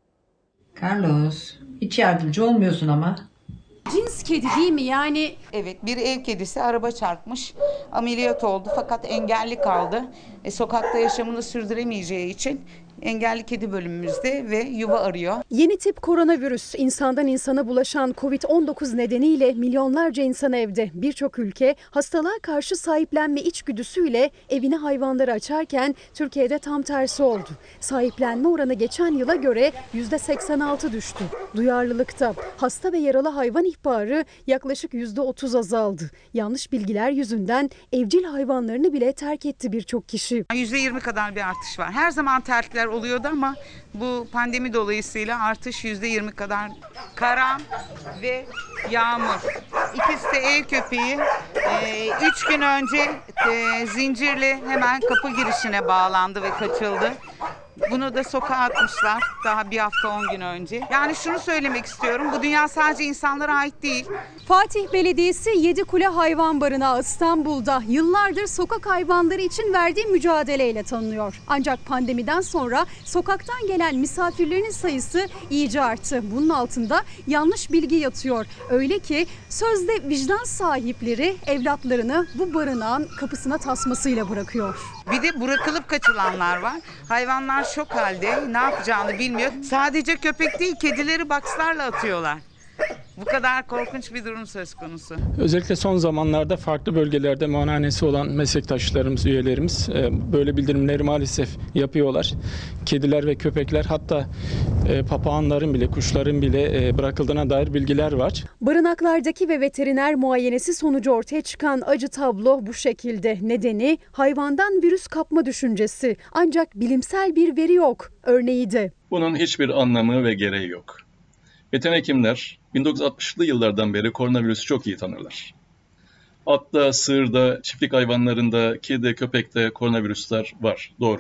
Carlos, hiç yardımcı olmuyorsun ama. Cins kedi değil mi yani? Evet, bir ev kedisi araba çarpmış, ameliyat oldu fakat engelli kaldı. E, sokakta yaşamını sürdüremeyeceği için engelli kedi bölümümüzde ve yuva arıyor. Yeni tip koronavirüs, insandan insana bulaşan kovid on dokuz nedeniyle milyonlarca insan evde. Birçok ülke hastalığa karşı sahiplenme içgüdüsüyle evine hayvanları açarken Türkiye'de tam tersi oldu. Sahiplenme oranı geçen yıla göre yüzde seksen altı düştü. Duyarlılıkta hasta ve yaralı hayvan ihbarı yaklaşık yüzde otuz azaldı. Yanlış bilgiler yüzünden evcil hayvanlarını bile terk etti birçok kişi. yüzde yirmi kadar bir artış var. Her zaman terkler oluyordu ama bu pandemi dolayısıyla artış yüzde yirmi kadar. Karan ve Yağmur. İkisi de ev köpeği. Ee, üç gün önce e, zincirle hemen kapı girişine bağlandı ve kaçıldı. Bunu da sokağa atmışlar daha bir hafta on gün önce. Yani şunu söylemek istiyorum, bu dünya sadece insanlara ait değil. Fatih Belediyesi Yedikule Hayvan Barınağı İstanbul'da yıllardır sokak hayvanları için verdiği mücadeleyle tanınıyor. Ancak pandemiden sonra sokaktan gelen misafirlerin sayısı iyice arttı. Bunun altında yanlış bilgi yatıyor. Öyle ki sözde vicdan sahipleri evlatlarını bu barınağın kapısına tasmasıyla bırakıyor. Bir de bırakılıp kaçılanlar var. Hayvanlar şok halde, ne yapacağını bilmiyor. Sadece köpek değil, kedileri bokslarla atıyorlar. Bu kadar korkunç bir durum söz konusu. Özellikle son zamanlarda farklı bölgelerde muayenehanesi olan meslektaşlarımız, üyelerimiz böyle bildirimleri maalesef yapıyorlar. Kediler ve köpekler, hatta papağanların bile, kuşların bile bırakıldığına dair bilgiler var. Barınaklardaki ve veteriner muayenesi sonucu ortaya çıkan acı tablo bu şekilde. Nedeni hayvandan virüs kapma düşüncesi. Ancak bilimsel bir veri yok. Örneği de. Bunun hiçbir anlamı ve gereği yok. Veteriner hekimler bin dokuz yüz altmışlı yıllardan beri koronavirüsü çok iyi tanırlar. Atta, sığırda, çiftlik hayvanlarında, kedi, köpekte koronavirüsler var, doğru.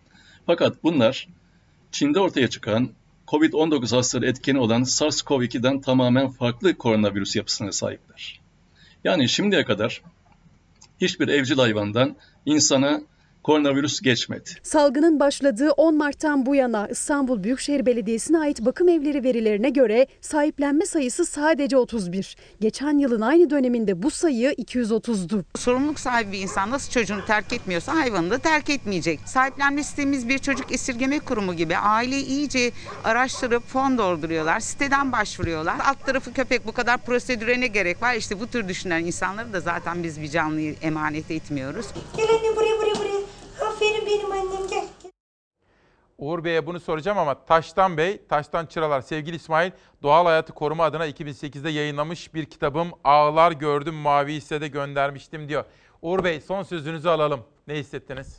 Fakat bunlar Çin'de ortaya çıkan kovid on dokuz hastalığı etkeni olan SARS-CoV iki'den tamamen farklı koronavirüs yapısına sahipler. Yani şimdiye kadar hiçbir evcil hayvandan insana koronavirüs geçmedi. Salgının başladığı on Mart'tan bu yana İstanbul Büyükşehir Belediyesi'ne ait bakım evleri verilerine göre sahiplenme sayısı sadece otuz bir. Geçen yılın aynı döneminde bu sayı iki yüz otuzdu. Sorumluluk sahibi bir insan nasıl çocuğunu terk etmiyorsa hayvanını da terk etmeyecek. Sahiplenme sistemimiz bir çocuk esirgeme kurumu gibi. Aileyi iyice araştırıp fon dolduruyorlar. Siteden başvuruyorlar. Alt tarafı köpek, bu kadar prosedüre ne gerek var? İşte bu tür düşünen insanları da zaten biz bir canlıyı emanet etmiyoruz. Gel anne buraya buraya buraya. Aferin benim annem, gel. Uğur Bey'e bunu soracağım ama Taştan Bey, Taştan Çıralar, sevgili İsmail, Doğal Hayatı Koruma adına iki bin sekizde yayınlamış bir kitabım Ağlar Gördüm Mavi Hisse'de göndermiştim diyor. Uğur Bey, son sözünüzü alalım. Ne hissettiniz?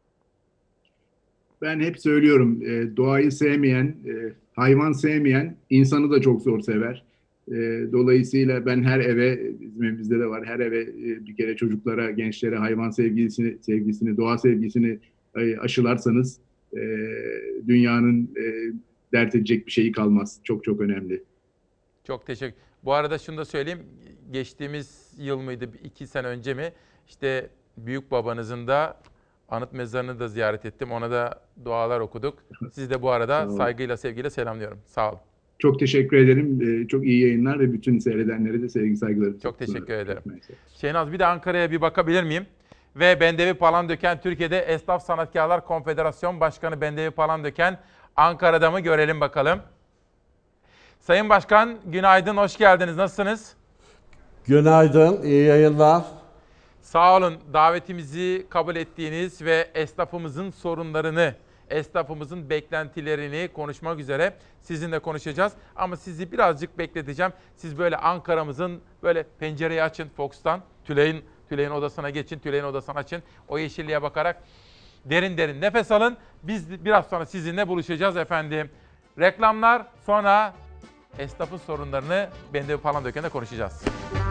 Ben hep söylüyorum, e, doğayı sevmeyen, e, hayvan sevmeyen insanı da çok zor sever. E, dolayısıyla ben her eve, bizim evimizde de var, her eve e, bir kere çocuklara, gençlere hayvan sevgisini, sevgisini, doğa sevgisini e, aşılarsanız e, dünyanın e, dert edecek bir şeyi kalmaz. Çok çok önemli. Çok teşekkür. Bu arada şunu da söyleyeyim. Geçtiğimiz yıl mıydı, iki sene önce mi? İşte büyük babanızın da anıt mezarını da ziyaret ettim. Ona da dualar okuduk. Siz de bu arada saygıyla, sevgiyle selamlıyorum. Sağ olun. Çok teşekkür ederim. Ee, çok iyi yayınlar ve bütün seyredenlere de sevgi saygılarımı. Çok teşekkür ederim. Şehnaz, bir de Ankara'ya bir bakabilir miyim? Ve Bendevi Palandöken, Türkiye'de Esnaf Sanatkarlar Konfederasyon Başkanı Bendevi Palandöken Ankara'da mı, görelim bakalım. Sayın Başkan, günaydın, hoş geldiniz. Nasılsınız? Günaydın, iyi yayınlar. Sağ olun, davetimizi kabul ettiğiniz ve esnafımızın sorunlarını, esnafımızın beklentilerini konuşmak üzere sizinle konuşacağız. Ama sizi birazcık bekleteceğim. Siz böyle Ankara'mızın böyle pencereyi açın Fox'tan. Tülay'ın Tülay'ın odasına geçin, Tülay'ın odasına açın. O yeşilliğe bakarak derin derin nefes alın. Biz biraz sonra sizinle buluşacağız efendim. Reklamlar, sonra esnafın sorunlarını Bendevi Palandöken'de konuşacağız.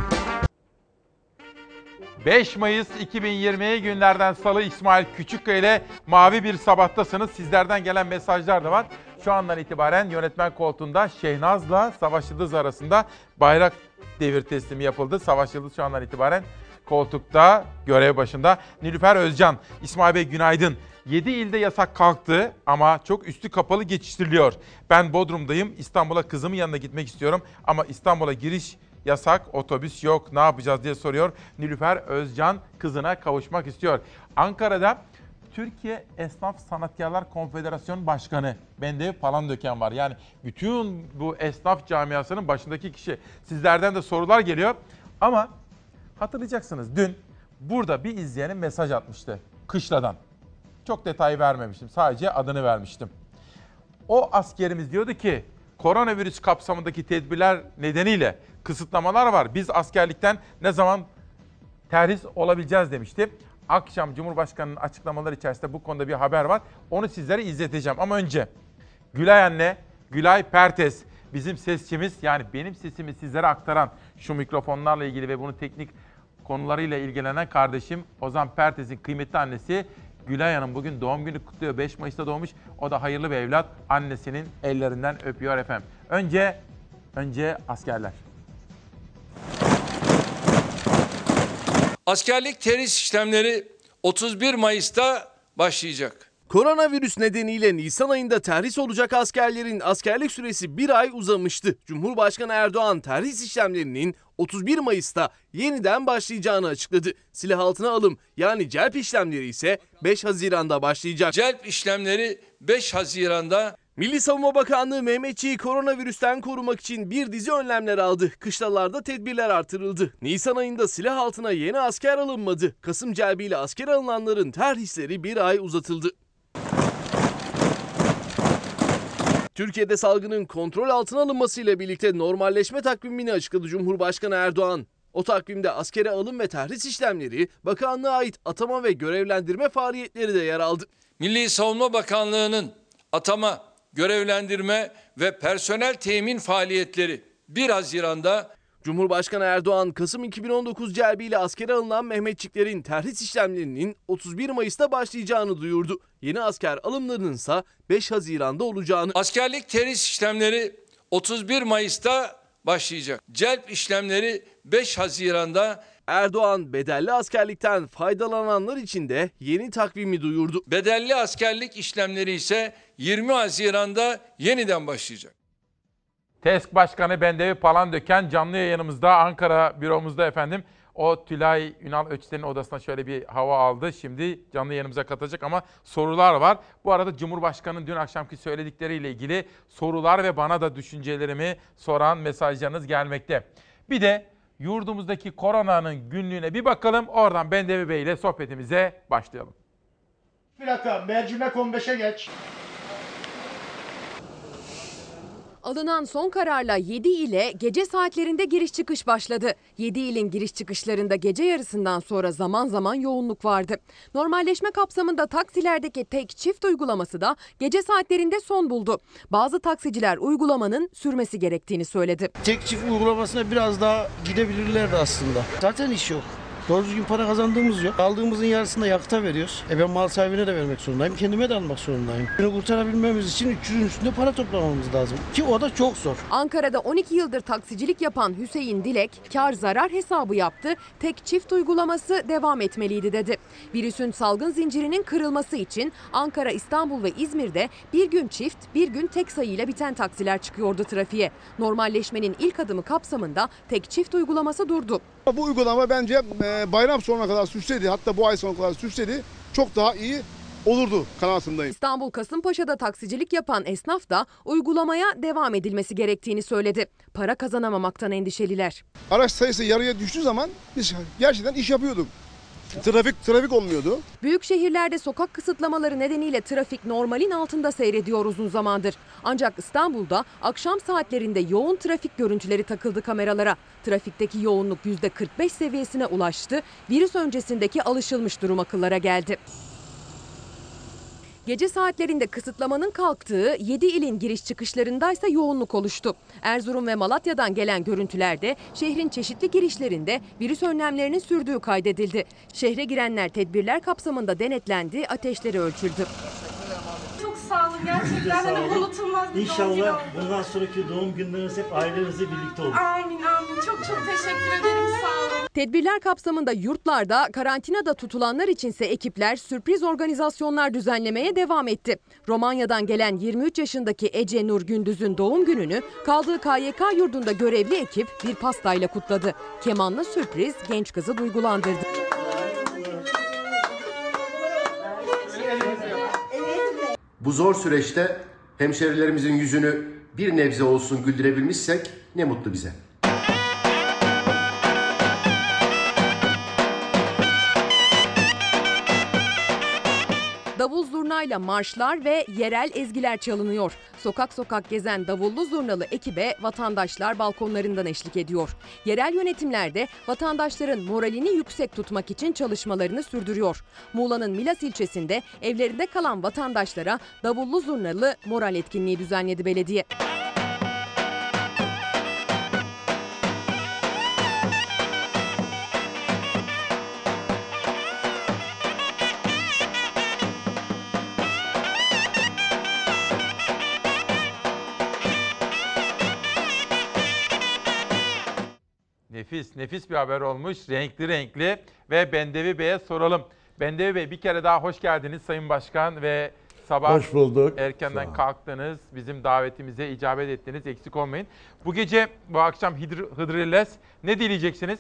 beş Mayıs iki bin yirmi günlerden Salı, İsmail Küçükkaya ile mavi bir sabahtasınız. Sizlerden gelen mesajlar da var. Şu andan itibaren yönetmen koltuğunda Şehnaz'la Savaş Yıldız arasında bayrak devir teslimi yapıldı. Savaş Yıldız şu andan itibaren koltukta, görev başında. Nilüfer Özcan, İsmail Bey günaydın. yedi ilde yasak kalktı ama çok üstü kapalı geçiştiriliyor. Ben Bodrum'dayım, İstanbul'a kızımın yanına gitmek istiyorum ama İstanbul'a giriş yasak, otobüs yok, ne yapacağız diye soruyor. Nilüfer Özcan kızına kavuşmak istiyor. Ankara'da Türkiye Esnaf Sanatkarlar Konfederasyonu Başkanı Bendevi Palandöken var. Yani bütün bu esnaf camiasının başındaki kişi. Sizlerden de sorular geliyor ama hatırlayacaksınız dün burada bir izleyenim mesaj atmıştı Kışla'dan. Çok detay vermemiştim, sadece adını vermiştim. O askerimiz diyordu ki koronavirüs kapsamındaki tedbirler nedeniyle kısıtlamalar var. Biz askerlikten ne zaman terhis olabileceğiz demişti. Akşam Cumhurbaşkanı'nın açıklamaları içerisinde bu konuda bir haber var. Onu sizlere izleteceğim. Ama önce Gülay anne, Gülay Pertes, bizim sesçimiz, yani benim sesimi sizlere aktaran, şu mikrofonlarla ilgili ve bunun teknik konularıyla ilgilenen kardeşim Ozan Pertes'in kıymetli annesi Gülay Hanım bugün doğum günü kutluyor. beş Mayıs'ta doğmuş. O da hayırlı bir evlat. Annesinin ellerinden öpüyor efendim. Önce, önce askerler. Askerlik terhis işlemleri otuz bir Mayıs'ta başlayacak. Koronavirüs nedeniyle Nisan ayında terhis olacak askerlerin askerlik süresi bir ay uzamıştı. Cumhurbaşkanı Erdoğan terhis işlemlerinin otuz bir Mayıs'ta yeniden başlayacağını açıkladı. Silah altına alım yani celp işlemleri ise beş Haziran'da başlayacak. Celp işlemleri beş Haziran'da. Milli Savunma Bakanlığı Mehmetçiği koronavirüsten korumak için bir dizi önlemler aldı. Kışlalarda tedbirler artırıldı. Nisan ayında silah altına yeni asker alınmadı. Kasım celbiyle asker alınanların terhisleri bir ay uzatıldı. Türkiye'de salgının kontrol altına alınmasıyla birlikte normalleşme takvimini açıkladı Cumhurbaşkanı Erdoğan. O takvimde askere alım ve terhis işlemleri, bakanlığa ait atama ve görevlendirme faaliyetleri de yer aldı. Milli Savunma Bakanlığı'nın atama, görevlendirme ve personel temin faaliyetleri bir Haziran'da. Cumhurbaşkanı Erdoğan, Kasım iki bin on dokuz celbiyle askere alınan Mehmetçiklerin terhis işlemlerinin otuz bir Mayıs'ta başlayacağını duyurdu. Yeni asker alımlarının ise beş Haziran'da olacağını. Askerlik terhis işlemleri otuz bir Mayıs'ta başlayacak. Celp işlemleri beş Haziran'da. Erdoğan bedelli askerlikten faydalananlar için de yeni takvimi duyurdu. Bedelli askerlik işlemleri ise yirmi Haziran'da yeniden başlayacak. TESK Başkanı Bendevi Palandöken canlı yayınımızda Ankara büromuzda efendim. O Tülay Ünal Öçten'in odasına şöyle bir hava aldı. Şimdi canlı yayınımıza katılacak ama sorular var. Bu arada Cumhurbaşkanı'nın dün akşamki söyledikleriyle ilgili sorular ve bana da düşüncelerimi soran mesajlarınız gelmekte. Bir de yurdumuzdaki koronanın günlüğüne bir bakalım. Oradan Bendevi Bey ile sohbetimize başlayalım. Bir dakika, mercimek on beşe geç. Alınan son kararla yedi ile gece saatlerinde giriş çıkış başladı. yedi ilin giriş çıkışlarında gece yarısından sonra zaman zaman yoğunluk vardı. Normalleşme kapsamında taksilerdeki tek çift uygulaması da gece saatlerinde son buldu. Bazı taksiciler uygulamanın sürmesi gerektiğini söyledi. Tek çift uygulamasına biraz daha gidebilirlerdi aslında. Zaten iş yok. Doğru düzgün para kazandığımız yok. Aldığımızın yarısını da yakıta veriyoruz. E ben mal sahibine de vermek zorundayım. Kendime de almak zorundayım. Bunu kurtarabilmemiz için üç yüzün üstünde para toplamamız lazım. Ki o da çok zor. Ankara'da on iki yıldır taksicilik yapan Hüseyin Dilek kar zarar hesabı yaptı. Tek çift uygulaması devam etmeliydi dedi. Virüsün salgın zincirinin kırılması için Ankara, İstanbul ve İzmir'de bir gün çift, bir gün tek sayıyla biten taksiler çıkıyordu trafiğe. Normalleşmenin ilk adımı kapsamında tek çift uygulaması durdu. Bu uygulama bence bayram sonuna kadar sürseydi, hatta bu ay sonuna kadar sürseydi çok daha iyi olurdu kanaatindeyim. İstanbul Kasımpaşa'da taksicilik yapan esnaf da uygulamaya devam edilmesi gerektiğini söyledi. Para kazanamamaktan endişeliler. Araç sayısı yarıya düştüğü zaman biz gerçekten iş yapıyorduk. Trafik trafik olmuyordu. Büyük şehirlerde sokak kısıtlamaları nedeniyle trafik normalin altında seyrediyor uzun zamandır. Ancak İstanbul'da akşam saatlerinde yoğun trafik görüntüleri takıldı kameralara. Trafikteki yoğunluk yüzde kırk beş seviyesine ulaştı. Virüs öncesindeki alışılmış durum akıllara geldi. Gece saatlerinde kısıtlamanın kalktığı yedi ilin giriş çıkışlarındaysa yoğunluk oluştu. Erzurum ve Malatya'dan gelen görüntülerde şehrin çeşitli girişlerinde virüs önlemlerinin sürdüğü kaydedildi. Şehre girenler tedbirler kapsamında denetlendi, ateşleri ölçüldü. Çok sağ olun gerçekten hani unutulmaz bir İnşallah doğum günü oldu. bundan sonraki doğum günleriniz hep ailenizle birlikte olur. Amin amin. Çok çok teşekkür ederim, sağ olun. Tedbirler kapsamında yurtlarda, karantinada tutulanlar içinse ekipler sürpriz organizasyonlar düzenlemeye devam etti. Romanya'dan gelen yirmi üç yaşındaki Ece Nur Gündüz'ün doğum gününü kaldığı K Y K yurdunda görevli ekip bir pastayla kutladı. Kemanlı sürpriz genç kızı duygulandırdı. Bu zor süreçte hemşerilerimizin yüzünü bir nebze olsun güldürebilmişsek ne mutlu bize. Davul zurnayla marşlar ve yerel ezgiler çalınıyor. Sokak sokak gezen davullu zurnalı ekibe vatandaşlar balkonlarından eşlik ediyor. Yerel yönetimler de vatandaşların moralini yüksek tutmak için çalışmalarını sürdürüyor. Muğla'nın Milas ilçesinde evlerinde kalan vatandaşlara davullu zurnalı moral etkinliği düzenledi belediye. Nefis, nefis bir haber olmuş. Renkli renkli ve Bendevi Bey'e soralım. Bendevi Bey bir kere daha hoş geldiniz Sayın Başkan ve sabah Hoş bulduk. erkenden kalktınız. Bizim davetimize icabet ettiniz. Eksik olmayın. Bu gece, bu akşam Hıdrellez ne dileyeceksiniz?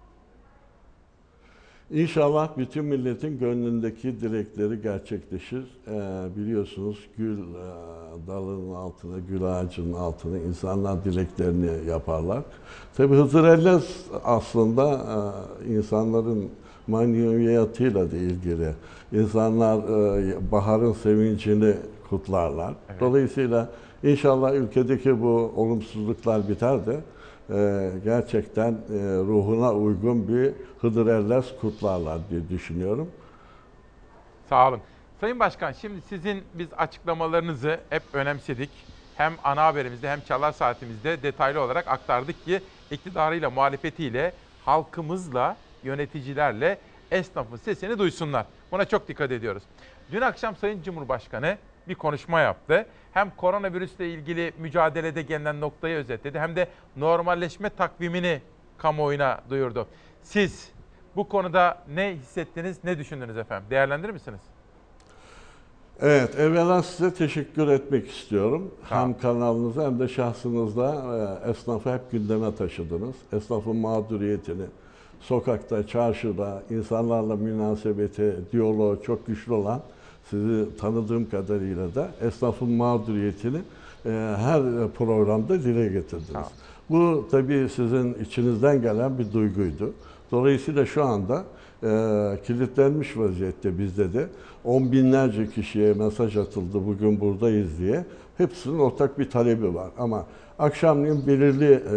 İnşallah bütün milletin gönlündeki dilekleri gerçekleşir. Ee, biliyorsunuz gül e, dalının altına, gül ağacının altına insanlar dileklerini yaparlar. Tabii Hıdrellez aslında e, insanların maneviyatıyla da ilgili. İnsanlar e, baharın sevincini kutlarlar. Evet. Dolayısıyla inşallah ülkedeki bu olumsuzluklar biter de Ee, gerçekten e, ruhuna uygun bir Hıdrellez kutlarlar diye düşünüyorum. Sağ olun. Sayın Başkan, şimdi sizin biz açıklamalarınızı hep önemsedik. Hem ana haberimizde hem Çalar Saatimizde detaylı olarak aktardık ki iktidarıyla, muhalefetiyle, halkımızla, yöneticilerle esnafın sesini duysunlar. Buna çok dikkat ediyoruz. Dün akşam Sayın Cumhurbaşkanı bir konuşma yaptı. Hem koronavirüsle ilgili mücadelede gelinen noktayı özetledi hem de normalleşme takvimini kamuoyuna duyurdu. Siz bu konuda ne hissettiniz, ne düşündünüz efendim? Değerlendirir misiniz? Evet, evvela size teşekkür etmek istiyorum. Hem kanalınıza hem de şahsınızda esnafı hep gündeme taşıdınız. Esnafın mağduriyetini, sokakta, çarşıda, insanlarla münasebeti, diyaloğu çok güçlü olan, sizi tanıdığım kadarıyla da esnafın mağduriyetini her programda dile getirdiniz. Ha. Bu tabii sizin içinizden gelen bir duyguydu. Dolayısıyla şu anda e, kilitlenmiş vaziyette bizde de on binlerce kişiye mesaj atıldı bugün buradayız diye. Hepsinin ortak bir talebi var ama akşamleyin belirli e,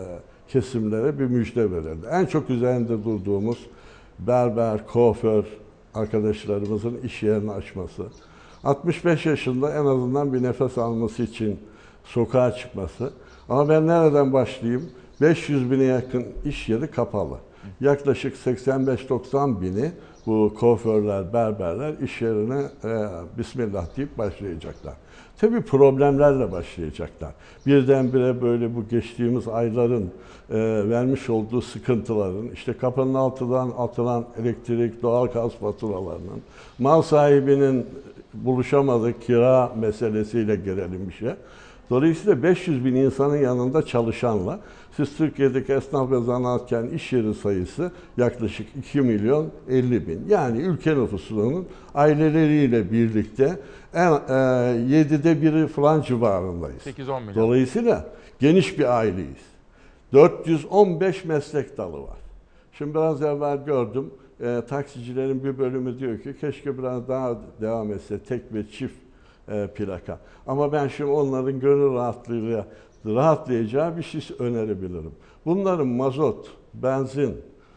kesimlere bir müjde verildi. En çok üzerinde durduğumuz berber, kuaför arkadaşlarımızın iş yerini açması, altmış beş yaşında en azından bir nefes alması için sokağa çıkması. Ama ben nereden başlayayım? beş yüz bine yakın iş yeri kapalı. Yaklaşık seksen beş doksan bini bu kuaförler, berberler iş yerine e, Bismillah deyip başlayacaklar. Tabii problemlerle başlayacaklar. Birdenbire böyle bu geçtiğimiz ayların e, vermiş olduğu sıkıntıların, işte kapının altından atılan elektrik, doğalgaz faturalarının, mal sahibinin buluşamadığı kira meselesiyle gelelim bir şey. Dolayısıyla beş yüz bin insanın yanında çalışanla, siz Türkiye'deki esnaf ve zanaatkarın iş yeri sayısı yaklaşık iki milyon elli bin. Yani ülke nüfusunun aileleriyle birlikte en, e, yedide biri falan civarındayız. sekiz on milyon. Dolayısıyla geniş bir aileyiz. dört yüz on beş meslek dalı var. Şimdi biraz evvel gördüm, e, taksicilerin bir bölümü diyor ki keşke biraz daha devam etse tek ve çift e, plaka. Ama ben şimdi onların gönül rahatlığıyla rahatlayacağı bir şey önerebilirim. Bunların mazot, benzin,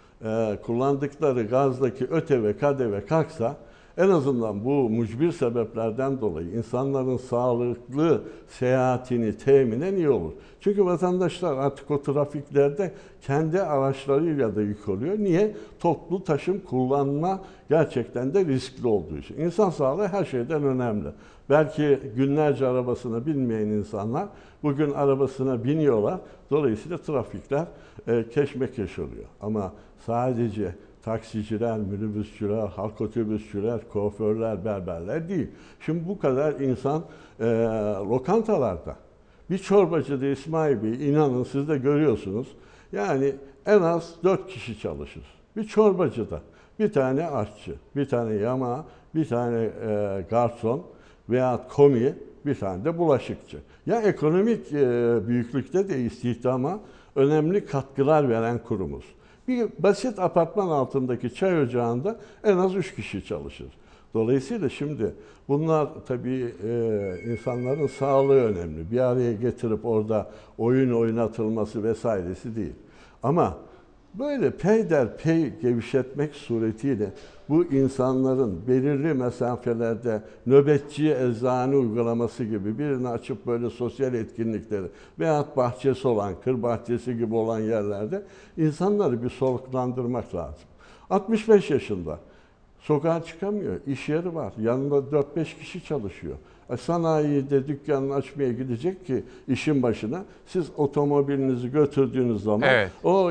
e, kullandıkları gazdaki ÖTV, KDV kalksa en azından bu mucbir sebeplerden dolayı insanların sağlıklı seyahatini teminen iyi olur. Çünkü vatandaşlar artık o trafiklerde kendi araçlarıyla da yük oluyor. Niye? Toplu taşım kullanma gerçekten de riskli olduğu için. İnsan sağlığı her şeyden önemli. Belki günlerce arabasına binmeyen insanlar bugün arabasına biniyorlar. Dolayısıyla trafikler e, keşmekeş oluyor. Ama sadece taksiciler, minibüsçüler, halk otobüsçüler, kuaförler, berberler değil. Şimdi bu kadar insan e, lokantalarda. Bir çorbacıda İsmail Bey, inanın siz de görüyorsunuz. Yani en az dört kişi çalışır. Bir çorbacıda bir tane aşçı, bir tane yama, bir tane e, garson veya komi, bir tane de bulaşıkçı. Ya ekonomik e, büyüklükte de istihdama önemli katkılar veren kurumuz. Bir basit apartman altındaki çay ocağında en az üç kişi çalışır. Dolayısıyla şimdi bunlar tabii e, insanların sağlığı önemli. Bir araya getirip orada oyun oynatılması vesairesi değil. Ama böyle peyderpey gevşetmek suretiyle bu insanların belirli mesafelerde nöbetçi eczane uygulaması gibi birini açıp böyle sosyal etkinlikleri veyahut bahçesi olan, kır bahçesi gibi olan yerlerde insanları bir soluklandırmak lazım. altmış beş yaşında sokağa çıkamıyor, iş yeri var, yanında dört beş kişi çalışıyor. E, sanayide dükkanını açmaya gidecek ki işin başına, siz otomobilinizi götürdüğünüz zaman evet. o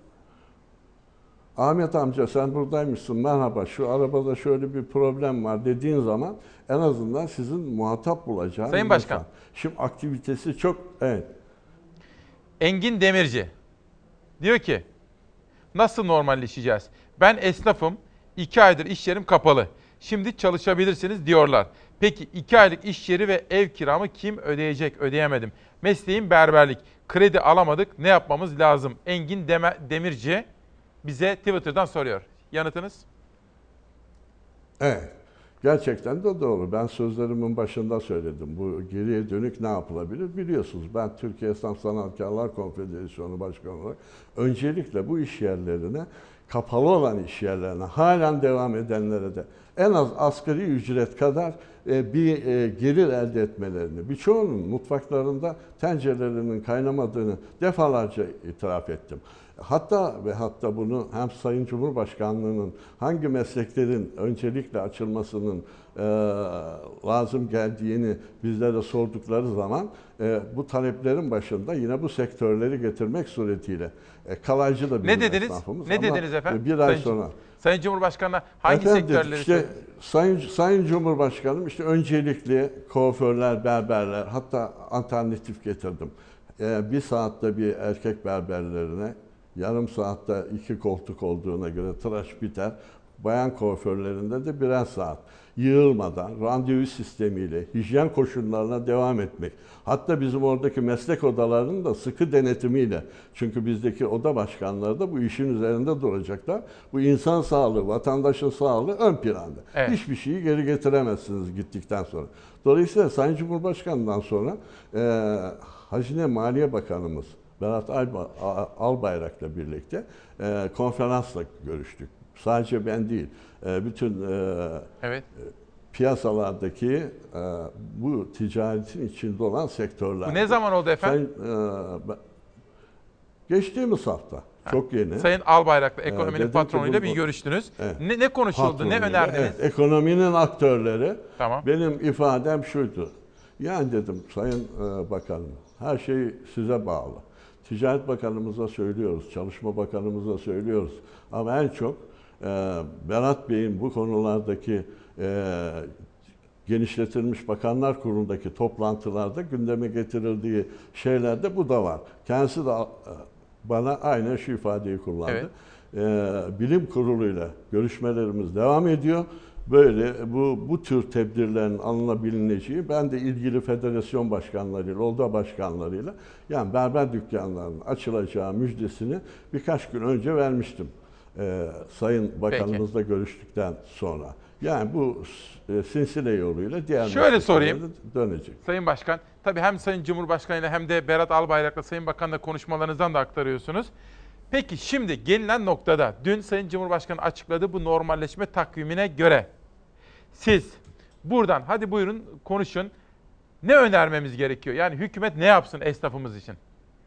Ahmet amca sen buradaymışsın, merhaba şu arabada şöyle bir problem var dediğin zaman en azından sizin muhatap bulacağınız. Sayın Başkan. Insan. Şimdi aktivitesi çok, evet. Engin Demirci diyor ki nasıl normalleşeceğiz? Ben esnafım, iki aydır iş yerim kapalı. Şimdi çalışabilirsiniz diyorlar. Peki iki aylık iş yeri ve ev kiramı kim ödeyecek? Ödeyemedim. Mesleğim berberlik. Kredi alamadık. Ne yapmamız lazım? Engin Demirci bize Twitter'dan soruyor. Yanıtınız? Evet. Gerçekten de doğru. Ben sözlerimin başında söyledim. Bu geriye dönük ne yapılabilir? Biliyorsunuz ben Türkiye Esnaf Sanatkarlar Konfederasyonu Başkanı olarak öncelikle bu iş yerlerine, kapalı olan iş yerlerine, halen devam edenlere de en az asgari ücret kadar bir gelir elde etmelerini, birçoğunun mutfaklarında tencerelerinin kaynamadığını defalarca itiraf ettim. Hatta ve hatta bunu hem Sayın Cumhurbaşkanlığı'nın hangi mesleklerin öncelikle açılmasının e, lazım geldiğini bizlere sordukları zaman e, bu taleplerin başında yine bu sektörleri getirmek suretiyle e, kalaycı da ne dediniz? Ne dediniz efendim? Bir ay Sayın, sonra. Sayın Cumhurbaşkanı'na hangi efendim, sektörleri? Işte, Sayın, Sayın Cumhurbaşkanım işte öncelikli kuaförler, berberler, hatta alternatif getirdim. E, bir saatte bir erkek berberlerine, yarım saatte iki koltuk olduğuna göre tıraş biter. Bayan kuaförlerinde de birer saat. Yığılmadan, randevu sistemiyle, hijyen koşullarına devam etmek. Hatta bizim oradaki meslek odalarının da sıkı denetimiyle. Çünkü bizdeki oda başkanları da bu işin üzerinde duracaklar. Bu insan sağlığı, vatandaşın sağlığı ön planda. Evet. Hiçbir şeyi geri getiremezsiniz gittikten sonra. Dolayısıyla Sayın Cumhurbaşkanı'ndan sonra e, Hazine Maliye Bakanımız Berat Albayrak'la birlikte e, konferansla görüştük. Sadece ben değil, e, bütün e, evet. e, piyasalardaki e, bu ticaretin içinde olan sektörler. Bu ne zaman oldu efendim? Sayın, e, geçtiğimiz hafta. Ha. Çok yeni. Sayın Albayrak'la ekonominin e, patronuyla bir görüştünüz. Evet. Ne, ne konuşuldu, patronuyla, ne önerdiniz? Evet, ekonominin aktörleri. Tamam. Benim ifadem şuydu. Yani dedim Sayın e, Bakanım, her şey size bağlı. Ticaret Bakanımıza söylüyoruz, Çalışma Bakanımıza söylüyoruz. Ama en çok e, Berat Bey'in bu konulardaki e, genişletilmiş Bakanlar Kurulu'ndaki toplantılarda gündeme getirildiği şeylerde bu da var. Kendisi de e, bana aynen şu ifadeyi kullandı. Evet. E, bilim kuruluyla görüşmelerimiz devam ediyor. Böyle bu bu tür tedbirlerin alınabileceği, ben de ilgili federasyon başkanlarıyla, oda başkanlarıyla, yani berber dükkanlarının açılacağı müjdesini birkaç gün önce vermiştim. Ee, Sayın Bakanımızla Peki. görüştükten sonra. Yani bu e, sinsile yoluyla diğer Şöyle sorayım. Dönecek. Sayın Başkan, tabii hem Sayın Cumhurbaşkanı'yla hem de Berat Albayrak'la Sayın Bakan'la konuşmalarınızdan da aktarıyorsunuz. Peki şimdi gelinen noktada, dün Sayın Cumhurbaşkanı açıkladığı bu normalleşme takvimine göre siz buradan hadi buyurun konuşun, ne önermemiz gerekiyor? Yani hükümet ne yapsın esnafımız için?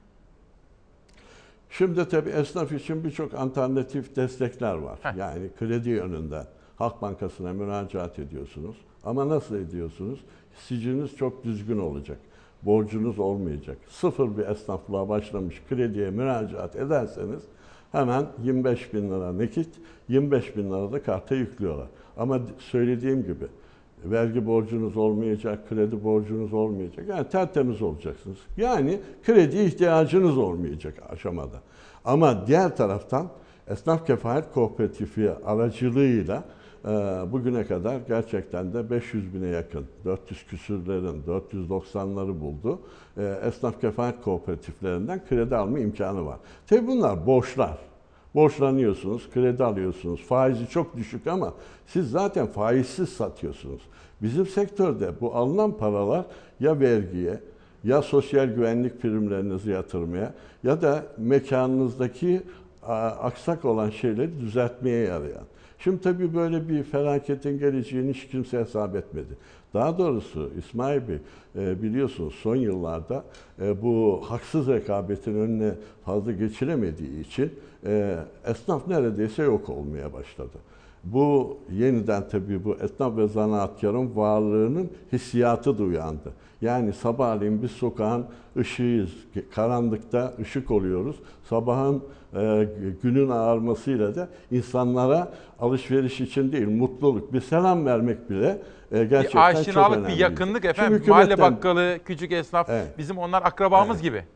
Şimdi tabii esnaf için birçok alternatif destekler var. Heh. Yani kredi yönünden Halk Bankası'na müracaat ediyorsunuz. Ama nasıl ediyorsunuz? Siciliniz çok düzgün olacak. Borcunuz olmayacak. Sıfır bir esnaflığa başlamış krediye müracaat ederseniz hemen yirmi beş bin lira nakit, yirmi beş bin lira da karta yüklüyorlar. Ama söylediğim gibi vergi borcunuz olmayacak, kredi borcunuz olmayacak. Yani tertemiz olacaksınız. Yani kredi ihtiyacınız olmayacak aşamada. Ama diğer taraftan esnaf kefalet kooperatifi aracılığıyla e, bugüne kadar gerçekten de beş yüz bine yakın, dört yüz küsürlerin, dört yüz doksanları buldu. E, esnaf kefalet kooperatiflerinden kredi alma imkanı var. Tabii bunlar borçlar. Borçlanıyorsunuz, kredi alıyorsunuz. Faizi çok düşük ama siz zaten faizsiz satıyorsunuz. Bizim sektörde bu alınan paralar ya vergiye, ya sosyal güvenlik primlerinizi yatırmaya ya da mekanınızdaki aksak olan şeyleri düzeltmeye yarayan. Şimdi tabii böyle bir felaketin geleceğini hiç kimse hesap etmedi. Daha doğrusu İsmail Bey biliyorsunuz son yıllarda bu haksız rekabetin önüne fazla geçilemediği için esnaf neredeyse yok olmaya başladı. Bu yeniden tabii bu esnaf ve zanaatkarın varlığının hissiyatı da uyandı. Yani sabahleyin biz sokağın ışığıyız, karanlıkta ışık oluyoruz. Sabahın e, günün ağarmasıyla da insanlara alışveriş için değil, mutluluk, bir selam vermek bile e, gerçekten çok önemli. Bir aşinalık, bir yakınlık efendim. Mahalle bakkalı, küçük esnaf, evet. Bizim onlar akrabamız evet. gibi.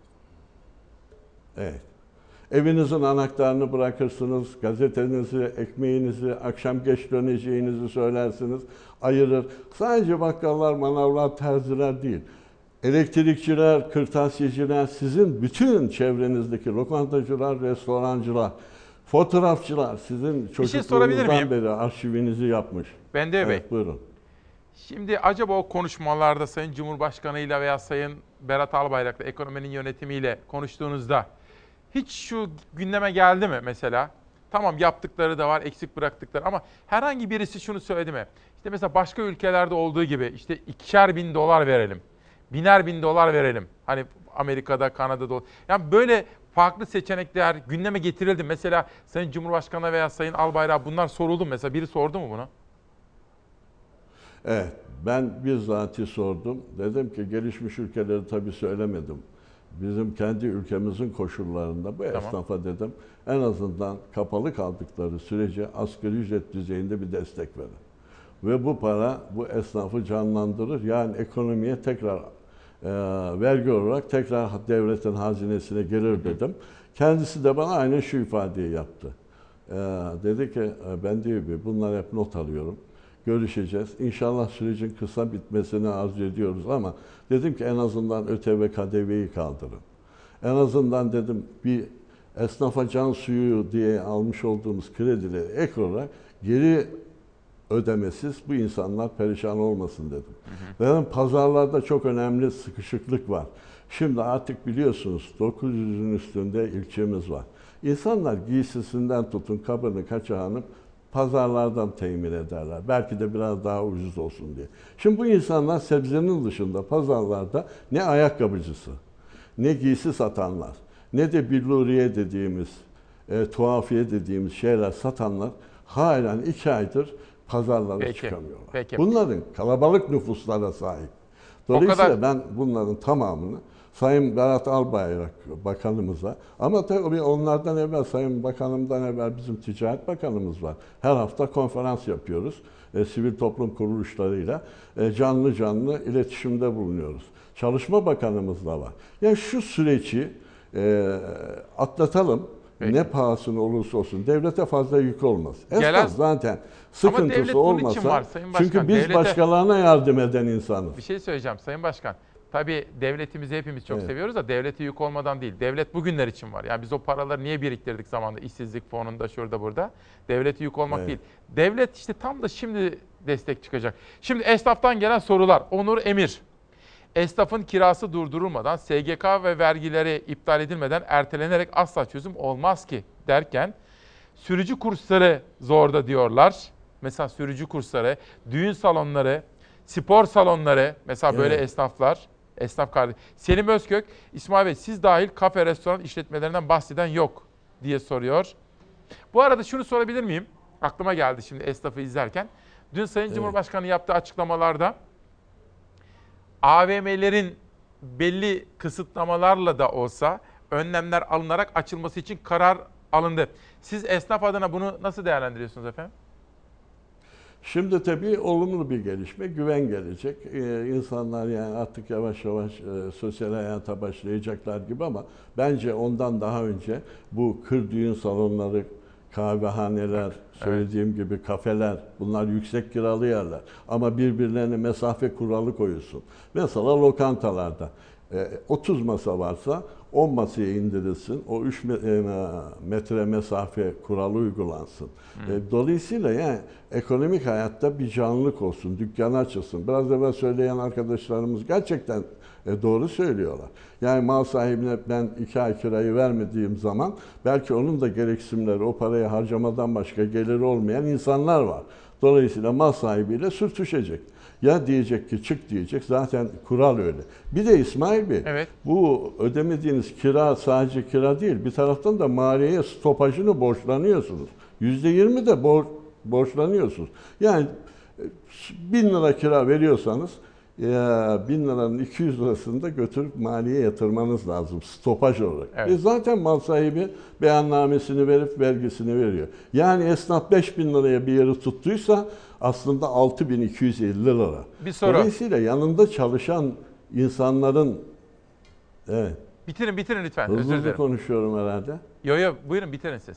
Evet. Evinizin anahtarını bırakırsınız, gazetenizi, ekmeğinizi, akşam geç döneceğinizi söylersiniz, ayırır. Sadece bakkallar, manavlar, terziler değil. Elektrikçiler, kırtasiyeciler, sizin bütün çevrenizdeki lokantacılar, restorancılar, fotoğrafçılar sizin çocukluğunuzdan beri arşivinizi yapmış. Ben de evet, Bey. Buyurun. Şimdi acaba o konuşmalarda Sayın Cumhurbaşkanı'yla veya Sayın Berat Albayrak'la ekonominin yönetimiyle konuştuğunuzda hiç şu gündeme geldi mi mesela? Tamam yaptıkları da var, eksik bıraktıkları ama herhangi birisi şunu söyledi mi? İşte mesela başka ülkelerde olduğu gibi işte ikişer bin dolar verelim, biner bin dolar verelim. Hani Amerika'da, Kanada'da. Yani böyle farklı seçenekler gündeme getirildi. Mesela Sayın Cumhurbaşkanı veya Sayın Albayrak bunlar soruldu mu? Mesela biri sordu mu bunu? Evet, ben bizzati sordum. Dedim ki gelişmiş ülkeleri tabii söylemedim. Bizim kendi ülkemizin koşullarında bu Tamam. esnafa dedim en azından kapalı kaldıkları sürece asgari ücret düzeyinde bir destek verin. Ve bu para bu esnafı canlandırır. Yani ekonomiye tekrar e, vergi olarak tekrar devletin hazinesine gelir dedim. Kendisi de bana aynen şu ifadeyi yaptı. E, dedi ki ben diyor bir bunlar hep not alıyorum. Görüşeceğiz. İnşallah sürecin kısa bitmesini arzu ediyoruz ama dedim ki en azından ÖTV K D V'yi kaldırın. En azından dedim bir esnafa can suyu diye almış olduğumuz kredileri ek olarak geri ödemesiz bu insanlar perişan olmasın dedim. Hı hı. Dedim pazarlarda çok önemli sıkışıklık var. Şimdi artık biliyorsunuz dokuz yüzün üstünde ilçemiz var. İnsanlar giysisinden tutun kabını kaçağını pazarlardan temin ederler. Belki de biraz daha ucuz olsun diye. Şimdi bu insanlar sebzenin dışında pazarlarda ne ayakkabıcısı, ne giysi satanlar, ne de billuriye dediğimiz, e, tuhafiye dediğimiz şeyler satanlar halen iki aydır pazarlara Peki, çıkamıyorlar. peki. Bunların kalabalık nüfuslara sahip. Dolayısıyla kadar... ben bunların tamamını Sayın Berat Albayrak Bakanımıza ama tabii onlardan evvel Sayın Bakanımdan evvel bizim Ticaret Bakanımız var. Her hafta konferans yapıyoruz. E, sivil toplum kuruluşlarıyla e, canlı canlı iletişimde bulunuyoruz. Çalışma Bakanımız da var. Yani şu süreci e, atlatalım. Peki. Ne pahasına olursa olsun devlete fazla yük olmaz. Esnaf Gelen... zaten sıkıntısı olmasa var, Sayın Başkan, çünkü biz devlete... başkalarına yardım eden insanız. Bir şey söyleyeceğim Sayın Başkan. Tabii devletimizi hepimiz çok evet. seviyoruz da devlete yük olmadan değil. Devlet bugünler için var. Yani biz o paraları niye biriktirdik zamanında? İşsizlik fonunda, şurada burada. Devlete yük olmak evet. değil. Devlet işte tam da şimdi destek çıkacak. Şimdi esnaftan gelen sorular. Onur Emir. Esnafın kirası durdurulmadan, S G K ve vergileri iptal edilmeden ertelenerek asla çözüm olmaz ki derken sürücü kursları zorda diyorlar. Mesela sürücü kursları, düğün salonları, spor salonları, mesela evet. böyle esnaflar, esnaf kardeş. Selim Özkök, İsmail Bey siz dahil kafe, restoran işletmelerinden bahseden yok diye soruyor. Bu arada şunu sorabilir miyim? Aklıma geldi şimdi esnafı izlerken. Dün Sayın evet. Cumhurbaşkanı yaptığı açıklamalarda A V M'lerin belli kısıtlamalarla da olsa önlemler alınarak açılması için karar alındı. Siz esnaf adına bunu nasıl değerlendiriyorsunuz efendim? Şimdi tabii olumlu bir gelişme, güven gelecek. Ee, insanlar yani artık yavaş yavaş e, sosyal hayata başlayacaklar gibi ama bence ondan daha önce bu kır düğün salonları, kahvehaneler, söylediğim evet. gibi kafeler, bunlar yüksek kiralı yerler. Ama birbirlerine mesafe kuralı koyulsun. Mesela lokantalarda e, otuz masa varsa on masaya indirilsin, o üç metre mesafe kuralı uygulansın. Hmm. Dolayısıyla yani ekonomik hayatta bir canlılık olsun, dükkanı açılsın. Biraz evvel söyleyen arkadaşlarımız gerçekten doğru söylüyorlar. Yani mal sahibine ben iki ay kirayı vermediğim zaman belki onun da gereksinimleri o parayı harcamadan başka geliri olmayan insanlar var. Dolayısıyla mal sahibiyle sürtüşecek. Ya diyecek ki çık diyecek. Zaten kural öyle. Bir de İsmail Bey, evet. bu ödemediğiniz kira sadece kira değil. Bir taraftan da maliyeye stopajını borçlanıyorsunuz. yüzde yirmi de bor, borçlanıyorsunuz. Yani bin lira kira veriyorsanız bin liranın iki yüz lirasını da götürüp maliye yatırmanız lazım stopaj olarak. Evet. E zaten mal sahibi beyannamesini verip vergisini veriyor. Yani esnaf beş bin liraya bir yeri tuttuysa aslında altı bin iki yüz elli lira. Bir soru. Dolayısıyla yanında çalışan insanların... Evet. Bitirin bitirin lütfen. Hızlı Özür dilerim. konuşuyorum herhalde. Yok yok buyurun bitirin siz.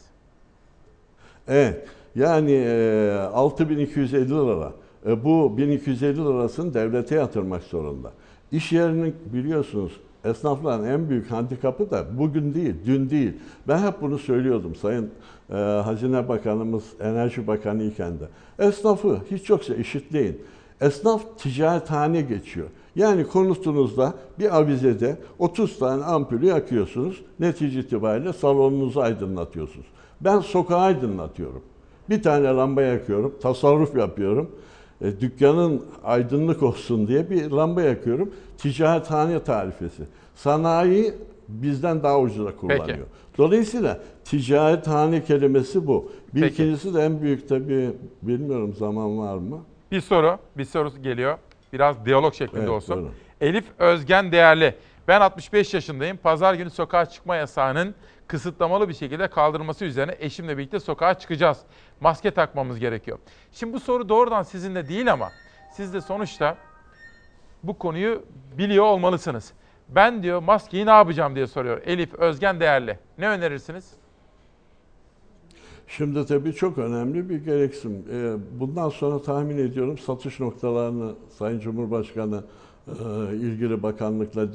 Evet. Yani altı bin iki yüz elli lira. Bu bin iki yüz elli lirasını devlete yatırmak zorunda. İş yerinin biliyorsunuz esnafların en büyük handikapı da bugün değil, dün değil. Ben hep bunu söylüyordum Sayın e, Hazine Bakanımız, Enerji Bakanı iken de. Esnafı hiç yoksa eşitleyin. Esnaf ticarethane geçiyor. Yani konutunuzda bir avizede otuz tane ampulü yakıyorsunuz. Netice itibariyle salonunuzu aydınlatıyorsunuz. Ben sokağı aydınlatıyorum. Bir tane lamba yakıyorum, tasarruf yapıyorum. E, dükkanın aydınlık olsun diye bir lamba yakıyorum. Ticarethane tarifesi. Sanayi bizden daha ucuza kullanıyor. Peki. Dolayısıyla ticarethane kelimesi bu. Bir Peki. ikincisi de en büyük tabii, bilmiyorum zaman var mı? Bir soru, bir soru geliyor. Biraz diyalog şeklinde Evet, olsun. buyurun. Elif Özgen Değerli. Ben altmış beş yaşındayım. Pazar günü sokağa çıkma yasağının kısıtlamalı bir şekilde kaldırılması üzerine eşimle birlikte sokağa çıkacağız. Maske takmamız gerekiyor. Şimdi bu soru doğrudan sizinle değil ama siz de sonuçta bu konuyu biliyor olmalısınız. Ben diyor maskeyi ne yapacağım diye soruyor Elif Özgen Değerli. Ne önerirsiniz? Şimdi tabii çok önemli bir gereksinim. Bundan sonra tahmin ediyorum satış noktalarını Sayın Cumhurbaşkanı ilgili bakanlıkla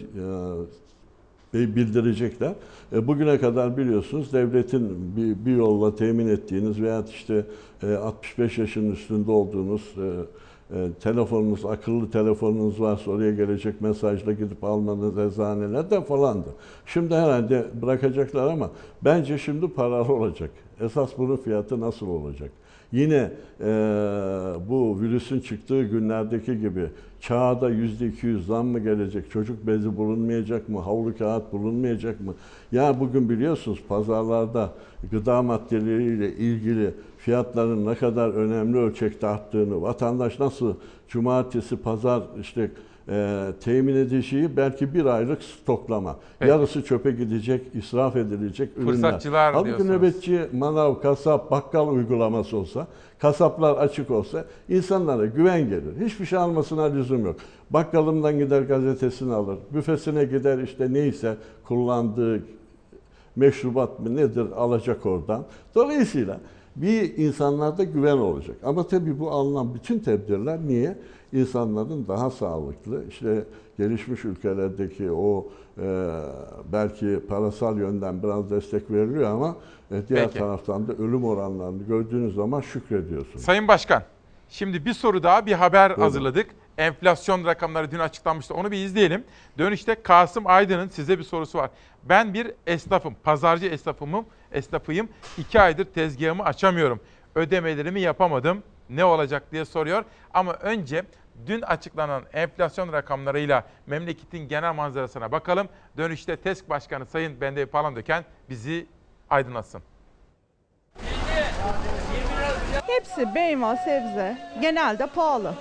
bildirecekler. Bugüne kadar biliyorsunuz devletin bir, bir yolla temin ettiğiniz veya işte altmış beş yaşın üstünde olduğunuz telefonunuz, akıllı telefonunuz varsa oraya gelecek mesajla gidip almanız eczanelerde falandı. Şimdi herhalde bırakacaklar ama bence şimdi paralı olacak. Esas bunun fiyatı nasıl olacak? Yine e, bu virüsün çıktığı günlerdeki gibi kağıda yüzde iki yüz zam mı gelecek? Çocuk bezi bulunmayacak mı? Havlu kağıt bulunmayacak mı? Ya bugün biliyorsunuz pazarlarda gıda maddeleriyle ilgili fiyatların ne kadar önemli ölçekte arttığını, vatandaş nasıl cumartesi, pazar işte e, temin edeceği belki bir aylık stoklama. Peki. Yarısı çöpe gidecek, israf edilecek ürünler. Fırsatçılar Halbuki diyorsunuz. nöbetçi, manav, kasap, bakkal uygulaması olsa, kasaplar açık olsa insanlara güven gelir. Hiçbir şey almasına lüzum yok. Bakkalımdan gider gazetesini alır, büfesine gider işte neyse kullandığı meşrubat mı nedir alacak oradan. Dolayısıyla bir insanlarda güven olacak. Ama tabii bu alınan bütün tedbirler niye? İnsanların daha sağlıklı, işte gelişmiş ülkelerdeki o e, belki parasal yönden biraz destek veriliyor ama e, diğer Peki. taraftan da ölüm oranlarını gördüğünüz zaman şükrediyorsunuz. Sayın Başkan, şimdi bir soru daha, bir haber Buyurun. hazırladık. Enflasyon rakamları dün açıklanmıştı. Onu bir izleyelim. Dönüşte Kasım Aydın'ın size bir sorusu var. Ben bir esnafım, pazarcı esnafımım, esnafıyım. İki aydır tezgahımı açamıyorum. Ödemelerimi yapamadım. Ne olacak diye soruyor. Ama önce dün açıklanan enflasyon rakamlarıyla memleketin genel manzarasına bakalım. Dönüşte TESK Başkanı Sayın Bendevi Palandöken bizi aydınlatsın. Hepsi meyve, sebze genelde pahalı.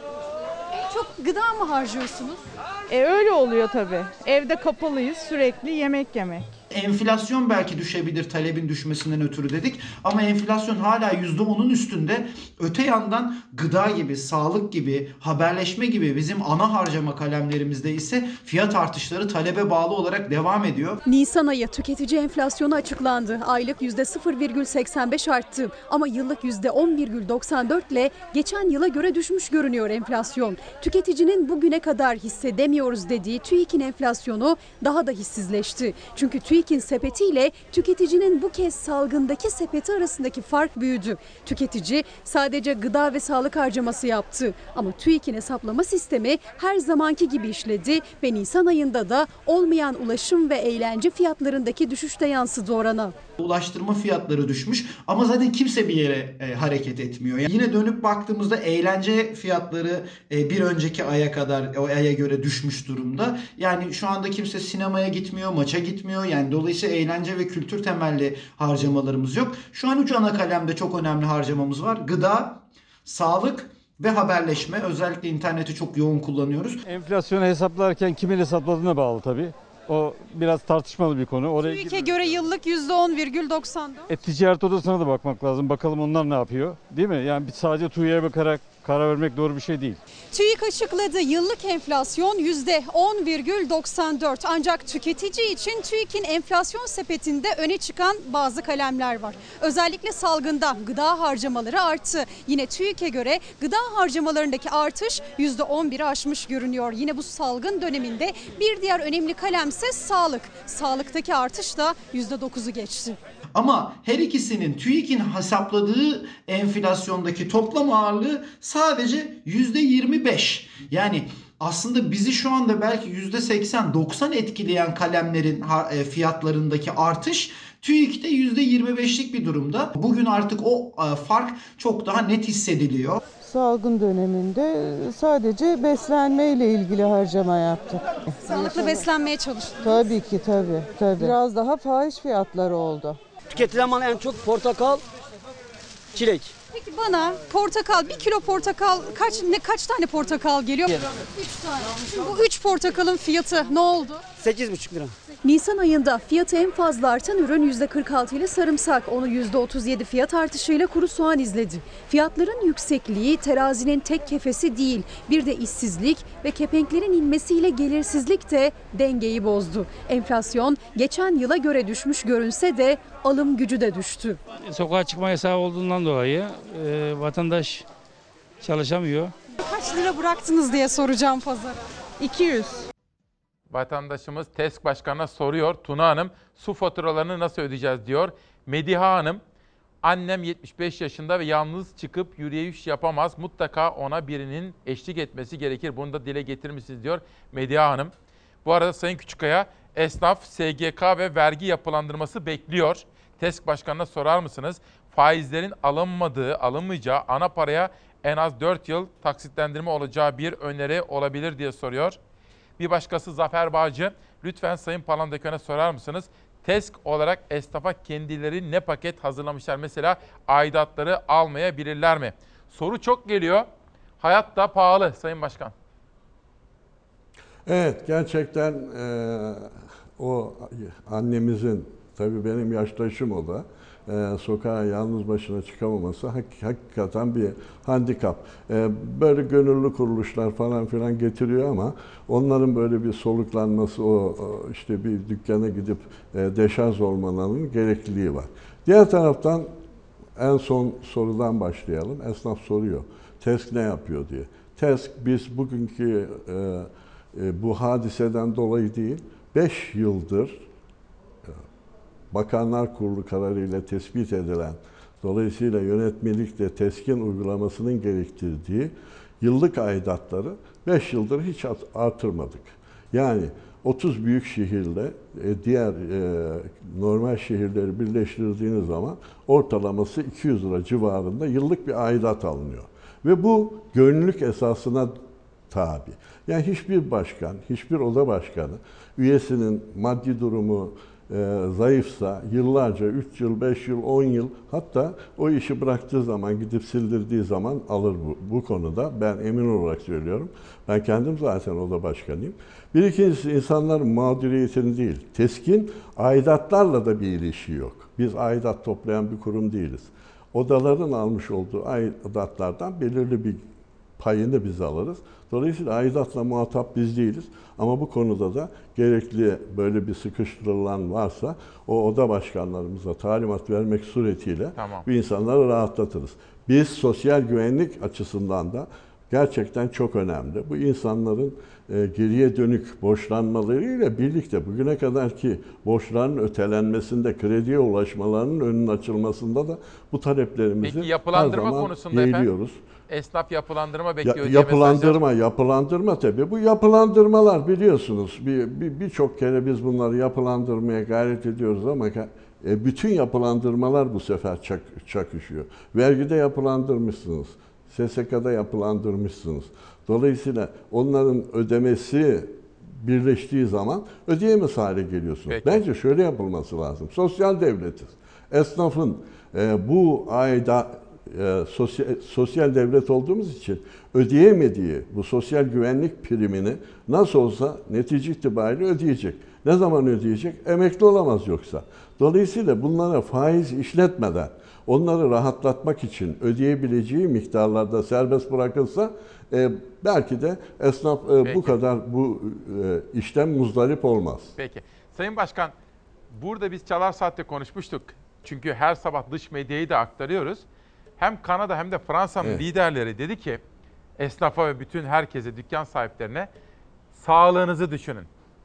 En çok gıda mı harcıyorsunuz? E öyle oluyor tabii. Evde kapalıyız, sürekli yemek yemek. Enflasyon belki düşebilir talebin düşmesinden ötürü dedik ama enflasyon hala yüzde onun üstünde. Öte yandan gıda gibi, sağlık gibi, haberleşme gibi bizim ana harcama kalemlerimizde ise fiyat artışları talebe bağlı olarak devam ediyor. Nisan ayı tüketici enflasyonu açıklandı. Aylık yüzde sıfır virgül seksen beş arttı ama yıllık yüzde on virgül doksan dört ile geçen yıla göre düşmüş görünüyor enflasyon. Tüketicinin bugüne kadar hissedemiyoruz dediği TÜİK'in enflasyonu daha da hissizleşti. Çünkü TÜİK TÜİK'in sepetiyle tüketicinin bu kez salgındaki sepeti arasındaki fark büyüdü. Tüketici sadece gıda ve sağlık harcaması yaptı. Ama TÜİK'in hesaplama sistemi her zamanki gibi işledi ve Nisan ayında da olmayan ulaşım ve eğlence fiyatlarındaki düşüşte yansıdı orana. Ulaştırma fiyatları düşmüş ama zaten kimse bir yere e, hareket etmiyor. Yani yine dönüp baktığımızda eğlence fiyatları e, bir önceki aya kadar o aya göre düşmüş durumda. Yani şu anda kimse sinemaya gitmiyor, maça gitmiyor. Yani dolayısıyla eğlence ve kültür temelli harcamalarımız yok. Şu an üç ana kalemde çok önemli harcamamız var. Gıda, sağlık ve haberleşme. Özellikle interneti çok yoğun kullanıyoruz. Enflasyonu hesaplarken kimin hesapladığına bağlı tabii. O biraz tartışmalı bir konu. Oraya TÜİK'e göre yıllık yüzde on virgül doksan dört. E, ticaret odasına da bakmak lazım. Bakalım onlar ne yapıyor, değil mi? Yani sadece TÜİK'e bakarak karar vermek doğru bir şey değil. TÜİK açıkladı, yıllık enflasyon yüzde on virgül doksan dört. Ancak tüketici için TÜİK'in enflasyon sepetinde öne çıkan bazı kalemler var. Özellikle salgında gıda harcamaları arttı. Yine TÜİK'e göre gıda harcamalarındaki artış yüzde on biri aşmış görünüyor. Yine bu salgın döneminde bir diğer önemli kalemse sağlık. Sağlıktaki artış da yüzde dokuzu geçti. Ama her ikisinin TÜİK'in hesapladığı enflasyondaki toplam ağırlığı sadece yüzde yirmi beş. Yani aslında bizi şu anda belki yüzde seksen doksan etkileyen kalemlerin fiyatlarındaki artış TÜİK'te yüzde yirmi beşlik bir durumda. Bugün artık o fark çok daha net hissediliyor. Salgın döneminde sadece beslenmeyle ilgili harcama yaptık. Sağlıklı beslenmeye çalıştık. Tabii ki tabii, tabii. Biraz daha fahiş fiyatları oldu. Tüketilen mal en çok portakal, çilek. Peki bana portakal, bir kilo portakal kaç ne kaç tane portakal geliyor? üç tane. Şimdi bu üç portakalın fiyatı ne oldu? sekiz buçuk lira. Nisan ayında fiyatı en fazla artan ürün yüzde kırk altı ile sarımsak. Onu yüzde otuz yedi fiyat artışıyla kuru soğan izledi. Fiyatların yüksekliği terazinin tek kefesi değil. Bir de işsizlik ve kepenklerin inmesiyle gelirsizlik de dengeyi bozdu. Enflasyon geçen yıla göre düşmüş görünse de alım gücü de düştü. Sokağa çıkma yasağı olduğundan dolayı e, vatandaş çalışamıyor. Kaç lira bıraktınız diye soracağım pazara. iki yüz. Vatandaşımız TESK Başkanı'na soruyor. Tuna Hanım su faturalarını nasıl ödeyeceğiz diyor. Mediha Hanım, annem yetmiş beş yaşında ve yalnız çıkıp yürüyüş yapamaz. Mutlaka ona birinin eşlik etmesi gerekir. Bunu da dile getirir misiniz diyor Mediha Hanım. Bu arada Sayın Küçükkaya, esnaf S G K ve vergi yapılandırması bekliyor. TESK Başkanı'na sorar mısınız? Faizlerin alınmadığı, alınmayacağı ana paraya en az dört yıl taksitlendirme olacağı bir öneri olabilir diye soruyor. Bir başkası Zafer Bağcı, lütfen Sayın Palandöken'e sorar mısınız? TESK olarak esnafa kendileri ne paket hazırlamışlar? Mesela aidatları almayabilirler mi? Soru çok geliyor. Hayat da pahalı Sayın Başkan. Evet, gerçekten e, o annemizin, tabii benim yaştaşım o da, e, sokağa yalnız başına çıkamaması hak, hakikaten bir handikap. E, böyle gönüllü kuruluşlar falan filan getiriyor ama onların böyle bir soluklanması, o, o işte bir dükkana gidip e, deşarj olmalarının gerekliliği var. Diğer taraftan en son sorudan başlayalım. Esnaf soruyor, TESK ne yapıyor diye. TESK biz bugünkü e, e, bu hadiseden dolayı değil, beş yıldır Bakanlar Kurulu kararıyla tespit edilen, dolayısıyla yönetmelikle TESK'in uygulamasının gerektirdiği yıllık aidatları beş yıldır hiç artırmadık. Yani otuz büyük şehirle diğer normal şehirleri birleştirdiğiniz zaman ortalaması iki yüz lira civarında yıllık bir aidat alınıyor. Ve bu gönüllülük esasına tabi. Yani hiçbir başkan, hiçbir oda başkanı üyesinin maddi durumu e, zayıfsa yıllarca, üç yıl, beş yıl, on yıl, hatta o işi bıraktığı zaman, gidip sildirdiği zaman alır bu, bu konuda. Ben emin olarak söylüyorum. Ben kendim zaten oda başkanıyım. Bir ikincisi, insanların mağduriyetini değil, TESK'in aidatlarla da bir ilişki yok. Biz aidat toplayan bir kurum değiliz. Odaların almış olduğu aidatlardan belirli bir payını biz alırız. Dolayısıyla aidatla muhatap biz değiliz. Ama bu konuda da gerekli böyle bir sıkıştırılan varsa o oda başkanlarımıza talimat vermek suretiyle tamam, bu insanları rahatlatırız. Biz sosyal güvenlik açısından da gerçekten çok önemli. Bu insanların e, geriye dönük borçlanmalarıyla birlikte bugüne kadarki borçların ötelenmesinde, krediye ulaşmalarının önünün açılmasında da bu taleplerimizi Peki yapılandırma her zaman konusunda yeğliyoruz. Efendim? Esnaf yapılandırma bekliyor Ya, diye yapılandırma, mesajlar. yapılandırma tabii. Bu yapılandırmalar biliyorsunuz bir birçok bir kere biz bunları yapılandırmaya gayret ediyoruz ama e, bütün yapılandırmalar bu sefer çak, çakışıyor. Vergide yapılandırmışsınız, S S K'da yapılandırmışsınız. Dolayısıyla onların ödemesi birleştiği zaman ödeyemez hale geliyorsunuz. Peki. Bence şöyle yapılması lazım. Sosyal devletiz. Esnafın e, bu ayda E, sosyal, sosyal devlet olduğumuz için ödeyemediği bu sosyal güvenlik primini nasıl olsa netice itibariyle ödeyecek. Ne zaman ödeyecek? Emekli olamaz yoksa. Dolayısıyla bunlara faiz işletmeden onları rahatlatmak için ödeyebileceği miktarlarda serbest bırakılsa e, belki de esnaf e, bu kadar bu e, işten muzdarip olmaz. Peki. Sayın Başkan, burada biz Çalar Saat'te konuşmuştuk. Çünkü her sabah dış medyayı da aktarıyoruz. Hem Kanada hem de Fransa'nın evet. liderleri dedi ki esnafa ve bütün herkese, dükkan sahiplerine sağlığınızı düşünün.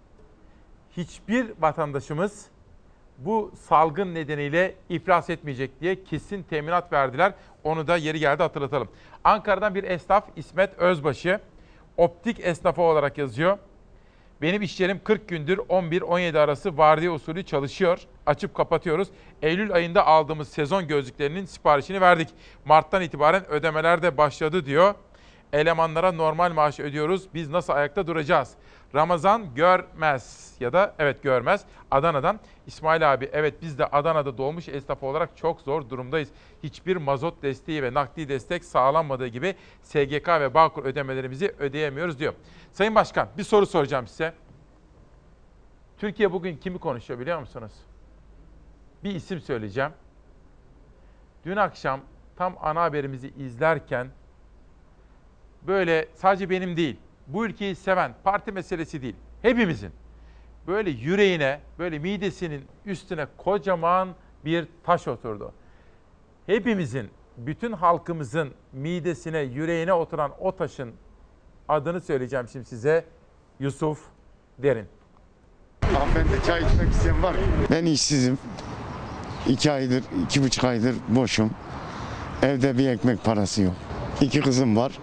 Hiçbir vatandaşımız bu salgın nedeniyle iflas etmeyecek diye kesin teminat verdiler. Onu da yeri geldi hatırlatalım. Ankara'dan bir esnaf İsmet Özbaşı, Optik esnafı olarak yazıyor. Benim iş yerim kırk gündür on bir on yedi arası vardiya usulü çalışıyor. Açıp kapatıyoruz. Eylül ayında aldığımız sezon gözlüklerinin siparişini verdik. Mart'tan itibaren ödemeler de başladı diyor. Elemanlara normal maaş ödüyoruz. Biz nasıl ayakta duracağız? Ramazan Görmez ya da evet Görmez Adana'dan. İsmail abi, evet biz de Adana'da doğmuş esnaf olarak çok zor durumdayız. Hiçbir mazot desteği ve nakdi destek sağlanmadığı gibi S G K ve Bağkur ödemelerimizi ödeyemiyoruz diyor. Sayın Başkan, bir soru soracağım size. Türkiye bugün kimi konuşuyor biliyor musunuz? Bir isim söyleyeceğim. Dün akşam tam ana haberimizi izlerken böyle sadece benim değil, bu ülkeyi seven, parti meselesi değil, hepimizin böyle yüreğine, böyle midesinin üstüne kocaman bir taş oturdu. Hepimizin, bütün halkımızın midesine, yüreğine oturan o taşın adını söyleyeceğim şimdi size. Yusuf Derin. Hanımefendi, çay içmek isteyen var mı? Ben işsizim. İki aydır, iki buçuk aydır boşum. Evde bir ekmek parası yok. İki kızım var.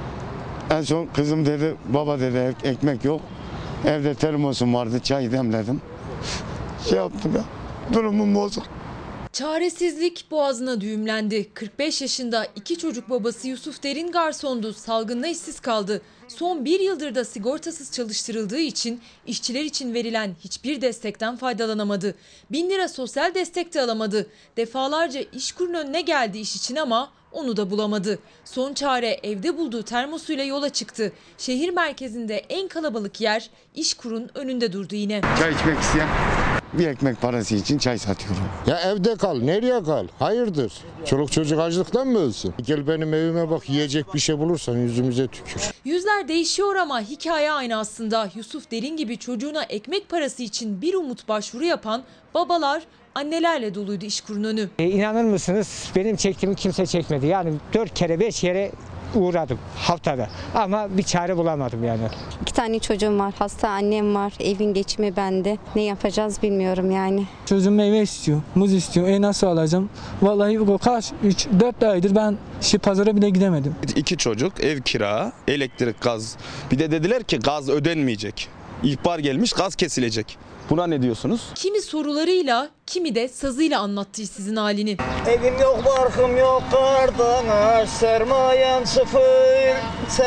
En son kızım dedi, baba dedi ekmek yok. Evde termosum vardı, çay demledim. Şey yaptım ya, durumum bozuk. Çaresizlik boğazına düğümlendi. kırk beş yaşında iki çocuk babası Yusuf Derin garsondu. Salgında işsiz kaldı. Son bir yıldır da sigortasız çalıştırıldığı için işçiler için verilen hiçbir destekten faydalanamadı. Bin lira sosyal destek de alamadı. Defalarca İşkur'un önüne geldi iş için ama onu da bulamadı. Son çare evde bulduğu termosuyla yola çıktı. Şehir merkezinde en kalabalık yer İşkur'un önünde durdu yine. Çay içmek isteyen? Bir ekmek parası için çay satıyorum. Ya evde kal, nereye kal? Hayırdır? Çoluk çocuk açlıktan mı ölsün? Gel benim evime bak, yiyecek bir şey bulursan yüzümüze tükür. Yüzler değişiyor ama hikaye aynı aslında. Yusuf Derin gibi çocuğuna ekmek parası için bir umut başvuru yapan babalar, annelerle doluydu İşkur'un önü. E, inanır mısınız, benim çektiğimi kimse çekmedi. Yani dört kere beş kere uğradım haftada ama bir çare bulamadım yani. İki tane çocuğum var, hasta annem var, evin geçimi bende. Ne yapacağız bilmiyorum yani. Çocuğum meyve istiyor, muz istiyor. E nasıl alacağım? Vallahi bu kaç, üç dört aydır ben şey, pazara bile gidemedim. İki çocuk, ev kira, elektrik, gaz. Bir de dediler ki gaz ödenmeyecek. İhbar gelmiş, gaz kesilecek. Buna ne diyorsunuz? Kimi sorularıyla, kimi de sazıyla anlattı sizin halini. Evim yok, barkım yok, kardeş, sermayem sıfır,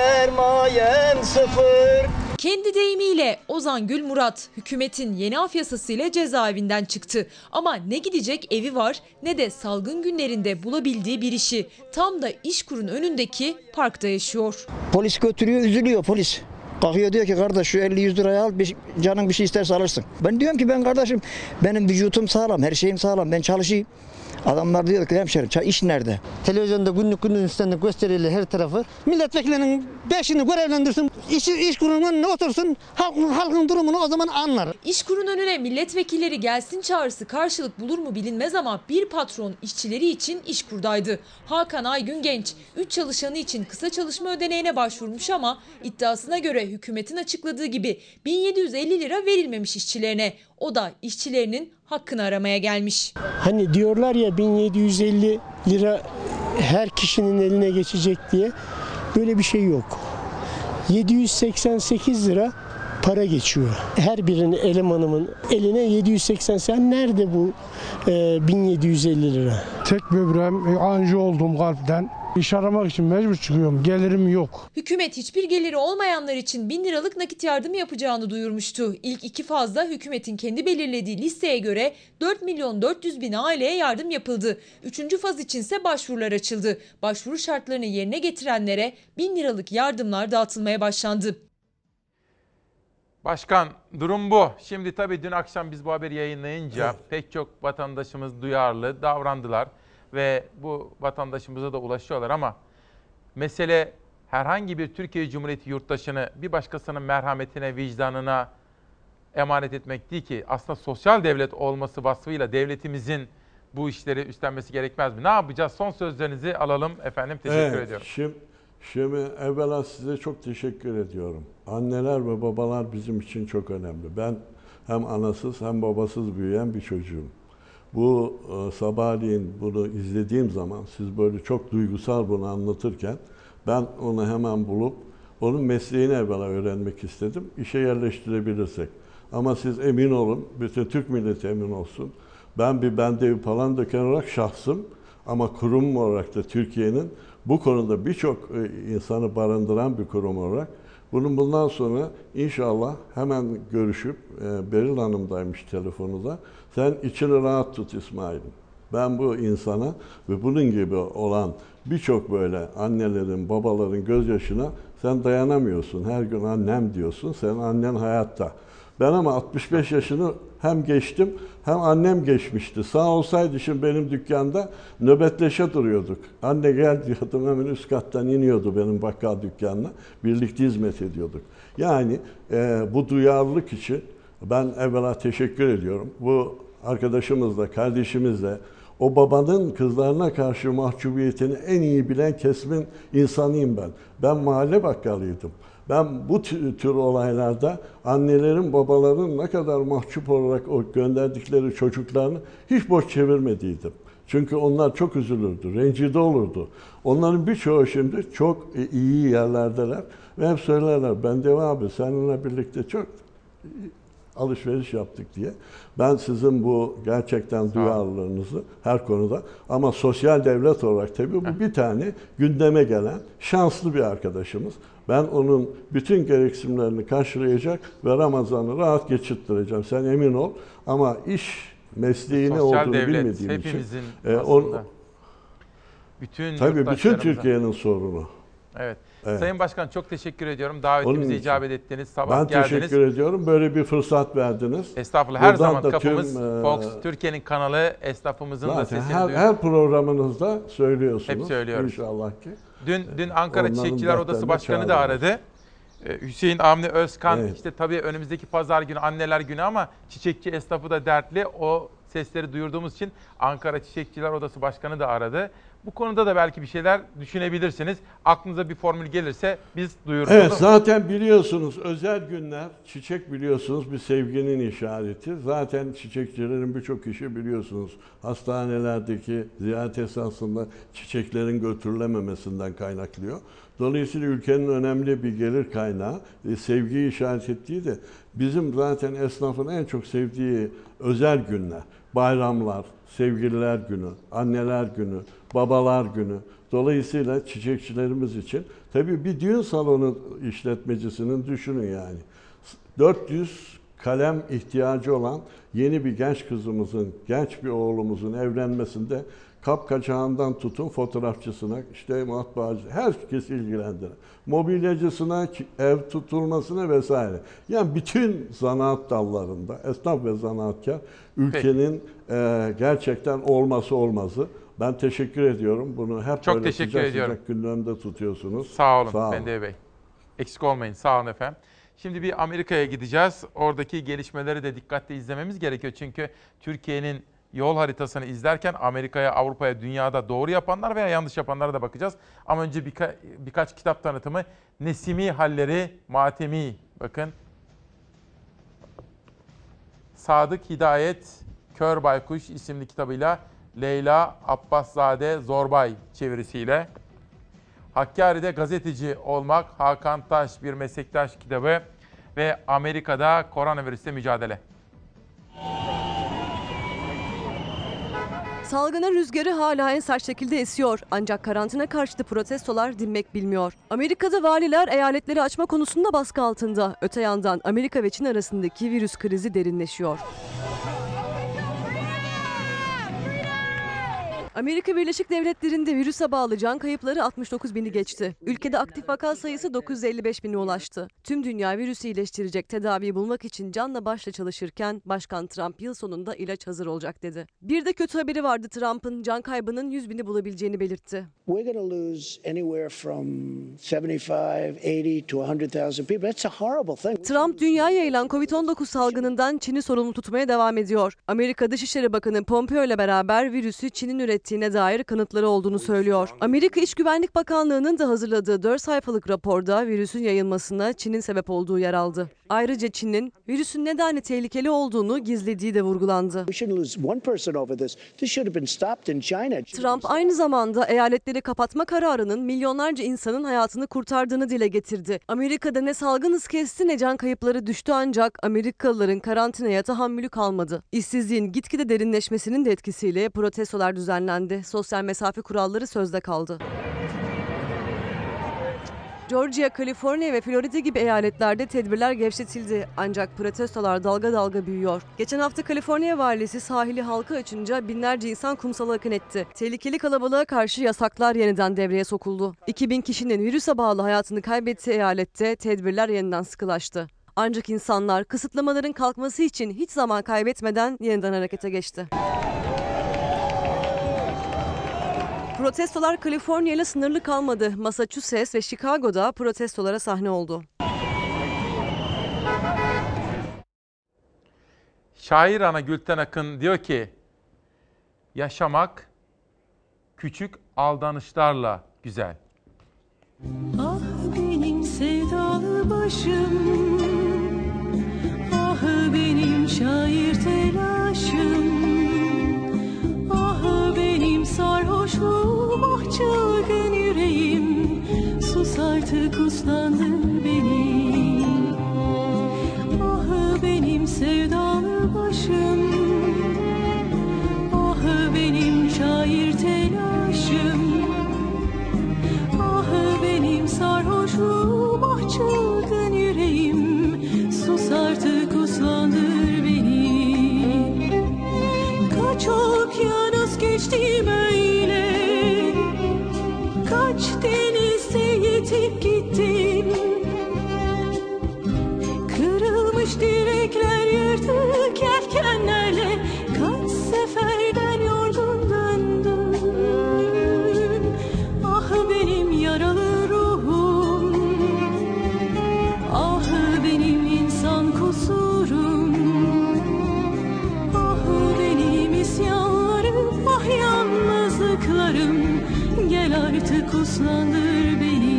sermayem sıfır. Kendi deyimiyle Ozan Gül Murat hükümetin yeni af yasasıyla cezaevinden çıktı. Ama ne gidecek evi var ne de salgın günlerinde bulabildiği bir işi. Tam da İşkur'un önündeki parkta yaşıyor. Polis götürüyor, üzülüyor polis. Kalkıyor diyor ki kardeş şu elli yüz liraya al, bir, canın bir şey isterse alırsın. Ben diyorum ki ben kardeşim benim vücutum sağlam, her şeyim sağlam, ben çalışayım. Adamlar diyor ki hemşerim iş nerede? Televizyonda günlük günlük üstünde gösteriyle her tarafı. Milletvekillerinin beşini görevlendirsin, iş, iş kurulunun önüne otursun, halkın, halkın durumunu o zaman anlar. İşkur'un önüne milletvekilleri gelsin çağrısı karşılık bulur mu bilinmez ama bir patron işçileri için İşkur'daydı. Hakan Aygün Genç, üç çalışanı için kısa çalışma ödeneğine başvurmuş ama iddiasına göre hükümetin açıkladığı gibi bin yedi yüz elli lira verilmemiş işçilerine. O da işçilerinin hakkını aramaya gelmiş. Hani diyorlar ya bin yedi yüz elli lira her kişinin eline geçecek diye, böyle bir şey yok. yedi yüz seksen sekiz lira para geçiyor. Her birinin elemanımın eline yedi yüz seksen sekiz. Nerede bu e, bin yedi yüz elli lira? Tek böbreğim, anji oldum kalpten. İş aramak için mecbur çıkıyorum. Gelirim yok. Hükümet hiçbir geliri olmayanlar için bin liralık nakit yardım yapacağını duyurmuştu. İlk iki fazda hükümetin kendi belirlediği listeye göre dört milyon dört yüz bin aileye yardım yapıldı. Üçüncü faz içinse başvurular açıldı. Başvuru şartlarını yerine getirenlere bin liralık yardımlar dağıtılmaya başlandı. Başkan, durum bu. Şimdi tabii dün akşam biz bu haberi yayınlayınca evet, pek çok vatandaşımız duyarlı davrandılar ve bu vatandaşımıza da ulaşıyorlar ama mesele herhangi bir Türkiye Cumhuriyeti yurttaşını bir başkasının merhametine, vicdanına emanet etmek değil ki. Aslında sosyal devlet olması vasfıyla devletimizin bu işleri üstlenmesi gerekmez mi? Ne yapacağız? Son sözlerinizi alalım efendim. Teşekkür evet, ediyorum. Şimdi, şimdi evvela size çok teşekkür ediyorum. Anneler ve babalar bizim için çok önemli. Ben hem anasız hem babasız büyüyen bir çocuğum. Bu e, sabahleyin bunu izlediğim zaman siz böyle çok duygusal bunu anlatırken ben onu hemen bulup Onun mesleğini evvela öğrenmek istedim. İşe yerleştirebilirsek. Ama siz emin olun, bütün Türk milleti emin olsun. Ben bir Bendevi Palandöken olarak şahsım ama kurum olarak da Türkiye'nin bu konuda birçok insanı barındıran bir kurum olarak bunun bundan sonra inşallah hemen görüşüp, e, Beril Hanım'daymış telefonu da, sen içini rahat tut İsmail'im. Ben bu insana ve bunun gibi olan birçok böyle annelerin, babaların gözyaşına sen dayanamıyorsun. Her gün annem diyorsun, senin annen hayatta. Ben ama altmış beş yaşını hem geçtim hem annem geçmişti. Sağ olsaydı şimdi benim dükkanda nöbetleşe duruyorduk. Anne gel diyordum, hemen üst kattan iniyordu benim bakkal dükkanına. Birlikte hizmet ediyorduk. Yani e, bu duyarlılık için ben evvela teşekkür ediyorum. Bu arkadaşımızla, kardeşimizle o babanın kızlarına karşı mahcubiyetini en iyi bilen kesimin insanıyım ben. Ben mahalle bakkalıydım. Ben bu tür olaylarda annelerin, babaların ne kadar mahcup olarak o gönderdikleri çocuklarını hiç boş çevirmediydim. Çünkü onlar çok üzülürdü, rencide olurdu. Onların birçoğu şimdi çok iyi yerlerdeler ve hep söylerler, Bendevi abi seninle birlikte çok alışveriş yaptık diye. Ben sizin bu gerçekten duyarlılığınızı her konuda, ama sosyal devlet olarak tabii bu bir tane gündeme gelen şanslı bir arkadaşımız. Ben onun bütün gereksinimlerini karşılayacak ve Ramazan'ı rahat geçirttireceğim. Sen emin ol. Ama iş mesleği ne olduğunu bilmediğim için. E, o, bütün tabii bütün Türkiye'nin sorunu. Evet. Evet. Sayın Başkan çok teşekkür ediyorum. Davetimize icabet ettiniz. Sabah ben geldiniz. Ben teşekkür ediyorum. Böyle bir fırsat verdiniz. Estağfurullah. Her Buradan zaman kapımız tüm, Fox Türkiye'nin kanalı, esnafımızın da sesini her, duyuyoruz. Her programınızda söylüyorsunuz. Hep söylüyoruz. İnşallah ki. Dün dün Ankara Onların Çiçekçiler Odası Başkanı da aradı. Ee, Hüseyin Avni Özkan, evet. işte tabii önümüzdeki pazar günü Anneler Günü ama çiçekçi esnafı da dertli. O sesleri duyurduğumuz için Ankara Çiçekçiler Odası Başkanı da aradı. Bu konuda da belki bir şeyler düşünebilirsiniz. Aklınıza bir formül gelirse biz duyururuz. Evet, zaten biliyorsunuz özel günler, çiçek biliyorsunuz bir sevginin işareti. Zaten çiçekçilerin birçok işi biliyorsunuz hastanelerdeki ziyaret esnasında çiçeklerin götürülememesinden kaynaklıyor. Dolayısıyla ülkenin önemli bir gelir kaynağı, sevgiyi işaret ettiği de bizim zaten esnafın en çok sevdiği özel günler, bayramlar, sevgililer günü, anneler günü, babalar günü. Dolayısıyla çiçekçilerimiz için tabii bir düğün salonu işletmecisinin düşünün yani. dört yüz kalem ihtiyacı olan yeni bir genç kızımızın, genç bir oğlumuzun evlenmesinde kapkaçağından tutun fotoğrafçısına, işte matbaacı, herkes ilgilendiren. Mobilyacısına, ev tutulmasına vesaire. Yani bütün zanaat dallarında esnaf ve zanaatkar ülkenin e, gerçekten olması olmazı. Ben teşekkür ediyorum. Bunu hep Çok böyle teşekkür sıcak ediyorum. sıcak gündemde tutuyorsunuz. Sağ olun, Sağ olun. Bendevi Bey. Eksik olmayın. Sağ olun efendim. Şimdi bir Amerika'ya gideceğiz. Oradaki gelişmeleri de dikkatle izlememiz gerekiyor. Çünkü Türkiye'nin yol haritasını izlerken Amerika'ya, Avrupa'ya, dünyada doğru yapanlar veya yanlış yapanlara da bakacağız. Ama önce birka- birkaç kitap tanıtımı. Nesimi Halleri Matemi. Bakın. Sadık Hidayet Kör Baykuş isimli kitabıyla Leyla Abbaszade Zorbay çevirisiyle. Hakkari'de gazeteci olmak Hakan Taş bir meslektaş kitabı ve Amerika'da koronavirüsle mücadele. Salgının rüzgarı hala en sert şekilde esiyor. Ancak karantina karşıtı protestolar dinmek bilmiyor. Amerika'da valiler eyaletleri açma konusunda baskı altında. Öte yandan Amerika ve Çin arasındaki virüs krizi derinleşiyor. Amerika Birleşik Devletleri'nde virüse bağlı can kayıpları altmış dokuz bini geçti. Ülkede aktif vaka sayısı dokuz yüz elli beş bine ulaştı. Tüm dünya virüsü iyileştirecek tedaviyi bulmak için canla başla çalışırken Başkan Trump yıl sonunda ilaç hazır olacak dedi. Bir de kötü haberi vardı Trump'ın can kaybının yüz bini bulabileceğini belirtti. We're going to lose anywhere from seventy-five, eighty to one hundred thousand people. That's a horrible thing. Trump dünyaya yayılan kovid on dokuz salgınından Çin'i sorumlu tutmaya devam ediyor. Amerika Dışişleri Bakanı Pompeo ile beraber virüsü Çin'in ürettiği ettiğine dair kanıtları olduğunu söylüyor. Amerika İç Güvenlik Bakanlığı'nın da hazırladığı dört sayfalık raporda virüsün yayılmasına Çin'in sebep olduğu yer aldı. Ayrıca Çin'in virüsün nedenli tehlikeli olduğunu gizlediği de vurgulandı. Trump aynı zamanda eyaletleri kapatma kararının milyonlarca insanın hayatını kurtardığını dile getirdi. Amerika'da ne salgın hız kesti ne can kayıpları düştü, ancak Amerikalıların karantinaya tahammülü kalmadı. İşsizliğin gitgide derinleşmesinin de etkisiyle protestolar düzenlendi. Sosyal mesafe kuralları sözde kaldı. Georgia, Kaliforniya ve Florida gibi eyaletlerde tedbirler gevşetildi. Ancak protestolar dalga dalga büyüyor. Geçen hafta Kaliforniya valisi sahili halka açınca binlerce insan kumsala akın etti. Tehlikeli kalabalığa karşı yasaklar yeniden devreye sokuldu. iki bin kişinin virüse bağlı hayatını kaybettiği eyalette tedbirler yeniden sıkılaştı. Ancak insanlar kısıtlamaların kalkması için hiç zaman kaybetmeden yeniden harekete geçti. Protestolar Kaliforniya ile sınırlı kalmadı. Massachusetts ve Chicago'da protestolara sahne oldu. Şair ana Gülten Akın diyor ki, yaşamak küçük aldanışlarla güzel. Ah benim sevdalı başım, ah benim şair telaşım, ah benim sarhoşluğum, ah çılgın yüreğim, sus artık uslandır beni. Ah benim sevdalı başım, ah benim şair telaşım, ah benim sarhoşluğum, ah çılgın yüreğim, sus artık uslandır beni. Kaç okyanus geçtim öyle, kaç denize yetip gittim, kırılmış direkler yırtık yelkenlerle kaç seferden yorgun döndüm. Ah benim yaralı ruhum, ah benim insan kusurum, ah benim isyanlarım, ah yalnızlıklarım, gel artık uslandır beni.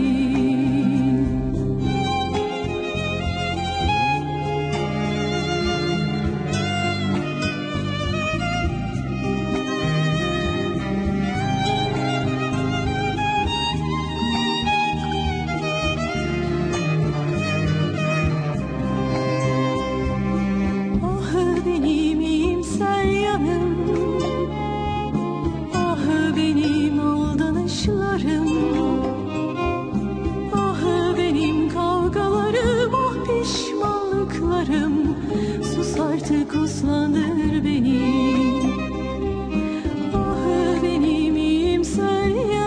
Sus artık uslandır